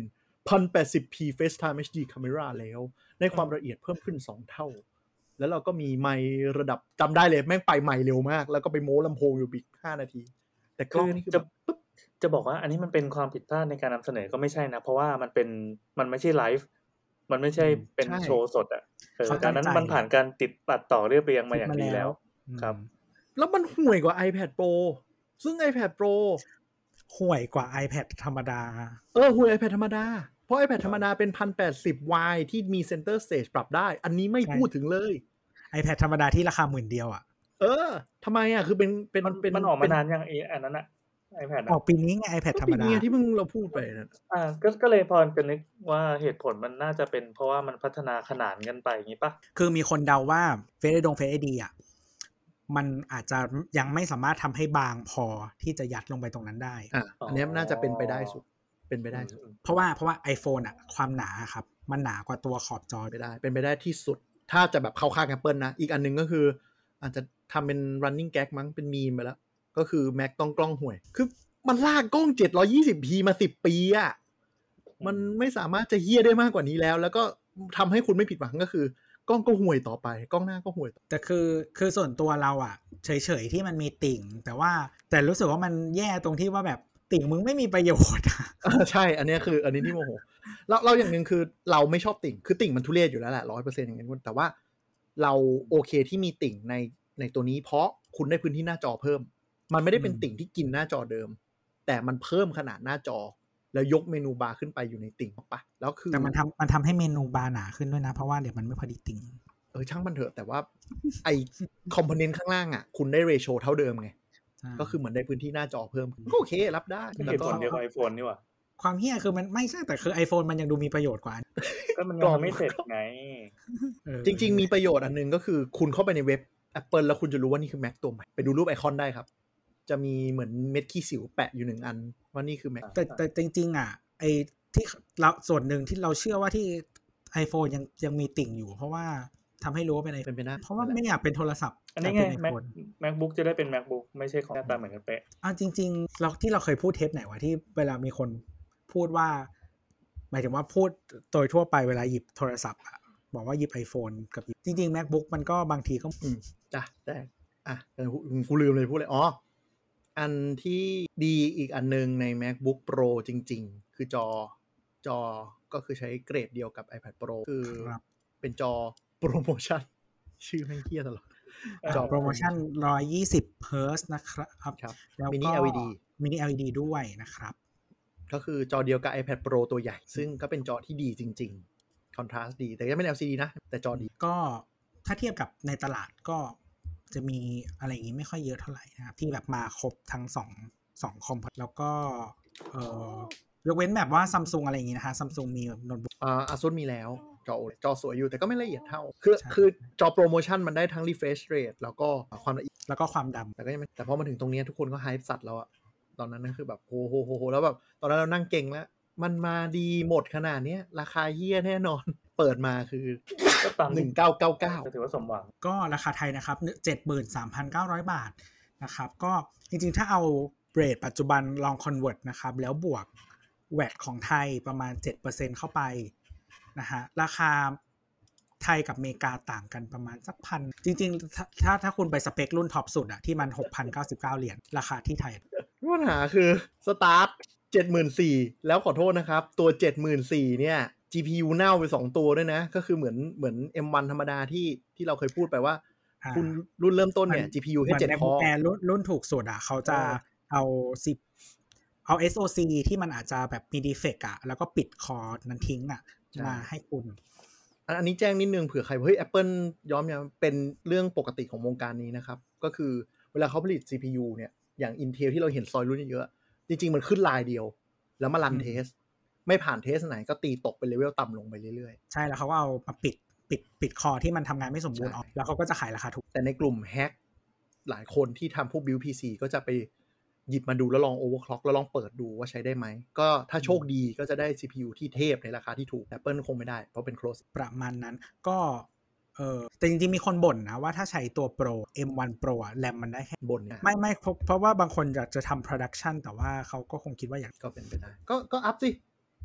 หนึ่งพันแปดสิบพี FaceTime เอช ดี Camera แล้วในความละเอียดเพิ่มขึ้นสองเท่าแล้วเราก็มีไมค์ระดับจำได้เลยแม่งไปไมค์เร็วมากแล้วก็ไปโม้ลำโพงอยู่บิ๊กห้านาทีแต่กล้องนี่คือแบบปึ๊บจะบอกว่าอันนี้มันเป็นความผิดพลาดในการนำเสนอก็ไม่ใช่นะเพราะว่ามันเป็นมันไม่ใช่ไลฟ์มันไม่ใช่เป็นโชว์สดอ่ะเออการนั้นมันผ่านการติดตัดต่อเรียบเรียงมาอย่างดีแล้วครับแล้วมันห่วยกว่า iPad Pro ซึ่ง iPad Pro ห่วยกว่า iPad ธรรมดาเออห่วย iPad ธรรมดาเพราะ iPad ธรรมดาเป็น หนึ่งพันแปดสิบ วาย ที่มี Center Stage ปรับได้อันนี้ไม่พูดถึงเลย iPad ธรรมดาที่ราคาหมื่นเดียวอ่ะเออทำไมอ่ะคือเป็นเป็นเป็นมันออกมานานยังไอ้อันนั้นอ่ะ iPad ออกปีนี้ไง iPad ธรรมดาปีนี้ที่มึงเราพูดไปนั่นอ่าก็ก็เลยพอจะนึกว่าเหตุผลมันน่าจะเป็นเพราะว่ามันพัฒนาขนานกันไปอย่างงี้ป่ะคือมีคนเดาว่า Face ไอ ดี Face ไอ ดี อ่ะมันอาจจะยังไม่สามารถทำให้บางพอที่จะยัดลงไปตรงนั้นได้อ่ะอันนี้น่าจะเป็นไปได้สุดเป็นไปได้สุดเพราะว่าเพราะว่า iPhone อ่ะความหนาครับมันหนากว่าตัวขอบจอไปได้เป็นไปได้ที่สุดถ้าจะแบบเข้าข้าง Apple นะอีกอันนึงก็คืออาจจะทำเป็น running gag มั้งเป็นมีมไปแล้วก็คือ Mac ต้องกล้องห่วยคือมันลากกล้อง เจ็ดร้อยยี่สิบพี มาสิบปีอ่ะมันไม่สามารถจะเหี้ยได้มากกว่านี้แล้วแล้วก็ทำให้คุณไม่ผิดหวังก็คือกล้องก็ห่วยต่อไปกล้องหน้าก็ห่วยแต่คือคือส่วนตัวเราอ่ะเฉยๆที่มันมีติ่งแต่ว่าแต่รู้สึกว่ามันแย่ตรงที่ว่าแบบติ่งมึงไม่มีประโยชน์อ่ะใช่อันนี้คืออันนี้ที่โมโหเราเราอย่างนึงคือเราไม่ชอบติ่งคือติ่งมันทุเรศอยู่แล้วแหละ ร้อยเปอร์เซ็นต์ อย่างนั้นแต่ว่าเราโอเคที่มีติ่งในในตัวนี้เพราะคุณได้พื้นที่หน้าจอเพิ่มมันไม่ได้เป็นติ่งที่กินหน้าจอเดิมแต่มันเพิ่มขนาดหน้าจอแล้วยกเมนูบาร์ขึ้นไปอยู่ในติ่งปะแล้วคือแต่มันทำมันทำให้เมนูบาร์หนาขึ้นด้วยนะเพราะว่าเดี๋ยวมันไม่พอดีติ่งเออช่างมันเถอะแต่ว่าไอคอมโพเนนต์ข้างล่างอ่ะคุณได้เรโชเท่าเดิมไงก็คือเหมือนได้พื้นที่หน้าจอเพิ่มก็โอเรับได้แล้วก็เดียวกับ iPhone นี่หว่าความเหี้ยคือมันไม่ใช่แต่คือ iPhone มันยังดูมีประโยชน์กว่าก็มันยังไม่เสร็จไงจริงๆมีประโยชน์อันนึงก็คือคุณเข้าไปในเว็บ Apple แล้วคุณจะรู้ว่านี่คือ Mac ตัวใหม่ไปดูรูปไอคอนได้ครับจะมีเหมือนเม็ดขี้สิวแปะอยู่หนึ่งอันว่านี่คือ Mac แต่แต่จริงๆอ่ะไอที่เราส่วนหนึ่งที่เราเชื่อว่าที่ iPhone ยังยังมีติ่งอยู่เพราะว่าทำให้รู้ว่าเป็นไอเป็นไปได้เพราะว่าไม่อยากเป็นโทรศัพท์อันนี้ไง MacBook จะได้เป็น MacBook ไม่ใช่ของหน้าตาเหมือนกันเป๊ะอ่ะจริงๆเราที่เราเคยพูดเทปไหนวะที่เวลามีคนพูดว่าหมายถึงว่าพูดโดยทั่วไปเวลาหยิบโทรศัพท์อะบอกว่าหยิบ iPhone กับจริงๆ MacBook มันก็บางทีก็อืมจ้ะแต่อ่ะกูลืมเลยพูดเลยอ๋ออันที่ดีอีกอันนึงใน MacBook Pro จริงๆคือจอจอก็คือใช้เกรดเดียวกับ iPad Pro คือเป็นจอโปรโมชั่นชื่อแม่งเหี้ยตลอดจอโปรโมชั่นหนึ่งร้อยยี่สิบเฮิร์ตซ์นะครับแล้วก็มินิ แอล อี ดีมินิ แอล อี ดี ด้วยนะครับก็คือจอเดียวกับ iPad Pro ตัวใหญ่ซึ่งก็เป็นจอที่ดีจริงๆคอนทราสต์ดีแต่ก็ไม่เป็น แอล ซี ดี นะแต่จอดีก็ถ้าเทียบกับในตลาดก็จะมีอะไรอย่างนี้ไม่ค่อยเยอะเท่าไหร่นะครับที่แบบมาครบทั้งสองสองคอมแล้วก็เอ่อยกเว้นแบบว่า Samsung อะไรอย่างงี้นะคะ Samsung มีโน้ตบุ๊กอ่า Asus มีแล้วจอจอสวยอยู่แต่ก็ไม่ละเอียดเท่าคือคือจอโปรโมชั่นมันได้ทั้ง refresh rate แล้วก็ความละเอียดแล้วก็ความดำแต่ก็ยังไม่แต่พอมาถึงตรงนี้ทุกคนก็ไฮป์สัตว์แล้วอะตอนนั้นนั่นคือแบบโหโหโหแล้วแบบตอนนั้นเรานั่งเก่งแล้วมันมาดีหมดขนาดนี้ราคาเหี้ยแน่นอนเปิดมาคือก็ตามหนึ่งพันเก้าร้อยเก้าสิบเก้าถือว่าสมหวังก็ราคาไทยนะครับ เจ็ดหมื่นสามพันเก้าร้อย บาทนะครับก็จริงๆถ้าเอาเรทปัจจุบันลอง convert นะครับแล้วบวก แวต ของไทยประมาณ เจ็ดเปอร์เซ็นต์ เข้าไปนะฮะราคาไทยกับอเมริกาต่างกันประมาณสักพันจริงๆถ้าถ้าคุณไปสเปครุ่นท็อปสุดอะที่มัน หกพันเก้าสิบเก้า เหรียญราคาที่ไทยปัญหาคือสตาร์ท เจ็ดหมื่นสี่พัน แล้วขอโทษนะครับตัว เจ็ดหมื่นสี่พัน เนี่ย จี พี ยู เน่าไปสองตัวด้วยนะก็คือเหมือนเหมือน เอ็ม วัน ธรรมดาที่ที่เราเคยพูดไปว่าคุณรุ่นเริ่มต้นเนี่ย จี พี ยู แค่เจ็ดคอร์รุ่นรุ่นถูกสุดอะเขาจะเอาสิบเอา เอส โอ ซี ที่มันอาจจะแบบมีดีเฟกต์อะแล้วก็ปิดคอร์นั้นทิ้งอะมาให้คุณอันนี้แจ้งนิดนึงเผื่อใครเฮ้ย Apple ย้อมยังเป็นเรื่องปกติของวงการนี้นะครับก็คือเวลาเขาผลิต ซี พี ยู เนี่ยอย่าง Intel ที่เราเห็นซอยรุ่นเยอะจริงๆมันขึ้นลายเดียวแล้วมารันเทสไม่ผ่านเทสไหนก็ตีตกเป็นเลเวลต่ำลงไปเรื่อยๆใช่แล้วเขาก็เอามาปิดปิดปิดคอที่มันทำงานไม่สมบูรณ์ออกแล้วเขาก็จะขายราคาถูกแต่ในกลุ่มแฮกหลายคนที่ทำพวก build พี ซี ก็จะไปหยิบมาดูแล้วลอง overclock แล้วลองเปิดดูว่าใช้ได้ไหมก็ถ้าโชคดีก็จะได้ ซี พี ยู ที่เทพในราคาที่ถูก Apple คงไม่ได้เพราะเป็น close ประมาณนั้นก็เออแต่จริงๆมีคนบ่นนะว่าถ้าใช้ตัว Pro เอ็ม วัน Pro อะแรมมันได้แค่บ่นเนี่ยไม่ไม่เพราะว่าบางคนอยากจะทำ production แต่ว่าเขาก็คงคิดว่าอยากก็เป็นไปได้ก็ก็อัพสิ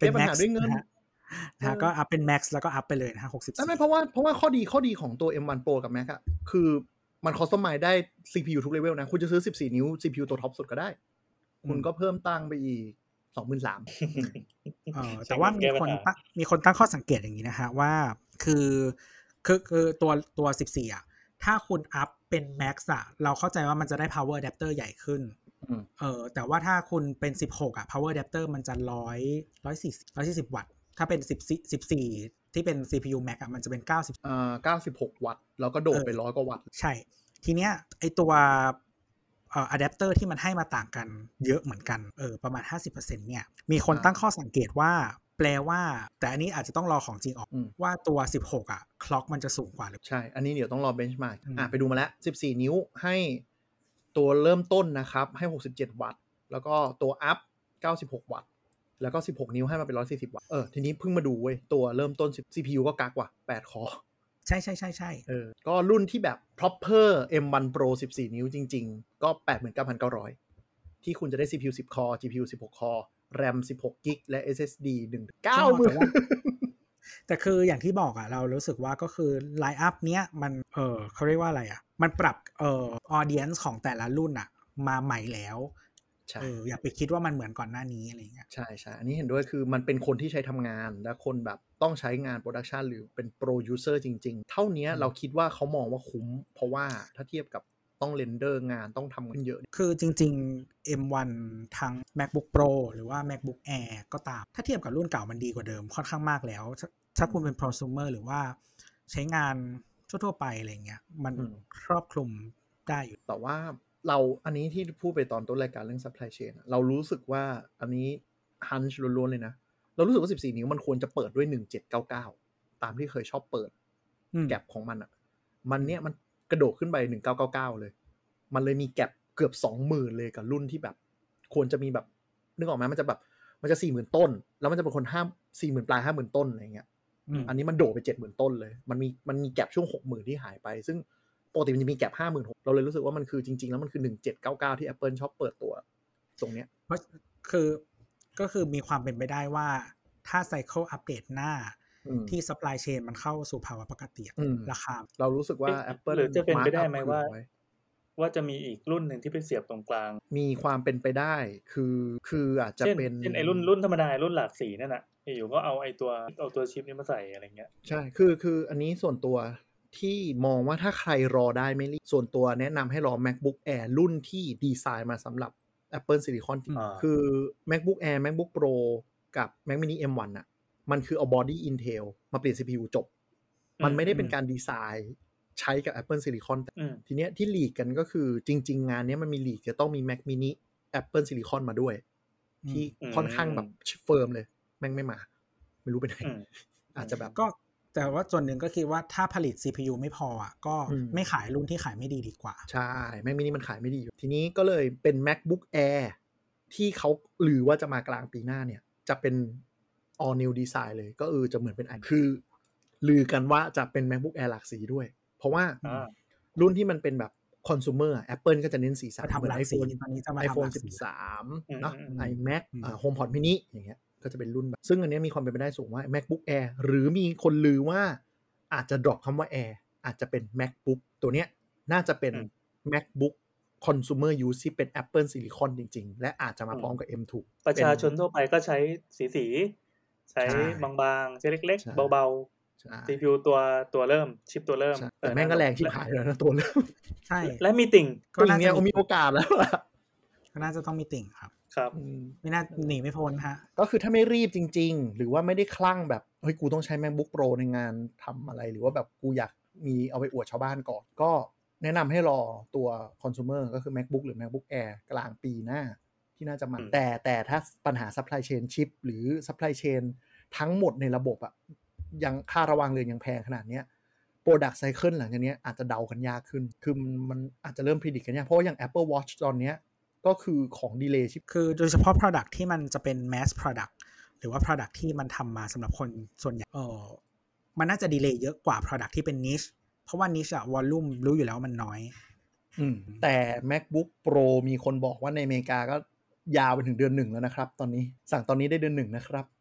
เป็นแก้ปัญ Max หาด้วยเงินนะฮะนะฮะก็อัพเป็น Max แล้วก็อัพไปเลยนะฮะหกสิบสี่ไม่เพราะว่าเพราะว่าข้อดีข้อดีของตัว เอ็ม วัน Pro กับ Max อ่ะคือมันคัสตอมไมซ์ได้ ซี พี ยู ทุกเลเวลนะคุณจะซื้อสิบสี่นิ้ว ซี พี ยู ตัวท็อปสุดก็ได้คุณก็เพิ่มตั้งไปอีก สองหมื่นสามพันเออแต่ว่ามีคนตั้งมีคนตั้งข้อสังเกตอย่างนี้นะฮะว่าคือคือคือตัวตัวสิบสี่อ่ะถ้าคุณอัพเป็น Max อ่ะเราเข้าใจว่ามันจะได้ power adapter ใหญ่ขึ้นเออแต่ว่าถ้าคุณเป็นสิบหกอ่ะ power adapter มันจะร้อยร้อยสี่สิบร้อยสี่สิบวัตต์ถ้าเป็นสิบสิบสี่ที่เป็น ซี พี ยู Max อ่ะมันจะเป็นเก้าสิบอ่าเก้าสิบหกวัตต์แล้วก็โดดไปร้อยกว่าวัตต์ใช่ทีเนี้ยไอตัวเอ่ออะแดปเตอร์ที่มันให้มาต่างกันเยอะเหมือนกันเออประมาณ ห้าสิบเปอร์เซ็นต์ เนี่ยมีคนตั้งข้อสังเกตว่าแปลว่าแต่อันนี้อาจจะต้องรอของจริงออกว่าตัวสิบหกอ่ะคล็อกมันจะสูงกว่าหรือใช่อันนี้เดี๋ยวต้องรอเบนช์มาร์กอ่ะไปดูมาแล้วสิบสี่นิ้วให้ตัวเริ่มต้นนะครับให้หกสิบเจ็ดวัตต์แล้วก็ตัวอัพเก้าสิบหกวัตต์แล้วก็สิบหกนิ้วให้มาเป็นหนึ่งร้อยสี่สิบวัตต์เออทีนี้เพิ่งมาดูเว้ยตัวเริ่มต้น ซี พี ยู ก็กักว่ะแปดคอใช่ใช่ใช่ใช่เออก็รุ่นที่แบบ proper เอ็ม วัน Pro สิบสี่นิ้วจริงๆก็ แปดหมื่นเก้าพันเก้าร้อย ที่คุณจะได้ ซี พี ยู สิบ คอ จี พี ยู สิบหก คอ RAM สิบหก กิกะ และ เอส เอส ดี หนึ่ง เก้าหมื่นแต่คืออย่างที่บอกอ่ะเรารู้สึกว่าก็คือไลน์อัพเนี้ยมันเออเขาเรียกว่าอะไรอ่ะมันปรับเอ่อออเดียนซ์ของแต่ละรุ่นอ่ะมาใหม่แล้วเอออย่าไปคิดว่ามันเหมือนก่อนหน้านี้อะไรเงี้ยใช่ใช่อันนี้เห็นด้วยคือมันเป็นคนที่ใช้ทำงานและคนแบบต้องใช้งานโปรดักชันหรือเป็นโปรดิวเซอร์จริงๆเท่านี้เราคิดว่าเขามองว่าคุ้มเพราะว่าถ้าเทียบกับต้องเรนเดอร์งานต้องทำกันเยอะคือจริงๆ เอ็ม วัน ทั้ง MacBook Pro หรือว่า MacBook Air ก็ตามถ้าเทียบกับรุ่นเก่ามันดีกว่าเดิมค่อนข้างมากแล้วถ้าคุณเป็น prosumer หรือว่าใช้งานทั่วๆไปอะไรเงี้ยมันครอบคลุมได้อยู่แต่ว่าเราอันนี้ที่พูดไปตอนต้นรายการเรื่อง supply chain เรารู้สึกว่าอันนี้ hunch ล้วนๆเลยนะเรารู้สึกว่าสิบสี่นิ้วมันควรจะเปิดด้วยหนึ่งพันเจ็ดร้อยเก้าสิบเก้าตามที่เคยชอบเปิดแก็บของมันอ่ะมันเนี้ยมันกระโดดขึ้นไปหนึ่งพันเก้าร้อยเก้าสิบเก้าเลยมันเลยมีแก็บเกือบ สองหมื่น เลยกับรุ่นที่แบบควรจะมีแบบนึกออกมั้ยมันจะแบบมันจะ สี่หมื่น ต้นแล้วมันจะเป็นคนห้า สี่หมื่น ปลาย ห้าหมื่น ต้นอะไรเงี้ยอันนี้มันโดดไป เจ็ดหมื่น ต้นเลยมันมีมันมีแก็บช่วง หกหมื่น ที่หายไปซึ่งปกติมันจะมีแก็บ ห้าหมื่นหกพัน เราเลยรู้สึกว่ามันคือจริงๆแล้วมันคือหนึ่งพันเจ็ดร้อยเก้าสิบเก้าที่ Apple ชอบเปิดตัวตรงเนี้ยเพราะคือก็คือมีความเป็นไปได้ว่าถ้าไซเคิลอัปเดตหน้าที่ supply chain มันเข้าสู่ภาวะปกติราคาเรารู้สึกว่า Apple หรือจะเป็นไปได้ไหมว่าว่าจะมีอีกรุ่นหนึ่งที่ไปเสียบตรงกลางมีความเป็นไปได้คือคืออาจจะเป็นเช่นไอ้รุ่นรุ่นธรรมดารุ่นหลากสีนั่นน่ะอยู่ก็เอาไอ้ตัวเอาตัวชิปนี้มาใส่อะไรเงี้ยใช่คือคืออันนี้ส่วนตัวที่มองว่าถ้าใครรอได้ไม่รีบส่วนตัวแนะนำให้รอ MacBook Air รุ่นที่ดีไซน์มาสำหรับ Apple Silicon คือ MacBook Air MacBook Pro กับ Mac Mini เอ็ม วัน น่ะมันคือเอา body Intel มาเปลี่ยน ซี พี ยู จบมันไม่ได้เป็นการดีไซน์ใช้กับ Apple Silicon ทีเนี้ยที่ลีกกันก็คือจริงๆงานนี้มันมีลีกจะต้องมี Mac Mini Apple Silicon มาด้วยที่ค่อนข้างแบบเฟิร์มเลยแม่งไม่มาไม่รู้เป็นไงอาจจะแบบก็แต่ว่าส่วนหนึ่งก็คิดว่าถ้าผลิต ซี พี ยู ไม่พออ่ะก็ไม่ขายรุ่นที่ขายไม่ดีดีกว่าใช่ Mac Mini มันขายไม่ดีอยู่ทีนี้ก็เลยเป็น MacBook Air ที่เขาหรือว่าจะมากลางปีหน้าเนี่ยจะเป็น all new design เลยก็เออจะเหมือนเป็นไอคือลือกันว่าจะเป็น MacBook Air หลากสีด้วยเพราะว่ารุ่นที่มันเป็นแบบ consumer Apple ก็จะเน้นสีสันเหมือน iPhone ตอนนี้จะมา iPhone สิบสามเนาะ iMac อ่า HomePod mini อย่างเงี้ยก็จะเป็นรุ่นแบบซึ่งอันนี้มีความเป็นไปได้สูงว่า MacBook Air หรือมีคนลือว่าอาจจะ drop คำว่า Air อาจจะเป็น MacBook ตัวเนี้ยน่าจะเป็น MacBook consumer use ที่เป็น Apple Silicon จริงๆและอาจจะมาพร้อมกับ เอ็ม ทูประชาชนทั่วไปก็ใช้สีๆใช้บางๆใช้เล็กๆเบาๆ ซี พี ยู ตัวตัวเริ่มชิปตัวเริ่มแต่แม่งก็แรงชิบหายเลยนะตัวเริ่มใช่และมีติ่งก็น่าจะมีโอกาสแล้วล่ะก็น่าจะต้องมีติ่งครับครับไม่น่าหนีไม่พ้นฮะก็คือถ้าไม่รีบจริงๆหรือว่าไม่ได้คลั่งแบบเฮ้ยกูต้องใช้ MacBook Pro ในงานทำอะไรหรือว่าแบบกูอยากมีเอาไปอวดชาวบ้านก่อนก็แนะนำให้รอตัว consumer ก็คือ MacBook หรือ MacBook Air กลางปีหน้าที่น่าจะมาแต่แต่ถ้าปัญหา supply chain chip หรือ supply chain ทั้งหมดในระบบอะยังค่าระวางเรือนยังแพงขนาดเนี้ย product cycle หลังจากนี้อาจจะเดากันยากขึ้นคือมันอาจจะเริ่ม predict กันยากเพราะว่าอย่าง Apple Watch ตอนเนี้ยก็คือของดีเลย์ชิปคือโดยเฉพาะ product ที่มันจะเป็น mass product หรือว่า product ที่มันทำมาสำหรับคนส่วนใหญ่เออมันน่าจะดีเลย์เยอะกว่า product ที่เป็น niche เพราะว่า niche อะ volume รู้อยู่แล้วมันน้อยอืมแต่ MacBook Pro มีคนบอกว่าในอเมริกาก็ยาวไปถึงเดือนหนึ่งแล้วนะครับตอนนี้สั่งตอนนี้ได้เดือนหนึ่งนะครับ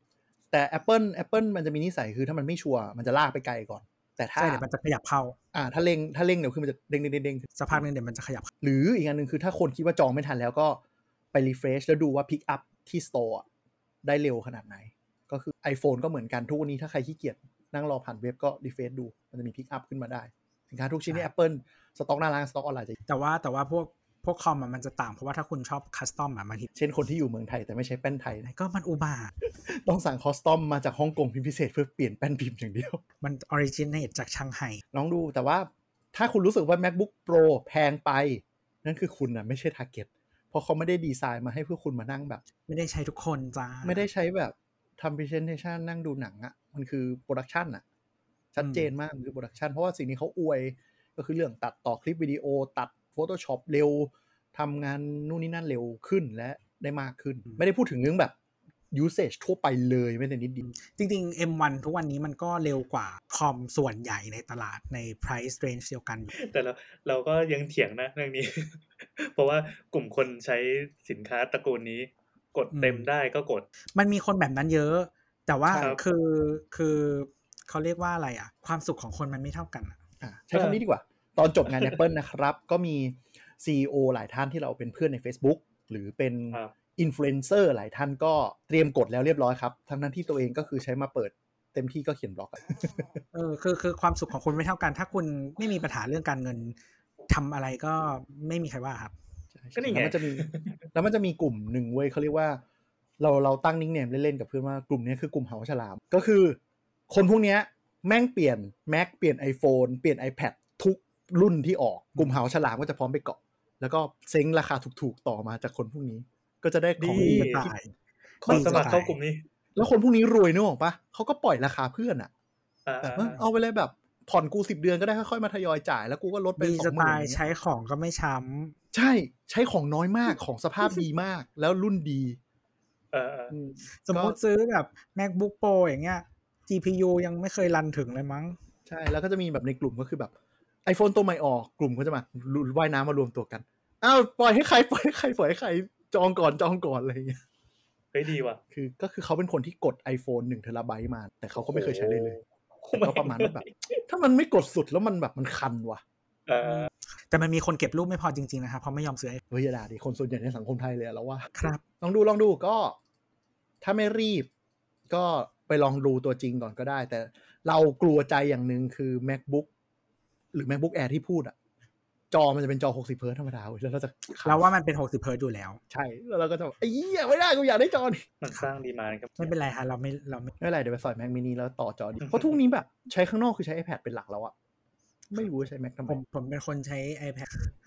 แต่ Apple Apple มันจะมีนิสัยคือถ้ามันไม่ชัวร์มันจะลากไปไกลก่อนแต่ถ้าใช่เดี๋ยวมันจะขยับเข้าอ่าถ้าเร่งถ้าเร่งเดี๋ยวคือมันจะเด้งๆๆๆสักพักนึงเดี๋ยวมันจะขยับหรืออีกอันนึงคือถ้าคนคิดว่าจองไม่ทันแล้วก็ไป refresh แล้วดูว่า pick up ที่ store ได้เร็วขนาดไหนก็คือ iPhone ก็เหมือนกันทุกวันนี้ถ้าใครขี้เกียจนั่งรอผ่านเว็บก็ refresh ดูมันจะมี pick up ขึ้นมาได้สินค้าทุกชิ้นที่ Apple สต็อกหน้าร้านสต็อกออนไลน์จะแต่ว่าแต่ว่าพวกพวกคอมมันจะต่างเพราะว่าถ้าคุณชอบคัสตอมอ่ะบางทีเช่นคนที่อยู่เมืองไทยแต่ไม่ใช้แป้นไทยก็มันอุบาทต้องสั่งคัสตอมมาจากฮ่องกงพิมพ์พิเศษเพื่อเปลี่ยนแป้นพิมพ์อย่างเดียวมันออริจินเนตจากช่างไห่ลองดูแต่ว่าถ้าคุณรู้สึกว่า MacBook Pro แพงไปนั่นคือคุณน่ะไม่ใช่ target เพราะเขาไม่ได้ดีไซน์มาให้เพื่อคุณมานั่งแบบไม่ได้ใช้ทุกคนจ้าไม่ได้ใช้แบบทำ presentation นั่งดูหนังอ่ะมันคือ production อ่ะชัดเจนมากมันคือ production เพราะว่าสิ่งนี้เขาอวยก็คือเรื่องตัดต่อคลิปวิดีโอตัด Photoshop เร็วทำงานนู่นนี่นั่นเร็วขึ้นและได้มากขึ้นไม่ได้พูดถึงเรื่องแบบ usage ทั่วไปเลยไม่แต่นิดเดียวจริงๆ เอ็ม วัน ทุกวันนี้มันก็เร็วกว่าคอมส่วนใหญ่ในตลาดใน price range เดียวกันแต่เราเราก็ยังเถียงนะเรื่องนี้ เพราะว่ากลุ่มคนใช้สินค้าตระกูลนี้กดเต็มได้ก็กดมันมีคนแบบนั้นเยอะแต่ว่าคือคือเขาเรียกว่าอะไรอ่ะความสุขของคนมันไม่เท่ากันอ่ะใช้คำนี้ดีกว่าตอนจบงาน Apple นะครับก็มี ซี อี โอ หลายท่านที่เราเป็นเพื่อนใน Facebook หรือเป็นอินฟลูเอนเซอร์หลายท่านก็เตรียมกดแล้วเรียบร้อยครับทั้งนั้นที่ตัวเองก็คือใช้มาเปิดเต็มที่ก็เขียนบล็อกเออคือคือความสุขของคนไม่เท่ากันถ้าคุณไม่มีปัญหาเรื่องการเงินทำอะไรก็ไม่มีใครว่าครับก็นี่ไงแล้วมันจะมีแล้วมันจะมีกลุ่มหนึ่งเว้ยเขาเรียกว่าเราเราตั้งนิคเนมเล่นๆกับเพื่อนว่ากลุ่มนี้คือกลุ่มเหาฉลามก็คือคนพวกนี้แม่งเปลี่ยน Mac เปลี่ยน iPhone เปลี่ยน iPad ทุกรุ่นที่ออกกลุ่มเหาฉลามก็จะพร้อมไปเกาะแล้วก็เซ็งราคาถูกๆต่อมาจากคนพวกนี้ก็จะได้ของดีตายคนสมัครเข้ากลุ่มนี้แล้วคนพวกนี้รวยนึกออกปะเขาก็ปล่อยราคาเพื่อนอ่ะแบบเอาไปเลยแบบผ่อนกูสิบเดือนก็ได้ค่อยๆมาทยอยจ่ายแล้วกูก็ลดไปสองหมื่นใช้ของก็ไม่ช้ำใช่ใช้ของน้อยมากของสภาพดีมากแล้วรุ่นดีเออสมมติซื้อแบบ MacBook Pro อย่างเงี้ย จี พี ยู ยังไม่เคยรันถึงเลยมั้งใช่แล้วก็จะมีแบบในกลุ่มก็คือแบบ iPhone ตัวใหม่ออกกลุ่มก็จะมาว่ายน้ำมารวมตัวกันอ้าวปล่อยให้ใครปล่อยให้ใครปล่อยให้ใครจองก่อนจองก่อนอะไรอย่างเงี้ยเฮ้ยดีว่ะคือก็คือเขาเป็นคนที่กด iPhone หนึ่งเทราไบต์มาแต่เขาก็ไม่เคยใช้เลยเลยก็ประมาณแบบถ้ามันไม่กดสุดแล้วมันแบบมันคันว่ะเออแต่มันมีคนเก็บรูปไม่พอจริงๆนะครับเพราะไม่ยอมซื้อเฮ้ยอย่าด่าดิคนส่วนใหญ่ในสังคมไทยเลยแล้วว่าครับลองดูลองดูก็ถ้าไม่รีบก็ไปลองดูตัวจริงก่อนก็ได้แต่เรากลัวใจอย่างนึงคือ MacBook หรือ MacBook Air ที่พูดอ่ะจอมันจะเป็นจอหกสิบเฮิร์ตซ์ธรรมดาเว้ยแล้วเราจะเราว่ามันเป็นหกสิบเฮิร์ตซ์อยู่แล้วใช่แล้วเราก็จะไอ้เหี้ยไม่ได้กูอยากได้จอนี่มันสร้างดีมานด์ครับไม่เป็นไรฮะเราไม่เราไม่ไม่เป็นไรเดี๋ยวไปสอย Mac mini แล้วต่อจอดิเพราะทุกนี้แบบใช้ข้างนอกคือใช้ iPad เป็นหลักแล้วอะไม่รู้ว่าใช้ Mac ทำไมผมผมเป็นคนใช้ iPad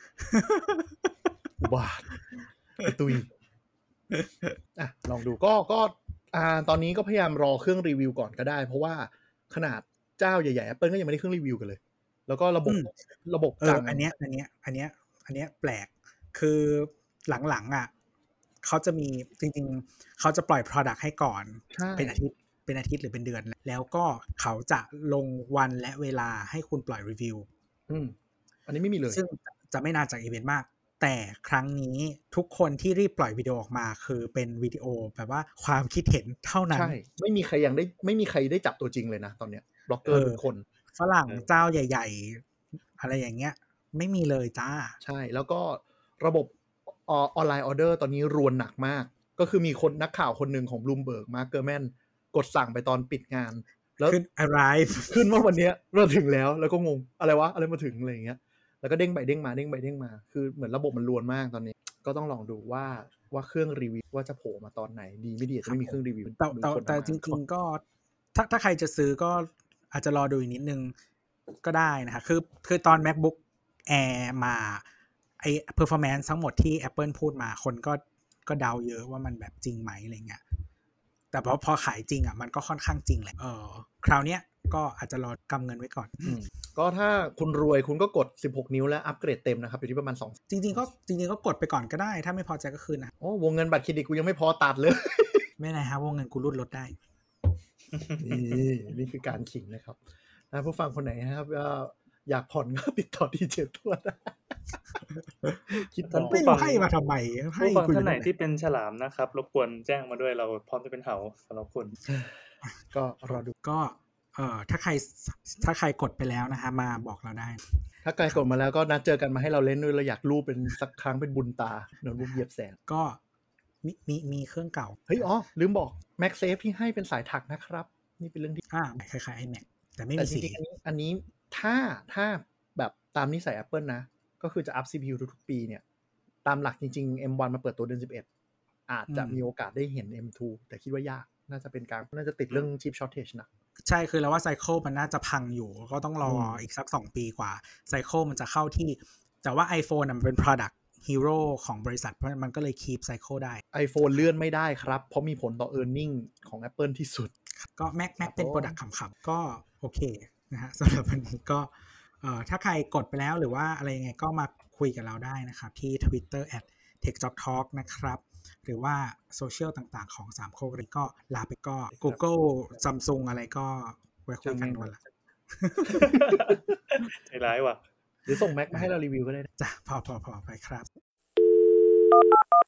อุบาทไอ้ตุยอ่ะลองดูก็ก็อ่าตอนนี้ก็พยายามรอเครื่องรีวิวก่อนก็ได้เพราะว่าขนาดเจ้าใหญ่ๆ Apple ก็ยังไม่ได้เครื่องรีวิวกันเลยแล้วก็ระบบระบบกลางอันเนี้ยอันเนี้ยอันเนี้ยอันเนี้ยแปลกคือหลังๆอ่ะเขาจะมีจริงๆเขาจะปล่อย product ให้ก่อนเป็นอาทิตย์เป็นอาทิตย์หรือเป็นเดือนแล้วก็เขาจะลงวันและเวลาให้คุณปล่อยรีวิวอืมอันนี้ไม่มีเลยซึ่งจะไม่นานจากอีเวนต์มากแต่ครั้งนี้ทุกคนที่รีบปล่อยวิดีโอออกมาคือเป็นวิดีโอแบบว่าความคิดเห็นเท่านั้นใช่ไม่มีใครยังได้ไม่มีใครได้จับตัวจริงเลยนะตอนเนี้ยบล็อกเกอร์ทุกคนฝรั่งเจ้าใหญ่ๆอะไรอย่างเงี้ยไม่มีเลยจ้าใช่แล้วก็ระบบออนไลน์ออเดอร์ตอนนี้รวนหนักมากก็คือมีคนนักข่าวคนหนึ่งของ Bloomberg มาร์คเกอร์แมนกดสั่งไปตอนปิดงานแล้วขึ้น arrive ขึ้นว่าวันนี้เราถึงแล้วแล้วก็งงอะไรวะอะไรมาถึงอะไรอย่างเงี้ยแล้วก็เด้งไปเด้งมาเด้งไปเด้งมาคือเหมือนระบบมันรวนมากตอนนี้ก็ต้องลองดูว่าว่าเครื่องรีวิวว่าจะโผล่มาตอนไหนดีไม่ดีจะไม่มีเครื่องรีวิวแต่แต่จริงๆก็ถ้าถ้าใครจะซื้อก็อาจจะรอดูอีกนิดนึงก็ได้นะคะคือคือตอน MacBook Air มาไอ้ performance ทั้งหมดที่ Apple พูดมาคนก็ก็เดาเยอะว่ามันแบบจริงไหมอะไรเงี้ยแต่พอพอขายจริงอ่ะมันก็ค่อนข้างจริงแหละเออคราวเนี้ยก็อาจจะรอกำเงินไว้ก่อนก็ถ้าคุณรวยคุณก็กดสิบหกนิ้วแล้วอัปเกรดเต็มนะครับอยู่ที่ประมาณสองจริงๆก็จริงๆก็กดไปก่อนก็ได้ถ้าไม่พอใจก็คืนนะโอ้วงเงินบัตรเครดิตกูยังไม่พอตัดเลยไม่เป็นไรฮะวงเงินกูรูดลดได้นี่นี่คือการขิงนะครับนะผู้ฟังคนไหนนะครับอยากผ่อนก็ติดต่อดีเจตัวได้คิดไม่รู้ให้มาทำไมให้คุณท่านไหนที่เป็นฉลามนะครับรบกวนแจ้งมาด้วยเราพร้อมจะเป็นเหาสำหรับคุณก็รอดูก็เอ่อถ้าใครถ้าใครกดไปแล้วนะฮะมาบอกเราได้ถ้าใครกดมาแล้วก็นัดเจอกันมาให้เราเล่นด้วยเราอยากรูปเป็นสักครั้งเป็นบุญตาโน้ตบุ๊กเหยียบแสนก็มีมีมีเครื่องเก่าเฮ้ยอ๋อลืมบอก MagSafe ที่ให้เป็นสายถักนะครับนี่เป็นเรื่องที่อ่าคล้ายๆ iMac แต่ไม่แต่มีจสีริงๆอันนี้อันนี้ถ้าถ้าแบบตามนิสัย Apple นะก็คือจะอัพ ซี พี ยู ทุกๆปีเนี่ยตามหลักจริงๆ เอ็ม วัน มาเปิดตัวเดือนสิบเอ็ดอาจจะมีโอกาสได้เห็น เอ็ม ทู แต่คิดว่ายากน่าจะเป็นการน่าจะติดเรื่อง chip shortage นะใช่คือแล้วว่าไซเคิลมันน่าจะพังอยู่ก็ต้องรออีกสักสองปีกว่าไซเคิลมันจะเข้าที่แต่ว่า iPhone มันเป็น product hero ของบริษัทเพราะมันก็เลย keep cycle ได้ iPhone เลื่อนไม่ได้ครับเพราะมีผลต่อ earning ของ Apple ที่สุดก็ Mac Mac เป็น product ขำๆก็โอเคนะฮะสำหรับวันนี้ก็เอ่อถ้าใครกดไปแล้วหรือว่าอะไรยังไงก็มาคุยกับเราได้นะครับที่ Twitterแอท เทค จ็อก ทอล์ก นะครับหรือว่าโซเชียลต่างๆของสามโคกนี้ก็ลาไปก็ Google Samsung อะไรก็ไว้คุยกันวันละใจร้ายว่ะหรือส่ง Mac มาให้เรารีวิวก็ได้จ้ะพอๆๆไปครับ